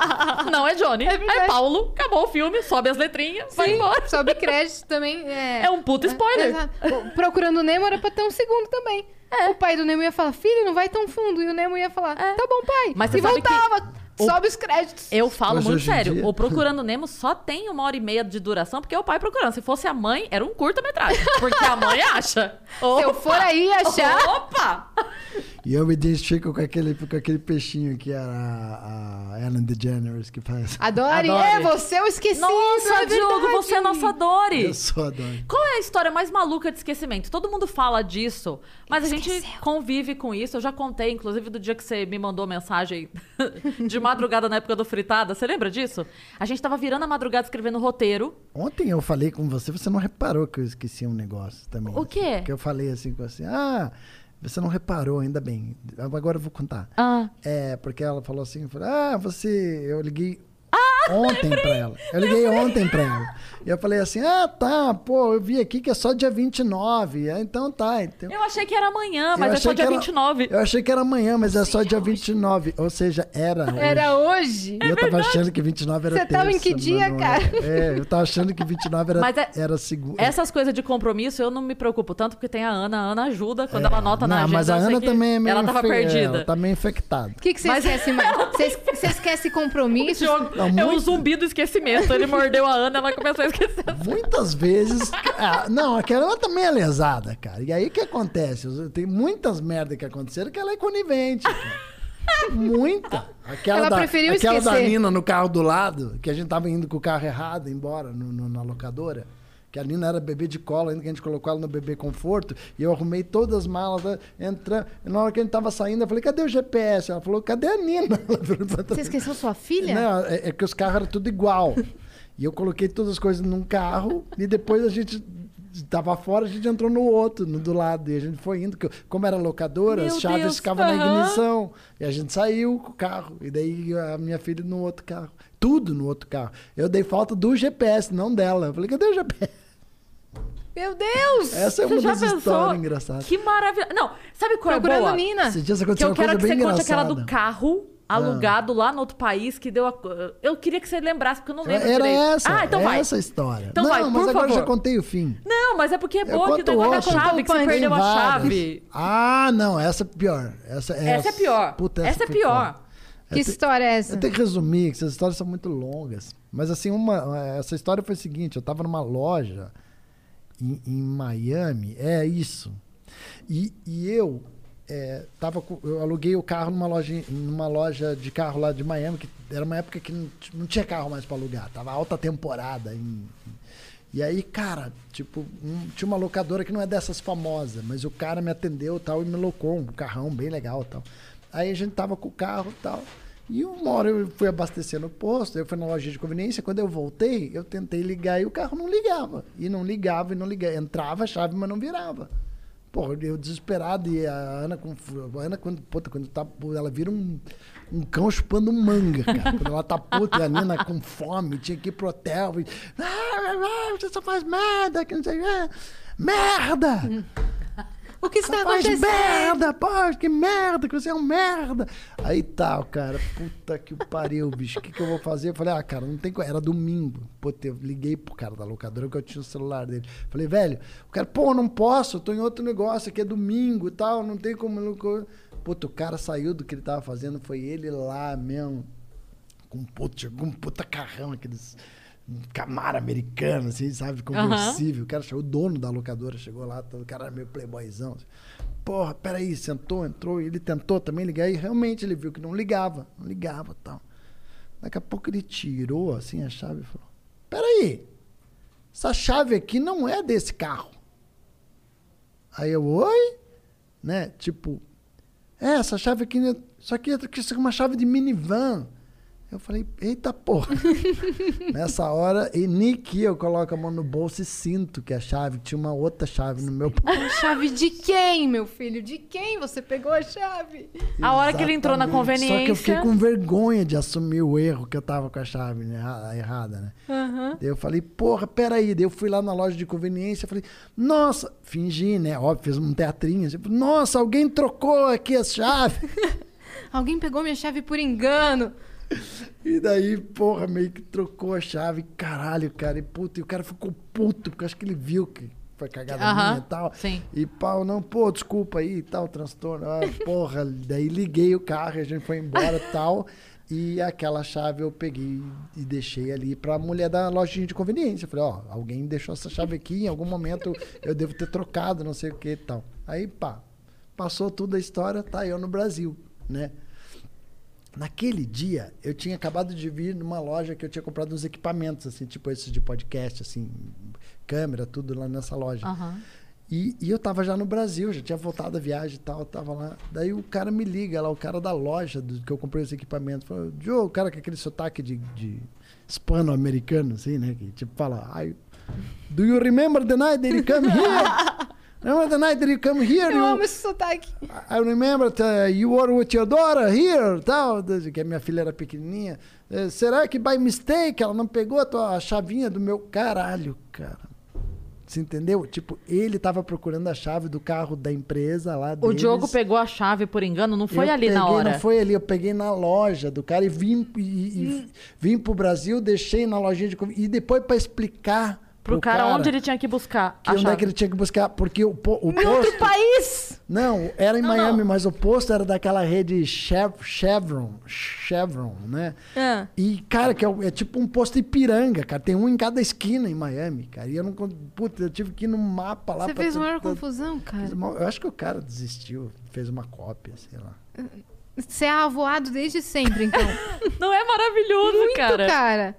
Não é Johnny, é, verdade. Paulo. Acabou o filme, sobe as letrinhas, vai Sim, embora. sobe crédito também. É, É um puta spoiler. Exato. O Procurando o Nemo era pra ter um segundo também. O pai do Nemo ia falar, filho, não vai tão fundo. E o Nemo ia falar, É. tá bom, pai. Mas e você sabe que voltava, o- sobe os créditos. Eu falo Mas muito hoje em sério. dia- O Procurando Nemo só tem uma hora e meia de duração, porque é o pai procurando. Se fosse a mãe, era um curta-metragem. Porque a mãe acha. Se eu for aí achar... Opa! E eu me identifico com aquele, com aquele peixinho que era a, a Ellen DeGeneres que faz. Adore. Adore. É, você eu esqueci. Nossa, é Diogo, verdade. você é nossa Dory. Eu sou a Dori. Qual é a história mais maluca de esquecimento? Todo mundo fala disso, mas a gente convive com isso. Eu já contei, inclusive, do dia que você me mandou mensagem de madrugada na época do Fritada. Você lembra disso? A gente tava virando a madrugada escrevendo roteiro. Ontem eu falei com você, você não reparou que eu esqueci um negócio também. O quê? Que eu falei assim com você, ah, você não reparou, ainda bem. Agora eu vou contar. Ah. É, porque ela falou assim, eu falei, ah, você... Eu liguei ontem pra ela. Eu liguei ontem pra ela. E eu falei assim, ah, tá, pô, eu vi aqui que é só dia vinte e nove. Ah, então tá. Então... Eu achei que era amanhã, Eu mas é achei só que dia era- vinte e nove. Eu achei que era amanhã, mas é só dia vinte e nove. Ou seja, era hoje. Era hoje? E eu tava achando que vinte e nove era Você tava em terça, que mas dia, não cara? era. É, eu tava achando que vinte e nove era, Mas é- era segunda. Essas coisas de compromisso eu não me preocupo tanto, porque tem a Ana. A Ana ajuda quando ela anota na Não, agenda. mas a eu sei Ana que também é meio Ela tava infe- perdida. Ela tá meio infectada. O que, que você Mas- esquece mais? Você, você esquece compromisso? Diogo, Não, é um muito- zumbi do esquecimento. Ele mordeu a Ana, ela começou a esquecer. Muitas vezes. Ah, não, aquela ela também é lesada, cara. E aí o que acontece? Tem muitas merdas que aconteceram que ela é conivente, cara. Muita. Aquela Ela da, preferiu aquela da esquecer. Nina no carro do lado, que a gente tava indo com o carro errado embora no- no- na locadora. Que a Nina era bebê de cola, ainda que a gente colocou ela no bebê conforto. E eu arrumei todas as malas, né, entrando. E na hora que a gente tava saindo, eu falei, cadê o G P S? Ela falou, cadê a Nina? Ela virou pra Você trás. esqueceu sua filha? Não, é, é que os carros eram tudo igual. E eu coloquei todas as coisas num carro e depois a gente tava fora, a gente entrou no outro, no do lado. E a gente foi indo, que eu- como era locadora, Meu as chaves Deus, ficavam na aham. ignição. E a gente saiu com o carro. E daí a minha filha no outro carro. Tudo no outro carro. Eu dei falta do G P S, não dela. Eu falei, cadê o G P S? Meu Deus! Essa é Você uma já das pensou? histórias engraçadas. Que maravilha. Não, sabe qual é Procurando boa? Nina. Esses dias Que aconteceu eu uma coisa quero que bem você conte engraçada. aquela do carro alugado lá no outro país que deu a... Eu queria que você lembrasse, porque eu não lembro Era direito. essa, Ah, então é vai. essa a história. Então não, vai, mas por agora eu já favor. contei o fim. Não, mas é porque é Eu boa que conto o negócio da outra. chave, que você Tem perdeu a várias. chave. Ah, não, essa é pior. Essa, Essa é pior. Puta, Essa é foi pior. foda. Que Eu te- história é essa? Eu tenho que resumir, que essas histórias são muito longas. Mas assim, uma, essa história foi o seguinte, eu tava numa loja em, em Miami, é isso. E, e eu é, tava com- eu aluguei o carro numa loja, numa loja de carro lá de Miami, que era uma época que não, t- não tinha carro mais para alugar, tava alta temporada. Em, e aí, cara, tipo, um- tinha uma locadora que não é dessas famosas, mas o cara me atendeu e tal e me locou um carrão bem legal e tal. Aí a gente tava com o carro e tal. E uma hora eu fui abastecer no posto, eu fui na loja de conveniência, quando eu voltei, eu tentei ligar e o carro não ligava. E não ligava e não ligava. Entrava a chave, mas não virava. Pô, eu desesperado e a Ana, com, a Ana quando, puta, quando tá, ela vira um, um cão chupando manga, cara. Quando ela tá puta e a Nina com fome, tinha que ir pro hotel e... Ah, você só faz merda, que não sei o que. Merda! O que está Faz acontecendo? merda, pô, que merda, que você é um merda. Aí tá, o cara, puta que pariu, bicho, o que, que eu vou fazer? Eu falei, ah, cara, não tem coisa. Era domingo. Pô, eu liguei pro cara da locadora que eu tinha o celular dele. Falei, velho, o cara, pô, não posso, eu tô em outro negócio, aqui é domingo e tal, não tem como. Puta, o cara saiu do que ele tava fazendo, foi ele lá mesmo, com puta, com um puta carrão, aqueles Camaro americano, assim, sabe, conversível. Uhum. O cara chegou, o dono da locadora chegou lá, o cara era meio playboyzão. Assim. Porra, peraí, sentou, entrou, ele tentou também ligar e realmente ele viu que não ligava, não ligava e tal. Daqui a pouco ele tirou, assim, a chave e falou, peraí, essa chave aqui não é desse carro. Aí eu, oi? Né, tipo, é, essa chave aqui, isso aqui é uma chave de minivan. Eu falei, eita porra. Nessa hora, e nem que eu coloco a mão no bolso e sinto que a chave, tinha uma outra chave no meu bolso. Chave de quem, meu filho? De quem você pegou a chave? A hora que ele entrou na conveniência... Só que eu fiquei com vergonha de assumir o erro que eu tava com a chave, né, errada, né? Uhum. Daí eu falei, porra, peraí. Daí eu fui lá na loja de conveniência, falei, nossa, fingi, né? Óbvio, fiz um teatrinho. Assim, nossa, alguém trocou aqui as chaves. Alguém pegou minha chave por engano. E daí, porra, meio que trocou a chave. Caralho, cara. E puta, e o cara ficou puto, porque eu acho que ele viu que foi cagada uh-huh, minha e tal. Sim. E pau, não, pô, desculpa aí e tal, transtorno. Ah, porra, daí liguei o carro e a gente foi embora e tal. E aquela chave eu peguei e deixei ali pra mulher da lojinha de conveniência. Eu falei, ó, alguém deixou essa chave aqui, em algum momento eu devo ter trocado, não sei o que e tal. Aí, pá, passou toda a história, tá eu no Brasil, né? Naquele dia, eu tinha acabado de vir numa loja que eu tinha comprado uns equipamentos, assim, tipo esses de podcast, assim, câmera, tudo lá nessa loja. Uhum. E, e eu tava já no Brasil, já tinha voltado a viagem e tal, tava lá. Daí o cara me liga lá, o cara da loja do, que eu comprei os equipamentos, falou, Joe, o cara com aquele sotaque de, de hispano-americano, assim, né, que tipo fala, I, do you remember the night that you come here? Remember the night that you come here? Eu you, amo esse sotaque. I remember uh, you were with your daughter here, tal, que a minha filha era pequenininha. Uh, será que by mistake ela não pegou a, tua, a chavinha do meu caralho, cara? Você entendeu? Tipo, ele tava procurando a chave do carro da empresa lá deles. O Diogo pegou a chave por engano, não foi eu ali peguei, na hora? Não foi ali, eu peguei na loja do cara e vim, e, e, hum. vim pro Brasil, deixei na lojinha de... E depois para explicar... Pro, pro cara, cara onde ele tinha que buscar que a onde chave. é que ele tinha que buscar, porque o, o posto... Em outro país! Não, era em não, Miami, não. mas o posto era daquela rede Chev, Chevron, Chevron, né? Ah. E, cara, que é, é tipo um posto Ipiranga, cara. Tem um em cada esquina em Miami, cara. E eu não... Puta, eu tive que ir no mapa lá... Você pra fez ter, maior pra, confusão, cara. Eu acho que o cara desistiu, fez uma cópia, sei lá. Você é avoado desde sempre, então. Não é maravilhoso, Muito, cara? cara.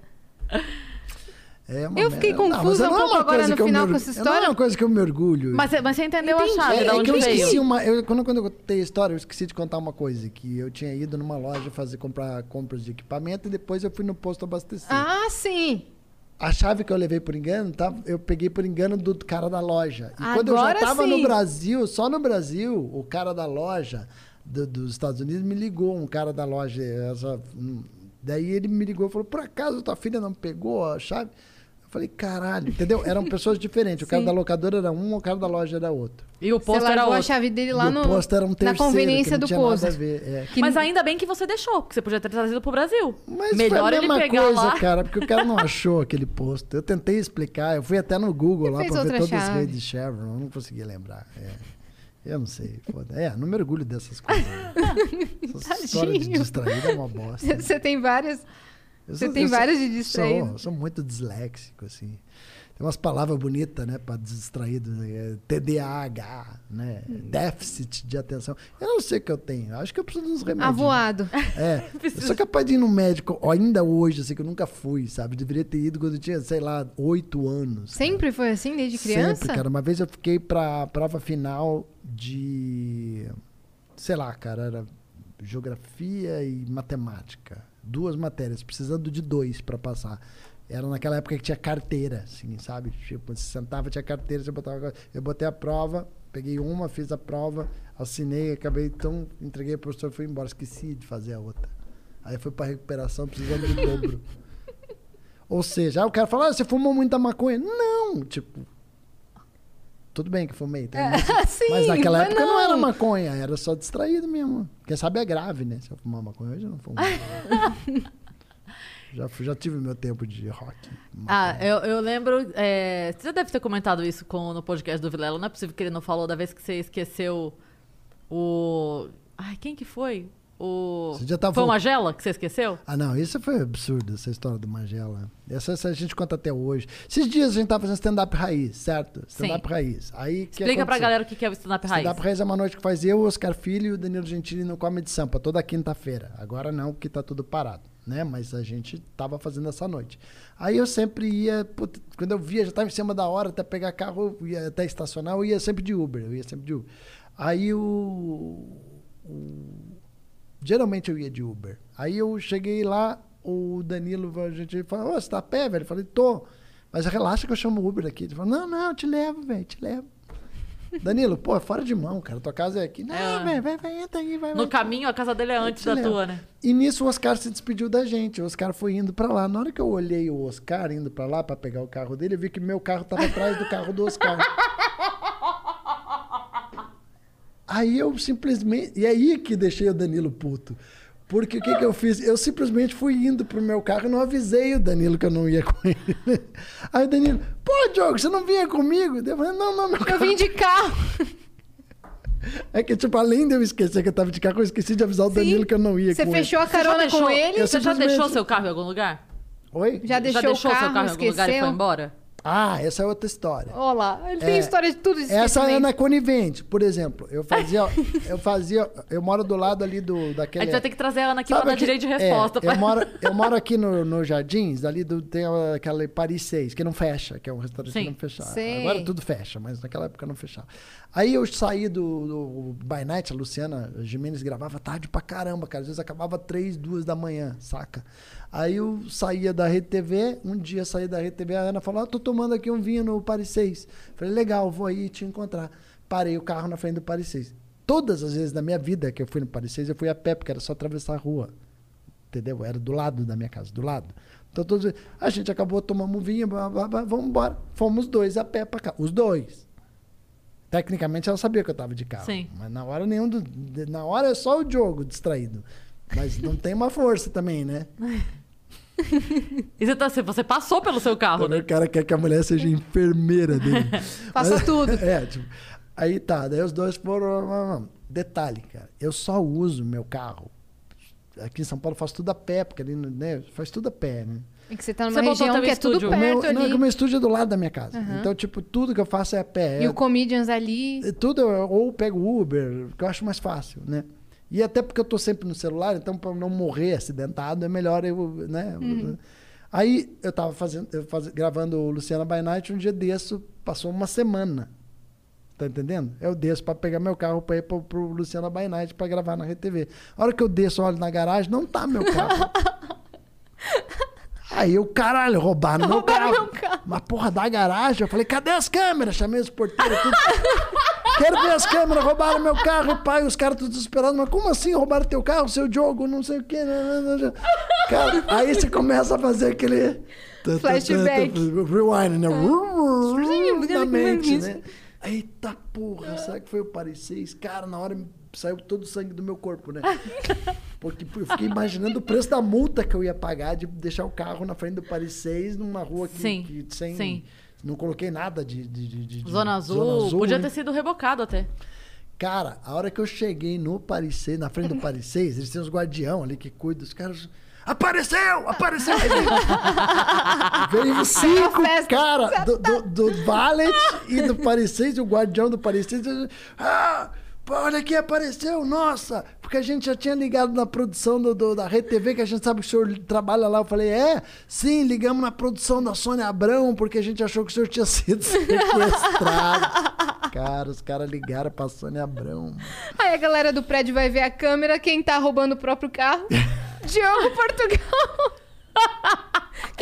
É uma eu fiquei merda. confusa não, um pouco agora no final me, com essa Não história. é uma coisa que eu me orgulho. Mas, mas você entendeu Entendi. a chave, é, da é onde que eu veio? esqueci uma... Eu, quando, quando eu contei a história, eu esqueci de contar uma coisa. Que eu tinha ido numa loja fazer, comprar compras de equipamento e depois eu fui no posto abastecer. Ah, sim. A chave que eu levei por engano, tá, eu peguei por engano do cara da loja. E Agora quando eu já tava sim. no Brasil, só no Brasil, o cara da loja do, dos Estados Unidos me ligou, um cara da loja. Essa, daí ele me ligou e falou, por acaso tua filha não pegou a chave? Eu falei, caralho, entendeu? Eram pessoas diferentes. O cara Sim. da locadora era um, o cara da loja era outro. E o Você posto era largou a outro. chave dele lá E o no, posto era um na terceiro, conveniência que não do tinha posto. nada a ver, é. Que Mas não- ainda bem que você deixou, porque você podia ter trazido pro Brasil. Mas Melhor foi a ele mesma pegar coisa, lá. cara, porque o cara não achou aquele posto. Eu tentei explicar, eu fui até no Google Você lá fez pra ver outra todas as chave. redes Chevron, eu não consegui lembrar. É. Eu não sei, foda. É, não me orgulho dessas coisas. Essa história de Tadinho. distraído é uma bosta. Você tem várias... Eu Você sou- tem eu sou- vários de distraído. Sou, sou muito disléxico, assim. Tem umas palavras bonitas, né, para distraído. Né? T D A H, né? Déficit de atenção. Eu não sei o que eu tenho. Eu acho que eu preciso de uns remédios. Avoado. É, eu sou capaz de ir no médico, ó, ainda hoje, assim, que eu nunca fui, sabe? Deveria ter ido quando eu tinha, sei lá, oito anos. Sempre foi assim, desde criança? Sempre, cara. Uma vez eu fiquei pra prova final de... Sei lá, cara, era geografia e matemática. Duas matérias, precisando de dois pra passar. Era naquela época que tinha carteira, assim, sabe? Tipo, você sentava, tinha carteira, você botava... Eu botei a prova, peguei uma, fiz a prova, assinei, acabei, então, entreguei pro professor e fui embora. Esqueci de fazer a outra. Aí foi pra recuperação, precisando do dobro. Ou seja, aí o cara fala, ah, você fumou muita maconha. Não, tipo... Tudo bem que fumei, tá? É, mas, sim, mas naquela mas época não. não era maconha, era só distraído mesmo. Quem sabe é grave, né? Se eu fumar maconha hoje, eu não fumo. já, já tive meu tempo de rock. Ah, eu, eu lembro. É, você já deve ter comentado isso com, no podcast do Vilela. Não é possível que ele não falou da vez que você esqueceu o. Ai, quem que foi? O... Você já tá Foi o vol- Magela que você esqueceu? Ah, não, isso foi absurdo, essa história do Magela. Essa, essa a gente conta até hoje. Esses dias a gente tava fazendo stand-up raiz, certo? Stand-up raiz. Aí, que Explica pra aconteceu? galera o que que é o stand-up raiz. Stand-up raiz é uma noite que faz eu, o Oscar Filho e o Danilo Gentili no Comedy Sampa, toda quinta-feira. Agora não, porque tá tudo parado, né? Mas a gente tava fazendo essa noite. Aí eu sempre ia, puta, quando eu via, já tava em cima da hora, até pegar carro, eu ia até estacionar, eu ia sempre de Uber, eu ia sempre de Uber. Aí o... o Geralmente eu ia de Uber. Aí eu cheguei lá, o Danilo, a gente falou, ô, você tá a pé, velho? Eu falei, tô. Mas relaxa que eu chamo o Uber aqui. Ele falou, não, não, eu te levo, velho, te levo. Danilo, pô, é fora de mão, cara. Tua casa é aqui. Não, É. velho, vai, vai, entra aí, vai. No vai. caminho, a casa dele é antes te da levo. tua, né? E nisso o Oscar se despediu da gente. O Oscar foi indo pra lá. Na hora que eu olhei o Oscar indo pra lá pra pegar o carro dele, eu vi que meu carro tava atrás do carro do Oscar. Aí eu simplesmente... E aí que deixei o Danilo puto. Porque o que que eu fiz? Eu simplesmente fui indo pro meu carro e não avisei o Danilo que eu não ia com ele. Aí o Danilo, pô, Diogo, você não vinha comigo? Eu falei, não, não, meu Eu carro... vim de carro. É que, tipo, além de eu esquecer que eu tava de carro, eu esqueci de avisar o Sim. Danilo que eu não ia Você com fechou a Você já carona deixou- com ele? Eu Você já simplesmente- deixou seu carro em algum lugar? ele. Oi? Já deixou, já deixou o carro, seu carro em algum lugar e foi esqueceu? embora? Ah, essa é outra história. Olha lá, ele tem É, história de tudo isso. Essa é na conivente. Por exemplo, eu fazia... eu fazia... Eu moro do lado ali do... A daquele... gente vai ter que trazer a Ana aqui Sabe pra dar aqui- direito de resposta. É, pra- eu, moro, eu moro aqui no, no Jardins, ali do, tem aquela Paris seis, que não fecha, que é um restaurante Sim. que não fechava. Sei. Agora tudo fecha, mas naquela época não fechava. Aí eu saí do, do By Night, a Luciana Gimenez gravava tarde pra caramba, cara. Às vezes acabava três, duas da manhã, saca? Aí eu saía da Rede T V, um dia saí da Rede T V, a Ana falou, ah, tô tomando aqui um vinho no Paris seis. Falei, legal, vou aí te encontrar. Parei o carro na frente do Paris seis. Todas as vezes na minha vida que eu fui no Paris seis, eu fui a pé, porque era só atravessar a rua. Entendeu? Era do lado da minha casa, do lado. Então, todas as vezes, a gente acabou, tomamos um vinho, blá, blá, blá, vamos embora. Fomos dois a pé pra cá. Os dois. Tecnicamente, ela sabia que eu tava de carro. Sim. Mas na hora nenhum... Do, de- na hora é só o Diogo distraído. Mas não tem uma força também, né? E você, tá, você passou pelo seu carro, Quando né? o cara quer que a mulher seja enfermeira dele. Faça tudo. É, tipo... Aí tá, daí os dois foram... Detalhe, cara. Eu só uso meu carro. Aqui em São Paulo eu faço tudo a pé, porque ali, né? Faz tudo a pé, né? É que você tá numa Você botou região teu que é tudo estúdio. O meu, perto não, é ali. que o meu estúdio é do lado da minha casa. Então, tipo, tudo que eu faço é a pé. E É- o Comedians ali. é tudo, eu- ou pego Uber, que eu acho mais fácil, né? E até porque eu tô sempre no celular, então para não morrer acidentado, é melhor eu, né? Aí eu tava fazendo, eu faz, gravando o Luciana by Night, um dia desço, passou uma semana. Tá entendendo? Eu desço para pegar meu carro para ir pro, pro Luciana by Night para gravar na Rede T V. A hora que eu desço, olho na garagem, não tá meu carro. Aí eu, caralho, roubaram meu Roubaram carro. meu carro. Uma porra da garagem. Eu falei, cadê as câmeras? Chamei os porteiros, tudo. Quero ver as câmeras, roubaram meu carro, pai, os caras tudo desesperados. Mas como assim roubaram teu carro, seu Diogo, não sei o quê. Cara, aí você começa a fazer aquele... Flashback. Rewind, né? Na mente, né? Eita porra, será que foi o Paris seis? Cara, na hora saiu todo o sangue do meu corpo, né? Porque eu fiquei imaginando o preço da multa que eu ia pagar de deixar o carro na frente do Paris seis numa rua que, Sim, que sem... sim. Não coloquei nada de... de, de, de Zona Azul, podia né? ter sido rebocado até. Cara, a hora que eu cheguei no Paris seis, na frente do Paris seis, eles têm os guardião ali que cuidam, os caras... Apareceu! Apareceu! Aí veio, veio cinco festa. cara do, do, do Valet e do Paris seis, o guardião do Paris seis. Ah, pô, olha aqui, apareceu! Nossa! Porque a gente já tinha ligado na produção do, do- da Rede T V, que a gente sabe que o senhor trabalha lá. Eu falei, é? Sim, ligamos na produção da Sônia Abrão, porque a gente achou que o senhor tinha sido sequestrado. Cara, os caras ligaram pra Sônia Abrão. Aí a galera do prédio vai ver a câmera, quem tá roubando o próprio carro? Diogo Portugal.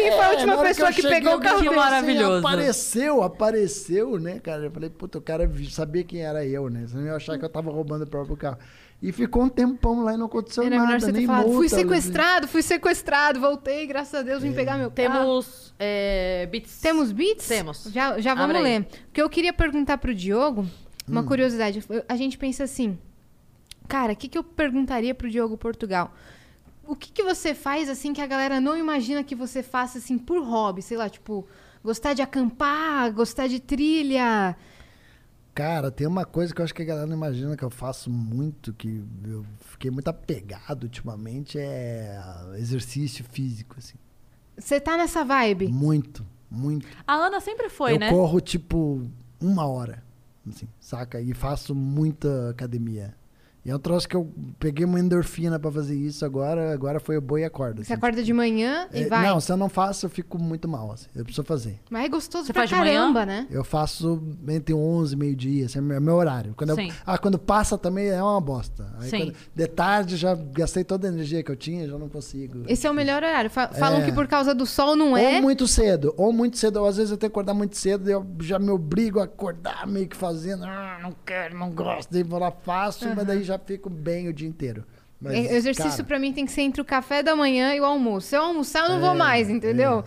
Quem foi a É, última na hora pessoa eu que, cheguei, pegou o alguém carro Que dele? maravilhoso. Apareceu, apareceu, né, cara? Eu falei, puta, o cara vi- sabia quem era eu, né? Senão eu ia achar que eu tava roubando o próprio carro. E ficou um tempão lá e não aconteceu Era nada. melhor você ter nem falado, fui multa, sequestrado, fui sequestrado, voltei, graças a Deus, vim pegar meu carro. Temos é, bits. Temos beats? Temos. Já, já vamos Abre aí. ler. Porque eu queria perguntar pro Diogo, uma curiosidade. Eu- A gente pensa assim, cara, o que, que eu perguntaria pro Diogo Portugal? O que, que você faz, assim, que a galera não imagina que você faça, assim, por hobby? Sei lá, tipo, gostar de acampar, gostar de trilha. Cara, tem uma coisa que eu acho que a galera não imagina que eu faço muito, que eu fiquei muito apegado ultimamente, é exercício físico, assim. Você tá nessa vibe? Muito, muito. A Ana sempre foi, eu né? corro, tipo, uma hora, assim, saca? E faço muita academia. E é um troço que eu peguei uma endorfina pra fazer isso agora, agora foi o boi e a corda. Você assim, acorda de manhã tipo, e é, vai? Não, se eu não faço, eu fico muito mal, assim. Eu preciso fazer. Mas é gostoso Você pra faz de manhã? caramba, né? Eu faço entre onze e meio-dia, esse é meu, meu horário. Quando eu- Sim. ah, quando passa também é uma bosta. Aí Sim. quando- de tarde já gastei toda a energia que eu tinha, já não consigo. Esse é o melhor horário. Fa- Falam É. que por causa do sol não Ou é. muito cedo, ou muito cedo. Ou às vezes eu tenho que acordar muito cedo e eu já me obrigo a acordar meio que fazendo. Ah, não quero, não gosto. Daí vou lá, faço, mas daí já fico bem o dia inteiro. Mas, É, exercício cara, pra mim tem que ser entre o café da manhã e o almoço. Se eu almoçar, eu não vou É, mais, entendeu?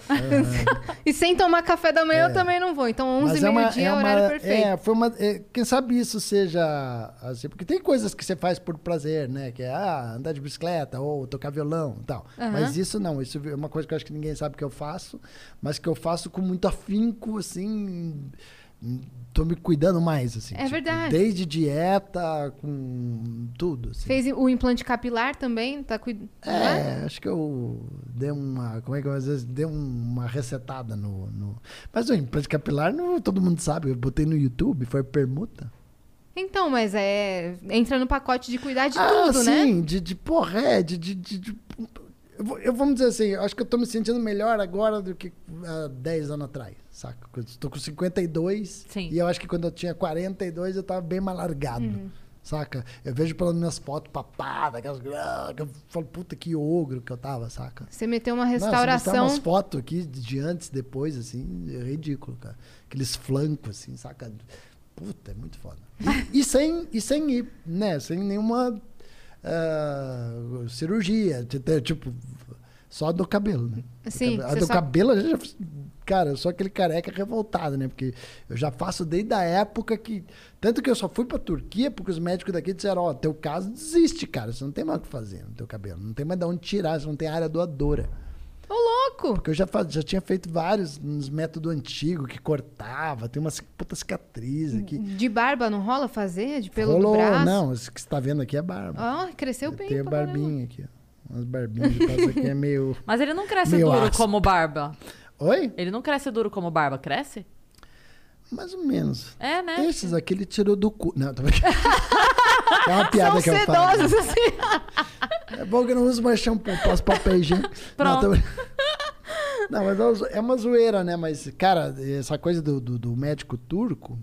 e sem tomar café da manhã, eu também não vou. Então, onze mas e é uma- meio-dia é o é horário uma- perfeito. É, foi uma, é, quem sabe isso seja assim, porque tem coisas que você faz por prazer, né? Que é ah, andar de bicicleta ou tocar violão e tal. Aham. Mas isso não, isso é uma coisa que eu acho que ninguém sabe que eu faço, mas que eu faço com muito afinco, assim. Tô me cuidando mais, assim. É verdade. Desde dieta, com tudo. Assim. Fez o implante capilar também? Tá cuidando? É, acho que eu dei uma. Como é que eu às vezes dei uma resetada no. no... Mas o implante capilar, não, todo mundo sabe. Eu botei no YouTube, foi permuta. Então, mas é. Entra no pacote de cuidar de ah, tudo, né? sim, de, de porra, é, de. de, de, de- eu, vou, eu vamos dizer assim, eu acho que eu tô me sentindo melhor agora do que há dez anos atrás, saca? Eu tô com cinquenta e dois Sim. e eu acho que quando eu tinha quarenta e dois eu tava bem mais largado. Uhum. Saca? Eu vejo pelas minhas fotos papadas, aquelas. ah, que eu falo, puta, que ogro que eu tava, saca? Você meteu uma Não, se mostrar restauração. umas fotos aqui de antes, depois, assim, é ridículo, cara. Aqueles flancos, assim, saca? Puta, é muito foda. E, e sem, e sem ir, né? Sem nenhuma ah, cirurgia. t- t- Tipo, só do cabelo, né? Do Sim, cabelo. A você do só- cabelo, a gente já fez- cara, eu sou aquele careca revoltado, né? Porque eu já faço desde a época que. Tanto que eu só fui pra Turquia porque os médicos daqui disseram: ó, teu caso desiste, cara. Você não tem mais o que fazer no teu cabelo. Não tem mais de onde tirar, você não tem área doadora. Ô, louco! Porque eu já, faz, já tinha feito vários nos métodos antigos que cortava, tem uma ci- puta cicatriz aqui. De barba não rola fazer? De pelo Rolou, do braço? não, isso que você tá vendo aqui é barba. Ó, cresceu eu bem. tenho pra caramba. barbinha aqui, ó. Umas barbinhas de passa aqui é meio. Mas ele não cresce Meio duro ácido. como barba. Oi? Ele não cresce duro como barba, cresce? Mais ou menos. É, né? Esses aqui ele tirou do cu. Não, tô brincando. É uma piada São que eu falo. sedosos, assim. É bom que eu não uso mais shampoo, passo papel higiênico. Não, Pronto. tô brincando. Não, mas é uma zo- é uma zoeira, né? Mas, cara, essa coisa do, do, do médico turco.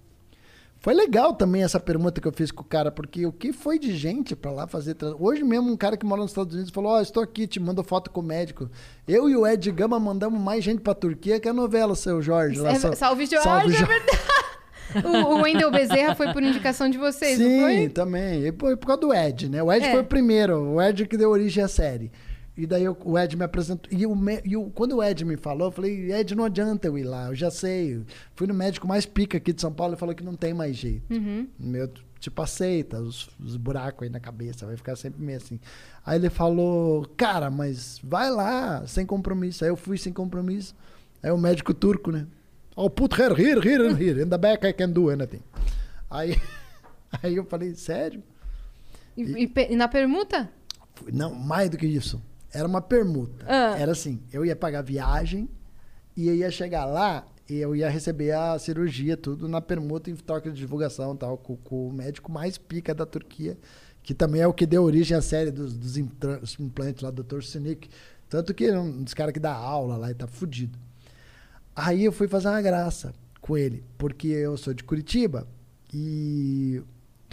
Foi legal também essa pergunta que eu fiz com o cara, porque o que foi de gente pra lá fazer... tra- Hoje mesmo um cara que mora nos Estados Unidos falou, ó, estou aqui, te mando foto com o médico. Eu e o Ed Gama mandamos mais gente pra Turquia que a novela, seu Jorge. Lá, É, Sal- Salve Jorge, Salve é Jorge. O, o Wendel Bezerra foi por indicação de vocês, Sim, não foi? também. E por, por causa do Ed, né? O Ed É. foi o primeiro, o Ed que deu origem à série. E daí eu- o Ed me apresentou. E, o, me- e o- quando o Ed me falou, eu falei, Ed, não adianta eu ir lá, eu já sei. Fui no médico mais pica aqui de São Paulo e falou que não tem mais jeito. Uhum. Meu, tipo, aceita os, os buracos aí na cabeça, vai ficar sempre meio assim. Aí ele falou, cara, mas vai lá, sem compromisso. Aí eu fui sem compromisso. Aí o médico turco, né? Oh, put here, here, here, and here. In the back I can do anything. Aí, aí eu falei, sério? E, e pe- e na permuta? Fui- Não, mais do que isso. Era uma permuta. Ah. Era assim, eu ia pagar viagem e eu ia chegar lá e eu ia receber a cirurgia, tudo na permuta em troca de divulgação e tal, com, com o médico mais pica da Turquia, que também é o que deu origem à série dos, dos implan- os implantes lá, doutor Sinik. Tanto que é um dos caras que dá aula lá e tá fudido. Aí eu fui fazer uma graça com ele, porque eu sou de Curitiba e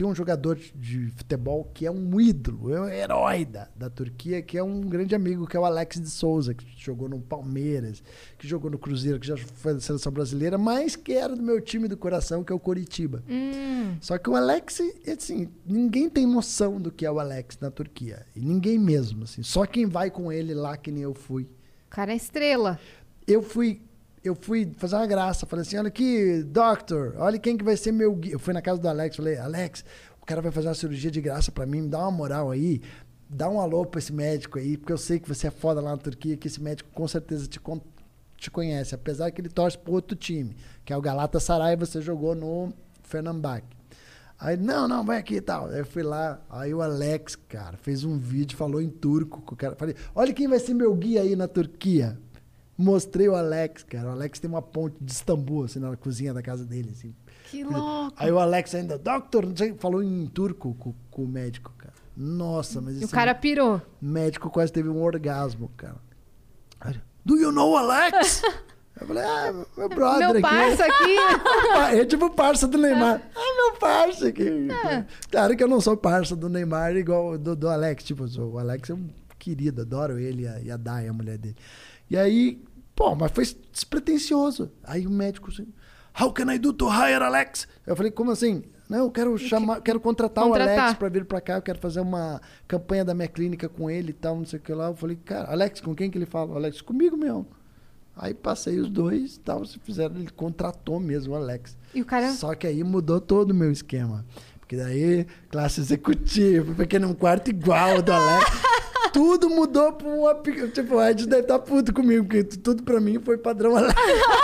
tem um jogador de futebol que é um ídolo, é um herói da, da Turquia, que é um grande amigo, que é o Alex de Souza, que jogou no Palmeiras, que jogou no Cruzeiro, que já foi da seleção brasileira, mas que era do meu time do coração, que é o Coritiba. Hum. Só que o Alex, assim, ninguém tem noção do que é o Alex na Turquia. E ninguém mesmo, assim. Só quem vai com ele lá, que nem eu fui. O cara é estrela. Eu fui... Eu fui fazer uma graça, falei assim, olha aqui, doctor, olha quem que vai ser meu guia. Eu fui na casa do Alex, falei, Alex, o cara vai fazer uma cirurgia de graça pra mim, me dá uma moral aí, dá um alô pra esse médico aí, porque eu sei que você é foda lá na Turquia, que esse médico com certeza te, con- te conhece, apesar que ele torce pro outro time, que é o Galatasaray, você jogou no Fenerbahçe. Aí, não, não, vai aqui e tal. Aí eu fui lá, aí o Alex, cara, fez um vídeo, falou em turco com o cara, falei, olha quem vai ser meu guia aí na Turquia. Mostrei o Alex, cara. O Alex tem uma ponte de Istambul, assim, na cozinha da casa dele, assim. Que louco. Aí o Alex ainda, doctor, não sei, falou em turco com, com o médico, cara. Nossa, mas E o esse cara pirou. médico quase teve um orgasmo, cara. Aí, do you know Alex? Eu falei, ah, meu brother Meu aqui. parça aqui. É tipo o parça do Neymar. Ah, meu parça aqui. É. Claro que eu não sou parça do Neymar igual do, do Alex. Tipo, o Alex é um querido, adoro ele e a, e a Day, a mulher dele. E aí, pô, mas foi despretensioso. Aí o médico assim, how can I do to hire Alex? Eu falei, como assim? Não, eu quero chamar, quero contratar, Contratar. o Alex pra vir pra cá, eu quero fazer uma campanha da minha clínica com ele e tal, não sei o que lá. Eu falei, cara, Alex, com quem que ele fala? Alex, comigo mesmo. Aí passei os dois e tal, se fizeram, ele contratou mesmo o Alex. E o cara... Só que aí mudou todo o meu esquema. Porque daí, classe executiva, fiquei num quarto igual ao do Alex. Tudo mudou pra uma... Tipo, o Ed deve estar puto comigo, porque tudo pra mim foi padrão Alex.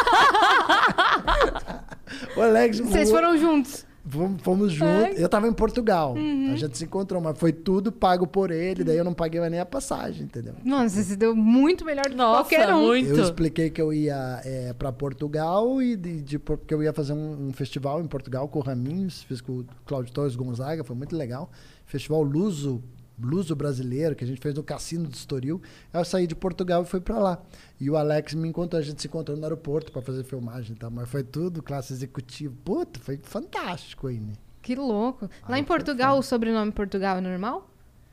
O Alex... Vocês o- foram juntos. Fomos, fomos juntos. Eu tava em Portugal. Uhum. A gente se encontrou, mas foi tudo pago por ele. Daí eu não paguei mais nem a passagem, entendeu? Nossa, você deu muito melhor do que Nossa, qualquer um. muito. Eu expliquei que eu ia é, para Portugal e de, de, porque eu ia fazer um, um festival em Portugal com o Raminhos, fiz com o Cláudio Torres Gonzaga, foi muito legal. Festival Luso, Luso Brasileiro, que a gente fez no Cassino de Estoril. Eu saí de Portugal e fui para lá. E o Alex me encontrou, a gente se encontrou no aeroporto para fazer filmagem e tal, mas foi tudo classe executiva. Puta, foi fantástico aí, né? Que louco. Lá Ai, em foi Portugal, foda. o sobrenome Portugal é normal?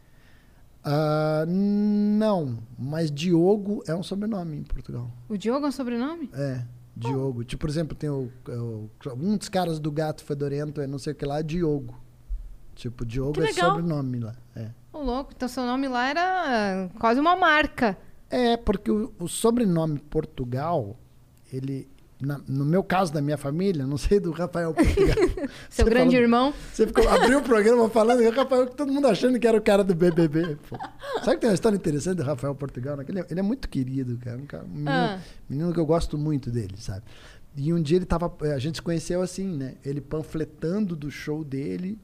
Ah, não, mas Diogo é um sobrenome em Portugal. O Diogo é um sobrenome? É, Diogo. Tipo, por exemplo, tem o, o- um dos caras do Gato Fedorento é não sei o que lá, Diogo. Tipo, Diogo Que é legal. sobrenome lá. É, Ô, louco. Então seu nome lá era quase uma marca. é porque o, o sobrenome Portugal, ele... na- no meu caso, da minha família, não sei do Rafael Portugal. Seu Você grande falou- irmão. Você ficou, abriu o programa falando e o Rafael, todo mundo achando que era o cara do B B B. Pô. Sabe que tem uma história interessante do Rafael Portugal? Né? Que Ele, é, ele é muito querido, cara. Um, cara, um menino, Ah. menino que eu gosto muito dele, sabe? E um dia ele tava. A gente se conheceu assim, né? Ele panfletando do show dele.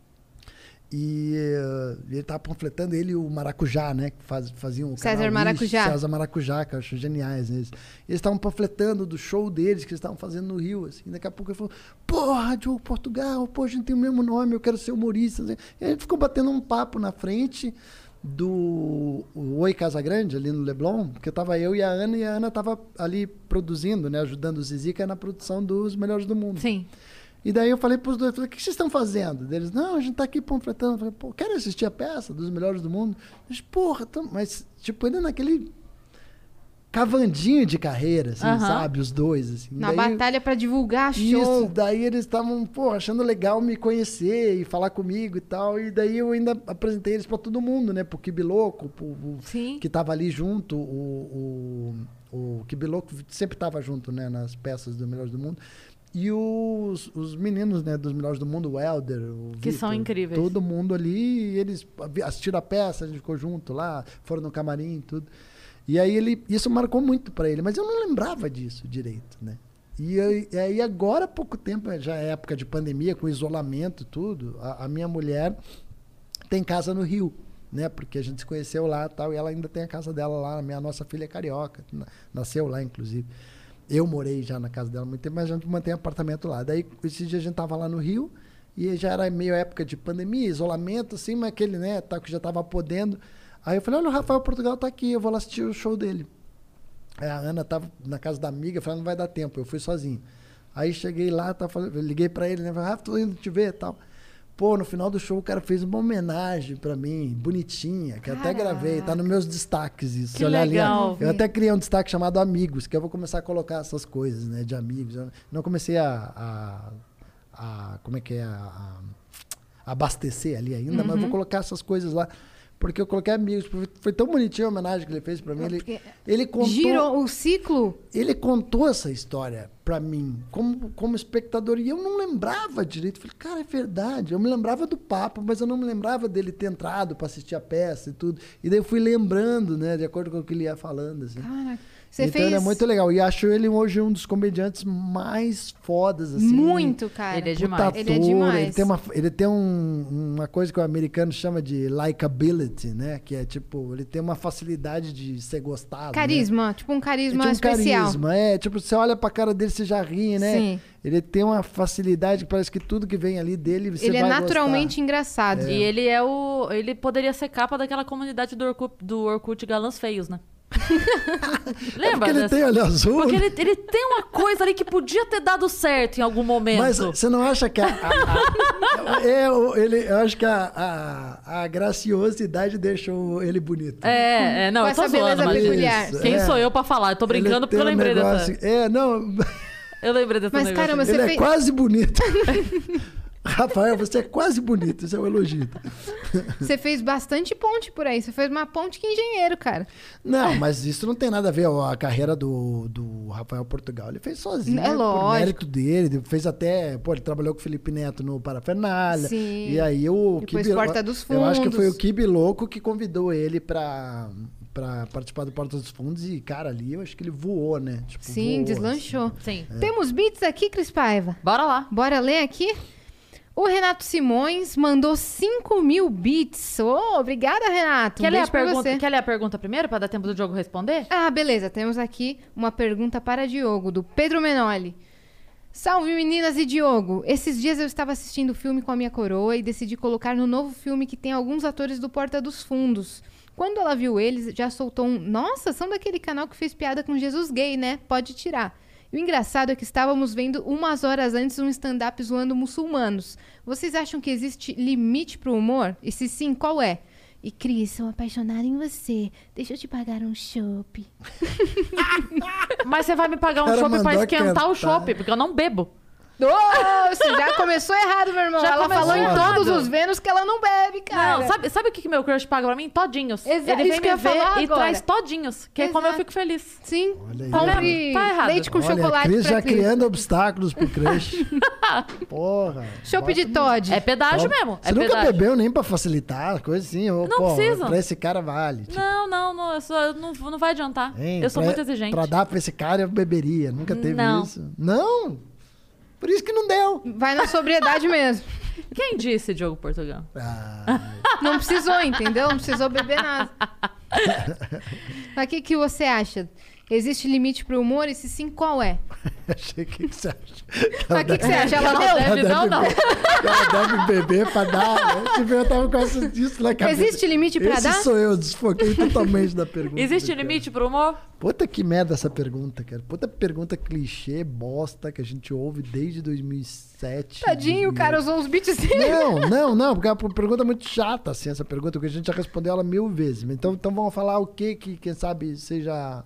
E eh, ele tava panfletando ele e o Maracujá, né? Que faz, faziam o César canal Maracujá. Ixi, César Maracujá, que eu acho geniais. Né? Eles eles estavam panfletando do show deles, que eles estavam fazendo no Rio. Assim. Daqui a pouco ele falou: Porra, Diogo Portugal, pô, a gente tem o mesmo nome, eu quero ser humorista. Assim. E a gente ficou batendo um papo na frente do o Oi Casagrande, ali no Leblon, porque tava eu e a Ana, e a Ana tava ali produzindo, né? Ajudando o Zizica na produção dos Melhores do Mundo. Sim. E daí eu falei pros dois, falei, o que vocês estão fazendo? Eles, não, a gente tá aqui panfletando. Eu falei, pô, quero assistir a peça dos Melhores do Mundo? Eles, porra, tamo... mas tipo, ainda naquele cavandinho de carreira, assim, Aham. sabe? Os dois, assim. Na Daí- batalha pra divulgar show. Isso, daí eles estavam, pô, achando legal me conhecer e falar comigo e tal. E daí eu ainda apresentei eles pra todo mundo, né? Pro Kibiloco, pro, o- Sim. que tava ali junto, o, o, o Kibiloco sempre tava junto, né? Nas peças do Melhores do Mundo. E os, os meninos, né, dos Melhores do Mundo, o Helder, o Que Vitor, são incríveis. todo mundo ali, eles assistiram a peça, a gente ficou junto lá, foram no camarim e tudo. E aí ele, isso marcou muito pra ele, mas eu não lembrava disso direito, né? E aí, e aí agora, há pouco tempo, já é época de pandemia, com isolamento e tudo, a, a minha mulher tem casa no Rio, né? Porque a gente se conheceu lá e tal, e ela ainda tem a casa dela lá, a minha nossa filha é carioca, na- nasceu lá, inclusive. Eu morei já na casa dela há muito tempo, mas a gente mantém apartamento lá. Daí, esse dia a gente tava lá no Rio, e já era meio época de pandemia, isolamento, assim, mas aquele, né, tal, que já tava podendo. Aí eu falei, olha, o Rafael Portugal tá aqui, eu vou lá assistir o show dele. Aí a Ana tava na casa da amiga, falando, não vai dar tempo, eu fui sozinho. Aí cheguei lá, tá, falei, eu liguei pra ele, né, falei, Rafa, tô indo te ver e tal. Pô, no final do show o cara fez uma homenagem pra mim, bonitinha, que eu até Caraca. gravei, tá nos meus destaques isso. Que Se olhar legal. ali, ó, eu até criei um destaque chamado Amigos, que eu vou começar a colocar essas coisas, né, de amigos. Eu não comecei a, a, a como é que é, a, a abastecer ali ainda, mas eu vou colocar essas coisas lá. Porque eu coloquei amigos. Foi tão bonitinho a homenagem que ele fez pra mim. Ele, ele contou, Girou o ciclo? ele contou essa história pra mim, como, como espectador. E eu não lembrava direito. Falei, cara, é verdade. Eu me lembrava do papo, mas eu não me lembrava dele ter entrado pra assistir a peça e tudo. E daí eu fui lembrando, né? De acordo com o que ele ia falando, assim. Caraca. Você então fez ele é muito legal. E acho ele hoje um dos comediantes mais fodas, assim. muito, cara. Ele é Puta demais. ator, Ele é demais. Ele tem, uma, ele tem um- uma coisa que o americano chama de likability, né? Que é tipo, ele tem uma facilidade de ser gostado. Carisma, tipo um carisma né? É tipo um especial. carisma, é. Tipo, você olha pra cara dele, você já ri, né? Sim. Ele tem uma facilidade que parece que tudo que vem ali dele, você Ele é vai naturalmente gostar. engraçado. E ele é o. Ele poderia ser capa daquela comunidade do Orkut, do Orkut Galãs Feios, né? É Lembra? porque ele dessa? tem olho azul. Porque ele, ele tem uma coisa ali que podia ter dado certo em algum momento. Mas você não acha que a, a- a- é, o- ele, eu acho que a, a, a graciosidade deixou ele bonito. É, é, não, Com eu tô essa zoando, beleza mas peculiar. Isso, quem é. sou eu pra falar? Eu tô brincando Ele porque eu tem um lembrei negócio- dessa. É, não. Eu lembrei dessa Mas, negócio. caramba, Você ele é fez- quase bonito. Rafael, você é quase bonito. Isso é um elogio. Você fez bastante ponte por aí. Você fez uma ponte que engenheiro, cara. Não, mas isso não tem nada a ver com a carreira do, do Rafael Portugal. Ele fez sozinho, É por lógico. mérito dele. Ele fez até... Pô, ele trabalhou com o Felipe Neto no Parafernália. Sim. E aí o... Depois Kibe- Porta dos Eu acho que foi o Fundos. Kibe Louco que convidou ele pra... pra participar do Porta dos Fundos e, cara, ali eu acho que ele voou, né? Tipo, Sim, voou, deslanchou. Sim. Temos beats aqui, Cris Paiva. Bora lá. Bora ler aqui? O Renato Simões mandou cinco mil bits. Ô, obrigada, Renato. Quer Um ler, a beijo pra pergunta, você. quer ler a pergunta primeiro, pra dar tempo do Diogo responder? Ah, beleza. Temos aqui uma pergunta para Diogo, do Pedro Menoli. Salve, meninas e Diogo. Esses dias eu estava assistindo o filme com a minha coroa e decidi colocar no novo filme que tem alguns atores do Porta dos Fundos. Quando ela viu eles, já soltou um... Nossa, são daquele canal que fez piada com Jesus gay, né? Pode tirar. E o engraçado é que estávamos vendo umas horas antes um stand-up zoando muçulmanos. Vocês acham que existe limite pro humor? E se sim, qual é? E Cris, sou apaixonada em você. Deixa eu te pagar um chopp. Mas você vai me pagar um Cara, chopp pra mandou esquentar cantar. o chopp, porque eu não bebo. Ô, você já começou errado, meu irmão. Já ela começou falou em errado. todos os Vênus que ela não bebe, cara. Não, sabe, sabe o que, que meu crush paga pra mim? Todinhos. Exa- Ele isso vem que eu me ia ver falar e agora. traz todinhos, que é como eu Exato. fico feliz. Sim. Olha aí, Compre Tá errado. leite com Olha, chocolate Cris pra já Cris. criando obstáculos pro crush. Porra. Chopp de Todd. É pedágio Ó, mesmo. Você é nunca pedágio. bebeu nem pra facilitar, coisa assim. Ou, Não pô, precisa. Pra esse cara vale. Tipo, Não, não, não, eu sou- eu não, não vai adiantar. hein, eu sou pra- muito exigente. Pra dar pra esse cara, eu beberia. Nunca teve Não. isso. Não? Por isso que não deu. Vai na sobriedade mesmo. Quem disse, Diogo Portugal? Ah, Não precisou, entendeu? Não precisou beber nada. Mas o que, que você acha? Existe limite pro humor? E se sim, qual é? achei que você acha. Mas o que, que você acha? Ela Não deu? deve, não, não. Ela deve beber pra dar. Né? Tipo, eu tava com essa, isso na cabeça. Existe limite pra Esse dar? sou eu, desfoquei totalmente da pergunta. Existe do cara. limite pro humor? Puta que merda essa pergunta, cara. Puta pergunta clichê, bosta, que a gente ouve desde dois mil e sete. Tadinho, o cara usou os beats dele. Não, não, não, porque é uma pergunta muito chata, assim, essa pergunta, porque a gente já respondeu ela mil vezes. Então, então vamos falar o que que, quem sabe, seja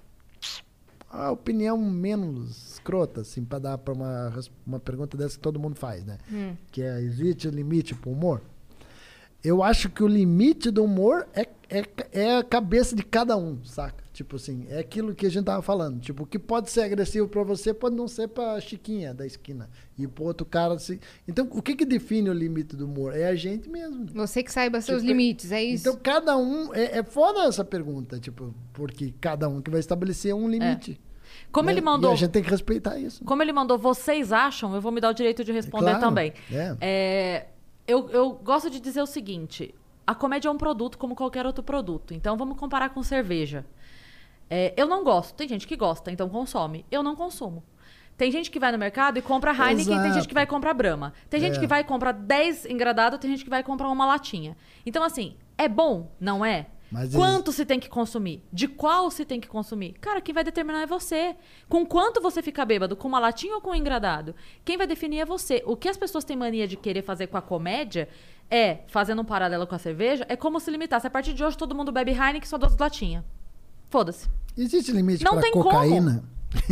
a opinião menos escrota, assim, pra dar pra uma, res- uma pergunta dessa que todo mundo faz, né? Hum. Que é, existe limite pro humor? Eu acho que o limite do humor é, é, é a cabeça de cada um, saca? Tipo assim, é aquilo que a gente tava falando. Tipo, o que pode ser agressivo pra você pode não ser pra Chiquinha da esquina. E pro outro cara, assim... Então, o que que define o limite do humor? É a gente mesmo. Você que saiba seus Tipo, limites, é isso? Então, cada um... É, é foda essa pergunta, tipo, porque cada um que vai estabelecer um limite. Como né? ele mandou... E a gente tem que respeitar isso. Como ele mandou, vocês acham? Eu vou me dar o direito de responder Claro, também. é. É, eu, eu gosto de dizer o seguinte: a comédia é um produto como qualquer outro produto. Então vamos comparar com cerveja. É, eu não gosto. Tem gente que gosta, então consome. Eu não consumo. Tem gente que vai no mercado e compra Heineken, tem Exato. gente que vai comprar Brahma. Tem gente É. que vai comprar dez engradados, tem gente que vai comprar uma latinha. Então, assim, é bom? Não é? Mas Quanto se tem que consumir? De qual se tem que consumir? Cara, quem vai determinar é você. Com quanto você fica bêbado? Com uma latinha ou com um engradado? Quem vai definir é você. O que as pessoas têm mania de querer fazer com a comédia é, fazendo um paralelo com a cerveja, é como se limitasse. A partir de hoje todo mundo bebe Heineken só duas latinhas. Foda-se. Existe limite Não pra tem cocaína?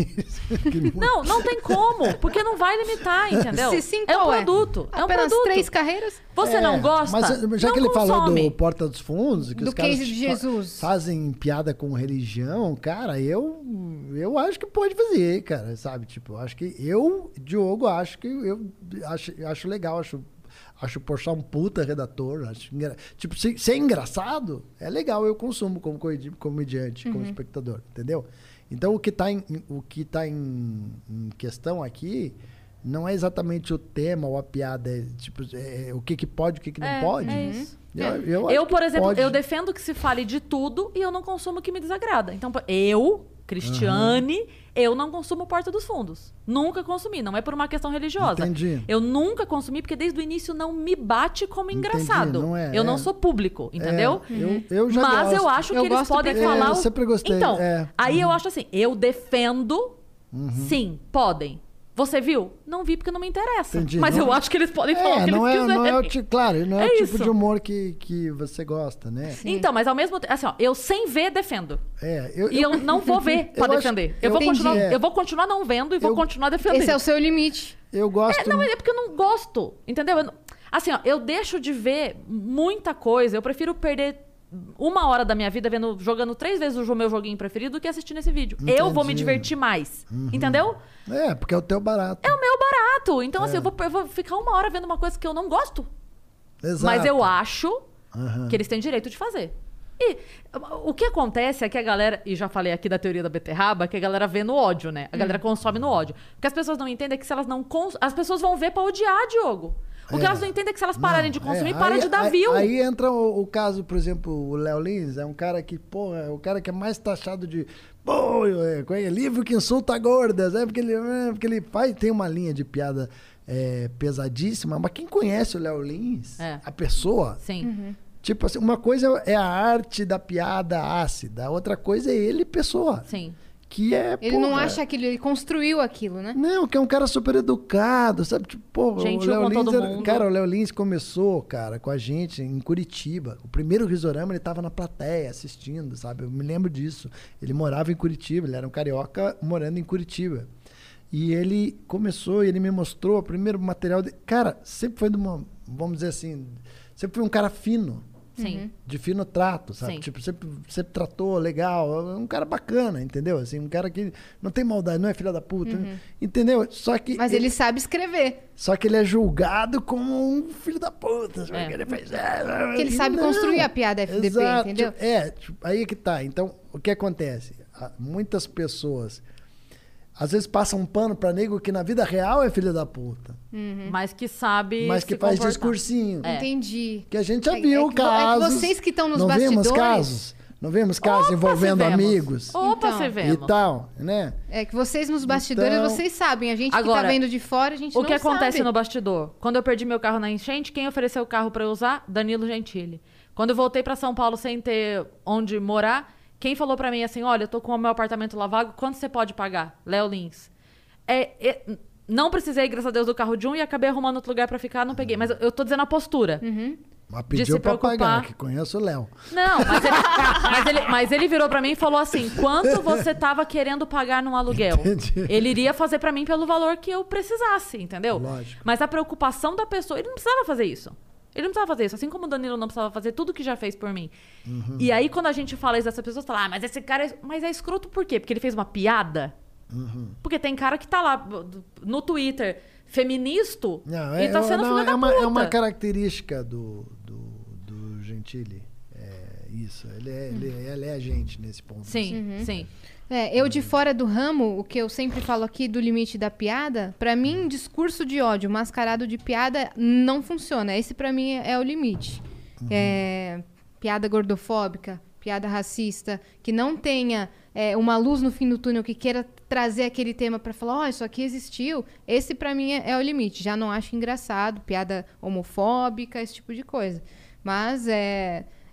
Não, não tem como. Porque não vai limitar, entendeu? Se sim, é um qual é? produto. É um Apenas produto. três carreiras? Você É, não gosta? Mas já não que ele consome. falou do Porta dos Fundos, que Do os caras case de fa- Jesus. fazem piada com religião, cara, eu eu acho que pode fazer, cara, sabe? Tipo, eu acho que eu, Diogo, acho que eu acho, acho legal, acho acho o Porchat um puta redator, acho engra- tipo, se, se é engraçado, é legal, eu consumo como comedi- comediante, como espectador, entendeu? Então o que está em o que tá em, em questão aqui não é exatamente o tema ou a piada, é, tipo, é, o que, que pode, o que, que não É, pode. é isso. Eu, É. eu, Eu, acho por que exemplo, pode. eu defendo que se fale de tudo e eu não consumo o que me desagrada. Então, eu, Cristiane, eu não consumo Porta dos Fundos. Nunca consumi, não é por uma questão religiosa. Entendi. Eu nunca consumi porque desde o início não me bate como Entendi, engraçado. não é, eu é. não sou público, entendeu? É, eu, eu já Mas eu gosto. acho que Eu eles gosto podem porque- falar. É, eu o- sempre gostei, Então, é. aí eu acho assim, eu defendo, sim, podem. Você viu? Não vi porque não me interessa. Entendi, Mas não- eu acho que eles podem falar o É, que não eles é, quiserem. não é o tipo, claro, não é, É o tipo isso. de humor que, que você gosta, né? Então, mas ao mesmo tempo, assim, ó, eu sem ver defendo. É, eu, E eu não vou ver pra eu acho- defender. Eu, eu vou entendi, continuar, é. eu vou continuar não vendo e vou Eu- continuar defendendo. Esse é o seu limite. eu gosto. É, não, é porque eu não gosto, entendeu? Eu não- assim, ó, eu deixo de ver muita coisa. Eu prefiro perder uma hora da minha vida vendo, jogando três vezes o meu joguinho preferido do que assistindo esse vídeo. Eu vou me Entendi. divertir mais, entendeu? É, porque é o teu barato. É o meu barato. Então, assim, eu vou, eu vou ficar uma hora vendo uma coisa que eu não gosto. Exato. Mas eu acho Aham. que eles têm direito de fazer. E o que acontece é que a galera, e já falei aqui da teoria da beterraba, que a galera vê no ódio, né? A galera consome no ódio. O que as pessoas não entendem é que se elas não cons... as pessoas vão ver pra odiar, Diogo. O que É. elas não entendem é que se elas pararem de Não, consumir, é, para aí- de dar aí, view. Aí entra o, o caso, por exemplo, o Léo Lins, é um cara que, pô, é o cara que é mais taxado de, pô, é, qual é, livro que insulta gordas, é porque ele, é, porque ele faz, tem uma linha de piada é, pesadíssima, mas quem conhece o Léo Lins, É. a pessoa, Sim. tipo assim, uma coisa é a arte da piada ácida, a outra coisa é ele, pessoa, Sim. que é, Ele não porra, acha aquilo, ele construiu aquilo, né? Não, que é um cara super educado, sabe? Tipo, pô, Gentil o Léo com Lins todo era- mundo. Cara, o Léo Lins começou, cara, com a gente em Curitiba. O primeiro Risorama, ele tava na plateia assistindo, sabe? Eu me lembro disso. Ele morava em Curitiba, ele era um carioca morando em Curitiba. E ele começou, e ele me mostrou o primeiro material. De... Cara, sempre foi de uma, vamos dizer assim, sempre foi um cara fino. Sim. De fino trato, sabe? Sim. Tipo, sempre, sempre tratou legal. É um cara bacana, entendeu? Assim, um cara que não tem maldade, não é filha da puta. Entendeu? Só que. Mas ele sabe escrever. Só que ele é julgado como um filho da puta. sabe? É. Que ele faz... Porque ele sabe construir a piada F D P, Exato. entendeu? É, tipo, aí é que tá. Então, o que acontece? Ah, Muitas pessoas às vezes passam um pano pra nego que na vida real é filho da puta. Mas que sabe. Mas que se faz comportar. discursinho. É. Entendi. Que a gente já É- viu é que vo- casos. É que vocês que estão nos não bastidores... vimos casos? Não vimos casos Opa, envolvendo se vemos. amigos? Opa, Então. se E vemos. tal, né? É que vocês nos bastidores, Então- vocês sabem. A gente que Agora, tá vendo de fora, a gente O não que acontece sabe. no bastidor? Quando eu perdi meu carro na enchente, quem ofereceu o carro pra eu usar? Danilo Gentili. Quando eu voltei pra São Paulo sem ter onde morar, quem falou pra mim assim, olha, eu tô com o meu apartamento lá vago, quanto você pode pagar? Léo Lins. É, é, não precisei, graças a Deus, do carro de um e acabei arrumando outro lugar pra ficar, não peguei. Mas eu, eu tô dizendo a postura. Mas De pediu se pra preocupar. pagar, que conheço o Léo. Não, mas ele, mas, ele, mas ele virou pra mim e falou assim, quanto você tava querendo pagar num aluguel? Entendi. Ele iria fazer pra mim pelo valor que eu precisasse, entendeu? Lógico. Mas a preocupação da pessoa, ele não precisava fazer isso. Ele não precisava fazer isso. Assim como o Danilo não precisava fazer tudo que já fez por mim. Uhum. E aí, quando a gente fala isso dessa pessoa, você fala, ah, mas esse cara é... Mas é escroto por quê? Porque ele fez uma piada? Uhum. Porque tem cara que tá lá no Twitter, feministo, Não, e tá sendo não, filho é da uma, puta. é uma característica do, do, do Gentili. É isso. Ele é, ele, ele é a gente nesse ponto. Sim, sim. É, eu de fora do ramo, o que eu sempre falo aqui do limite da piada, pra mim, discurso de ódio mascarado de piada não funciona. Esse pra mim é, é o limite. É, piada gordofóbica, piada racista, que não tenha é, uma luz no fim do túnel, que queira trazer aquele tema pra falar, ó, isso aqui existiu. Esse pra mim é, é o limite. Já não acho engraçado, piada homofóbica, esse tipo de coisa. Mas é...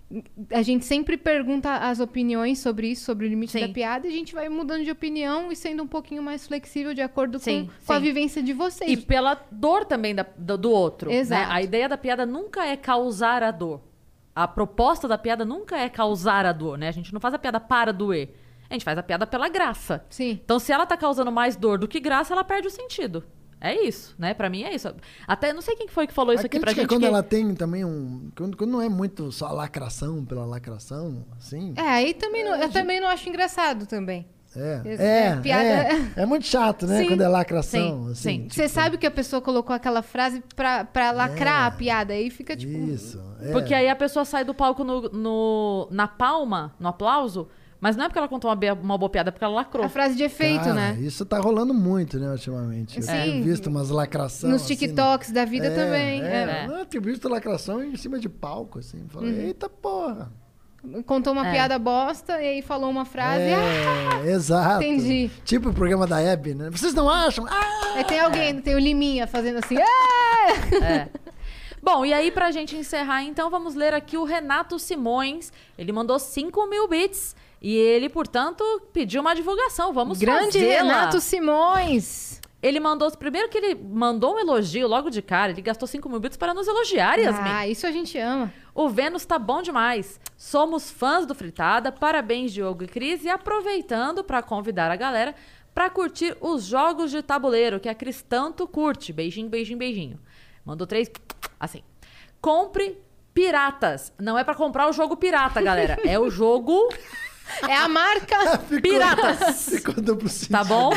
a gente sempre pergunta as opiniões sobre isso, sobre o limite Sim. da piada, e a gente vai mudando de opinião e sendo um pouquinho mais flexível de acordo Sim, com, com a sim. vivência de vocês. E pela dor também da- do, do outro. Exato. Né? A ideia da piada nunca é causar a dor. A proposta da piada nunca é causar a dor, né? A gente não faz a piada para doer. A gente faz a piada pela graça. Sim. Então, se ela tá causando mais dor do que graça, ela perde o sentido. É isso, né? Pra mim é isso. Até, não sei quem que foi que falou isso A aqui pra crítica é gente. quando que- ela tem também um... Quando, quando não é muito só lacração pela lacração, assim... É, aí também não, eu também não acho engraçado também. É, Esse- é, é, piada- é, é muito chato, né? Sim. Quando é lacração, Sim, assim. sim. tipo, Você sabe que a pessoa colocou aquela frase pra, pra lacrar É. a piada, aí fica tipo... Isso, é. Porque aí a pessoa sai do palco no, no- na palma, no aplauso, mas não é porque ela contou uma, be- uma boa piada, é porque ela lacrou. A frase de efeito, Cara, né? isso tá rolando muito, né, ultimamente. Eu Sim. tenho visto umas lacração Nos assim, TikToks da vida é, também. É, é. É. Não, eu tenho visto lacração em cima de palco, assim. Falei, Uhum. eita porra. Contou uma É. piada bosta e aí falou uma frase. Ah! É, exato. entendi. Tipo o programa da Hebe, né? Vocês não acham? Ah! Aí tem alguém, tem o Liminha fazendo assim. Ah! É. Bom, e aí pra gente encerrar, então, vamos ler aqui o Renato Simões. Ele mandou cinco mil bits e ele, portanto, pediu uma divulgação. Vamos Grande fazê-la. Renato Simões. Ele mandou... Primeiro que ele mandou um elogio logo de cara. Ele gastou cinco mil bits para nos elogiar, Yasmin. Ah, isso a gente ama. O Vênus tá bom demais. Somos fãs do Fritada. Parabéns, Diogo e Cris. E aproveitando para convidar a galera para curtir os jogos de tabuleiro que a Cris tanto curte. Beijinho, beijinho, beijinho. Mandou três... Assim. Compre Piratas. Não é para comprar o jogo pirata, galera. É o jogo É a marca. Piratas. Ficou duplo sentido. Tá bom?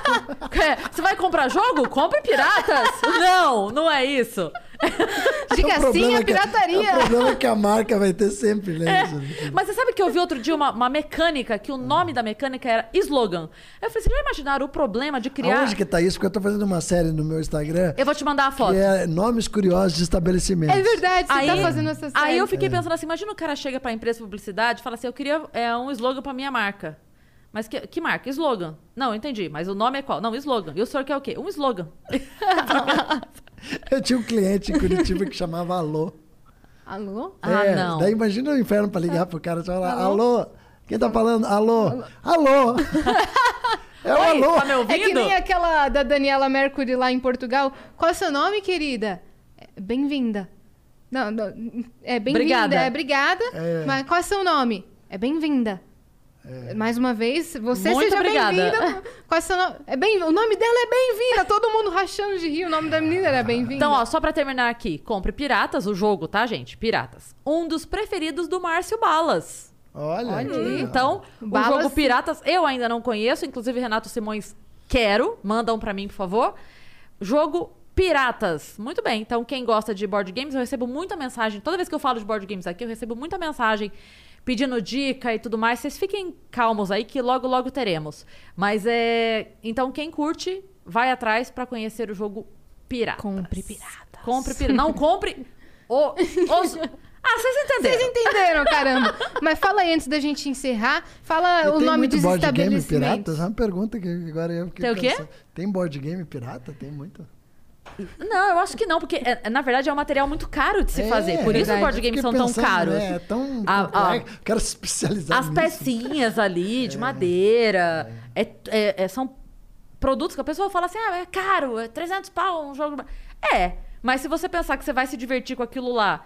É, Você vai comprar jogo? Compre Piratas. Não, não é isso. Diga O problema sim é a que- pirataria. O problema é que a marca vai ter sempre, né? É. Isso. Mas você sabe que eu vi outro dia uma, uma mecânica, que o nome da mecânica era slogan. Eu falei, vocês já imaginaram o problema de criar... Aonde que tá isso? Porque eu tô fazendo uma série no meu Instagram Eu vou te mandar a foto. que é nomes curiosos de estabelecimentos. É verdade, você Aí, tá fazendo essa série. aí eu fiquei pensando assim, imagina o cara chega pra empresa de publicidade e fala assim, eu queria é, um slogan pra minha marca. Mas que, que marca? Slogan. Não, eu entendi. Mas o nome é qual? Não, slogan. E o senhor quer o quê? Um slogan. Eu tinha um cliente em Curitiba que chamava Alô. Alô? Ah, É, não. Daí imagina o inferno pra ligar pro cara e falar, alô? Quem tá falando? Alô? Alô? É o Oi, alô. tá me ouvindo? É que nem aquela da Daniela Mercury lá em Portugal. Qual é o seu nome, querida? É, Bem-vinda. Não, não, é bem-vinda. Obrigada. É obrigada. É. Mas qual é o seu nome? É bem-vinda. Mais uma vez, você Muito seja obrigada. bem-vinda. Qual é o seu nome? É bem, o nome dela é bem-vinda. Todo mundo rachando de rir. O nome da menina era bem-vinda. Então, ó, só pra terminar aqui. Compre Piratas, o jogo, tá, gente? Piratas. Um dos preferidos do Márcio Balas. Olha, Olha que aí. legal. Então, o Balas- jogo Piratas eu ainda não conheço. Inclusive, Renato Simões, quero. Manda um pra mim, por favor. Jogo Piratas. Muito bem. Então, quem gosta de board games, eu recebo muita mensagem. Toda vez que eu falo de board games aqui, eu recebo muita mensagem pedindo dica e tudo mais. Vocês fiquem calmos aí que logo, logo teremos. Mas é... Então, quem curte, vai atrás pra conhecer o jogo Piratas. Compre Piratas. Compre Piratas. Não compre... O, os... Ah, vocês entenderam. Vocês entenderam, caramba. Mas fala aí, antes da gente encerrar, fala E o tem nome muito dos board game estabelecimentos. piratas? É uma pergunta que agora eu fiquei Tem o quê? pensando. Tem board game pirata? Tem muito. Não, eu acho que não, porque é- na verdade é um material muito caro de se É, fazer. Por isso os verdade. board Eu games fiquei são tão pensando, caros. né, É tão A- a- complexo. Quero se especializar As nisso. pecinhas ali, de madeira. É. É- é- são produtos que a pessoa fala assim: ah, é caro, é trezentos pau um jogo. É, mas se você pensar que você vai se divertir com aquilo lá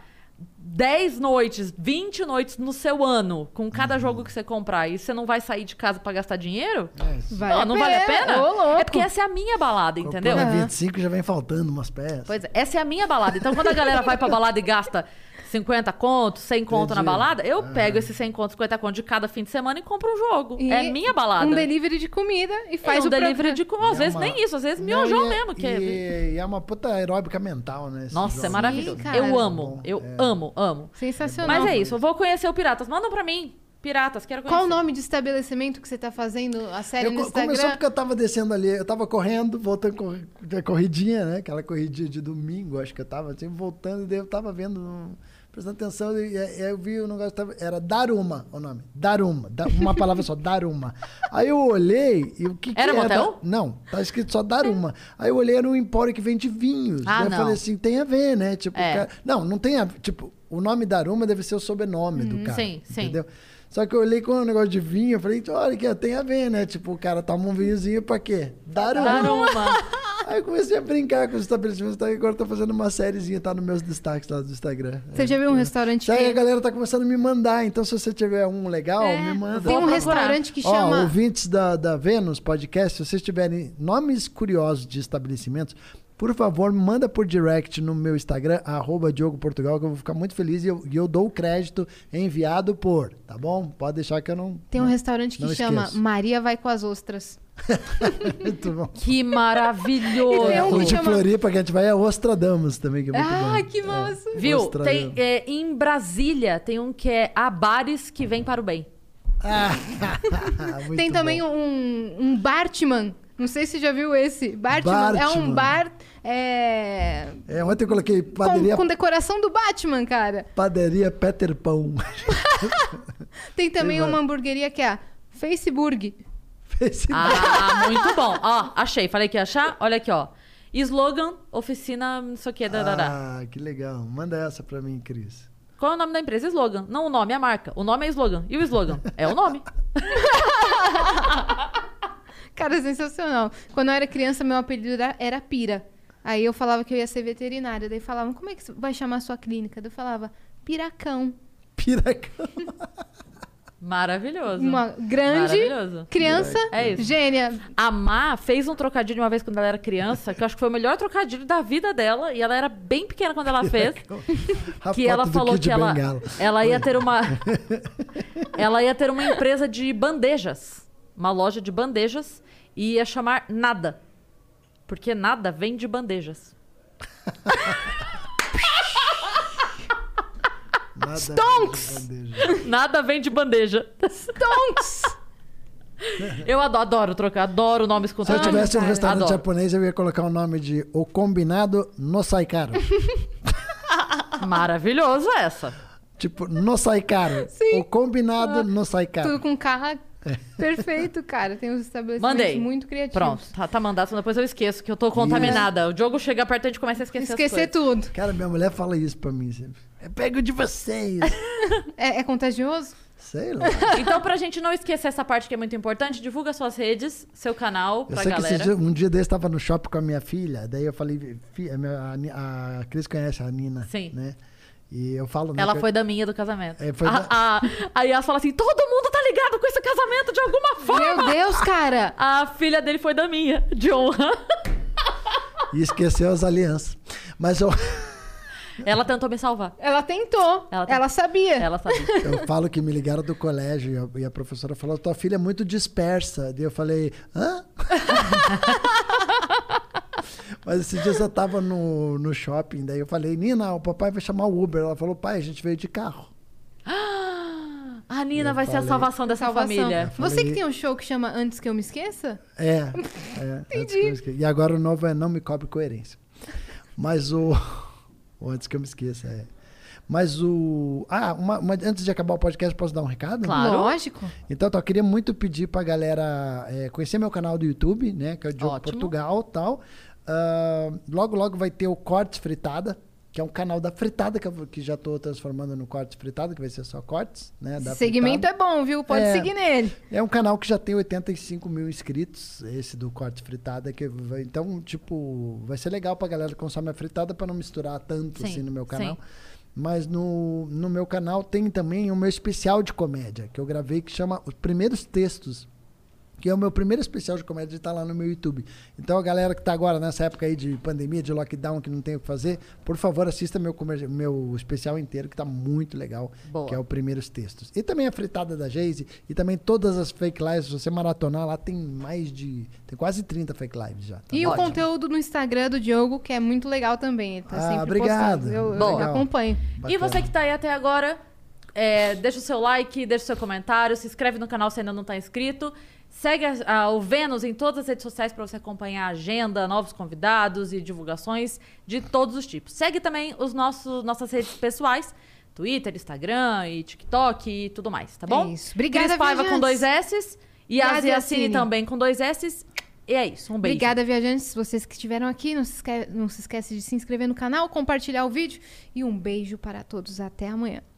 dez noites, vinte noites no seu ano, com cada Uhum. jogo que você comprar, e você não vai sair de casa pra gastar dinheiro? É, se Vale não, a não vale a pena. pena? Ô, louco. É porque essa é a minha balada, entendeu? comprou na Aham. vinte e cinco já vem faltando umas peças. Pois é, essa é a minha balada. Então, quando a galera vai pra balada e gasta cinquenta contos, cem conto na Entendi. balada, eu pego esses cem contos, cinquenta contos de cada fim de semana e compro um jogo. E é minha balada. Um delivery de comida e faz Faz um o delivery de programa. comida. Às E é vezes uma- nem isso, às vezes Não, miojão e é- mesmo. Que é- E, e é uma puta aeróbica mental, né? esse Nossa, jogo. é maravilhoso. Sim, cara. eu amo, Bom, eu é. amo, amo. Sensacional. Mas é isso, eu vou conhecer o Piratas. Mandam pra mim. Piratas, quero conhecer. Qual o nome de estabelecimento que você tá fazendo a série Eu, no co- Instagram? começou porque eu tava descendo ali, eu tava correndo, voltando cor, de corridinha, né? Aquela corridinha de domingo, acho que eu tava assim, voltando, e daí eu tava vendo, um, prestando atenção, e, e eu vi o negócio, tava, era Daruma o nome, Daruma, da- uma palavra só, Daruma. Aí eu olhei, e o que que Era é? motel? Da- Não, tá escrito só Daruma. Aí eu olhei, era um empório que vende vinhos. Ah, Daí eu não. falei assim, tem a ver, né? Tipo, É. cara- não, não tem a tipo, o nome Daruma deve ser o sobrenome do cara. sim, sim. Entendeu? Só que eu olhei com o negócio de vinho, eu falei, olha que tem a ver, né? Tipo, o cara toma um vinhozinho pra quê? Daruma. Daruma. Aí eu comecei a brincar com os estabelecimentos, tá? Agora eu tô fazendo uma sériezinha, tá nos meus destaques lá do Instagram. Você já viu um restaurante que... Aí a que... galera tá começando a me mandar, então se você tiver um legal, É, me manda. Tem um Vou procurar. restaurante que Ó, chama... ouvintes da, da Vênus Podcast, se vocês tiverem nomes curiosos de estabelecimentos, por favor, manda por direct no meu Instagram, arroba Diogo Portugal, que eu vou ficar muito feliz e eu, e eu dou o crédito enviado por, tá bom? Pode deixar que eu não... Tem um não, restaurante que não chama esqueço. Maria Vai com as Ostras. Muito bom. Que maravilhoso. Tem um O que de chama- Floripa, que a gente vai é Ostradamus também, que é muito Ah, bom. que massa! Viu? Australiano. Tem, é, em Brasília tem um que é a bares que vem para o bem. Ah, muito Tem também bom. um, um Bartman. Não sei se você já viu esse. Bartman, é Bartman. um bar é, É, ontem eu coloquei com, padaria, com decoração do Batman, cara. padaria Peter Pão. Tem também Tem uma mais. hamburgueria que é a Facebook. Esse Ah, muito bom. Ó, achei. Falei que ia achar. Olha aqui, ó. Slogan, oficina, não sei o que, darará. Ah, que legal. Manda essa pra mim, Cris. Qual é o nome da empresa? Slogan. Não o nome, é a marca. O nome é Slogan. E o slogan? É o nome. Cara, sensacional. Quando eu era criança, meu apelido era, era Pira. Aí eu falava que eu ia ser veterinária. Daí falavam, como é que vai chamar a sua clínica? Daí eu falava, Piracão. Piracão. Maravilhoso. Uma grande Maravilhoso. criança É isso. gênia. A Má fez um trocadilho uma vez quando ela era criança, que eu acho que foi o melhor trocadilho da vida dela, e ela era bem pequena quando ela fez. A Que foto ela do falou Kid que ela, Bengala. ela ia ter uma ela ia ter uma empresa de bandejas, uma loja de bandejas, e ia chamar Nada, porque nada vem de bandejas. Nada Stonks! de bandeja. Nada vem de bandeja. Stonks! Eu adoro, adoro trocar, adoro nomes com Se eu tivesse um cara. restaurante Adoro. japonês, eu ia colocar o nome de O Combinado no Sai Caro. Maravilhoso essa. Tipo, no Sai Caro. Sim. O Combinado no Sai Caro. Tudo com carro. Perfeito, cara. Tem uns estabelecimentos Mandei. muito criativos. Pronto, tá, tá mandado, senão depois eu esqueço, que eu tô contaminada. O Diogo chega perto e a gente começa a esquecer Esquecer as coisas. tudo. Cara, minha mulher fala isso pra mim sempre. É pego de vocês. É, é contagioso? Sei lá. Então, pra gente não esquecer essa parte que é muito importante, divulga suas redes, seu canal, Eu pra sei que galera. esse dia, um dia desse tava no shopping com a minha filha, daí eu falei, fi- a, minha- a Ni- a Cris conhece a Nina, Sim. né? E eu falo... né, Ela que eu- foi da minha do casamento. É, foi a, da- a, a Yas fala assim: todo mundo tá ligado com esse casamento de alguma forma. Meu Deus, cara! A filha dele foi da minha, de honra. E esqueceu as alianças. Mas eu, Ela tentou me salvar. Ela tentou. Ela Ela, tentou. sabia. Ela sabia. eu falo que me ligaram do colégio e a, e a professora falou, tua filha é muito dispersa. Daí eu falei, hã? Mas esses dias eu tava no, no shopping, daí eu falei, Nina, o papai vai chamar o Uber. Ela falou, pai, a gente veio de carro. A Nina Eu vai ser a falei- salvação dessa Salvação. família. Você falei- que tem um show que chama Antes Que Eu Me Esqueça? É, é. antes que eu esque- E agora o novo é Não Me Cobre Coerência. Mas o... o antes que eu me esqueça, é. Mas o... Ah, uma, uma- antes de acabar o podcast, posso dar um recado? Claro. Lógico. Então, tá, eu queria muito pedir pra galera é, conhecer meu canal do YouTube, né? Que é o Diogo Ótimo. Portugal e tal. Ah, logo, logo vai ter o Cortes Fritada, que é um canal da fritada, que, eu, que já tô transformando no Cortes Fritada, que vai ser só cortes, né? Da Esse segmento fritada. é bom, viu? Pode É. seguir nele. É um canal que já tem oitenta e cinco mil inscritos, esse do Cortes Fritada. Que vai, então, tipo, vai ser legal pra galera que consome a fritada pra não misturar tanto Sim, assim no meu canal. sim. Mas no, no meu canal tem também o meu especial de comédia, que eu gravei, que chama Os Primeiros Textos, que é o meu primeiro especial de comédia e tá lá no meu YouTube. Então a galera que tá agora nessa época aí de pandemia, de lockdown, que não tem o que fazer, por favor, assista meu, comer- meu especial inteiro, que tá muito legal, Boa. que é o Primeiros Textos. E também a fritada da Geise, e também todas as fake lives, se você maratonar lá, tem mais de... tem quase trinta fake lives já. Tá E bom? o conteúdo no Instagram do Diogo, que é muito legal também. Ele tá Ah, sempre obrigado. postando. Eu, eu Boa. acompanho. E Bacana. você que tá aí até agora, é, deixa o seu like, deixa o seu comentário, se inscreve no canal se ainda não tá inscrito. Segue a- a- o Vênus em todas as redes sociais para você acompanhar a agenda, novos convidados e divulgações de todos os tipos. Segue também os nossos nossas redes pessoais, Twitter, Instagram e TikTok e tudo mais, tá bom? É isso. Obrigada, Cris Paiva com viajantes. dois S's e E a a Ziacine Ziacine. também com dois S's. E é isso, um beijo. Obrigada, viajantes, vocês que estiveram aqui. Não se, esque... não se esquece de se inscrever no canal, compartilhar o vídeo. E um beijo para todos. Até amanhã.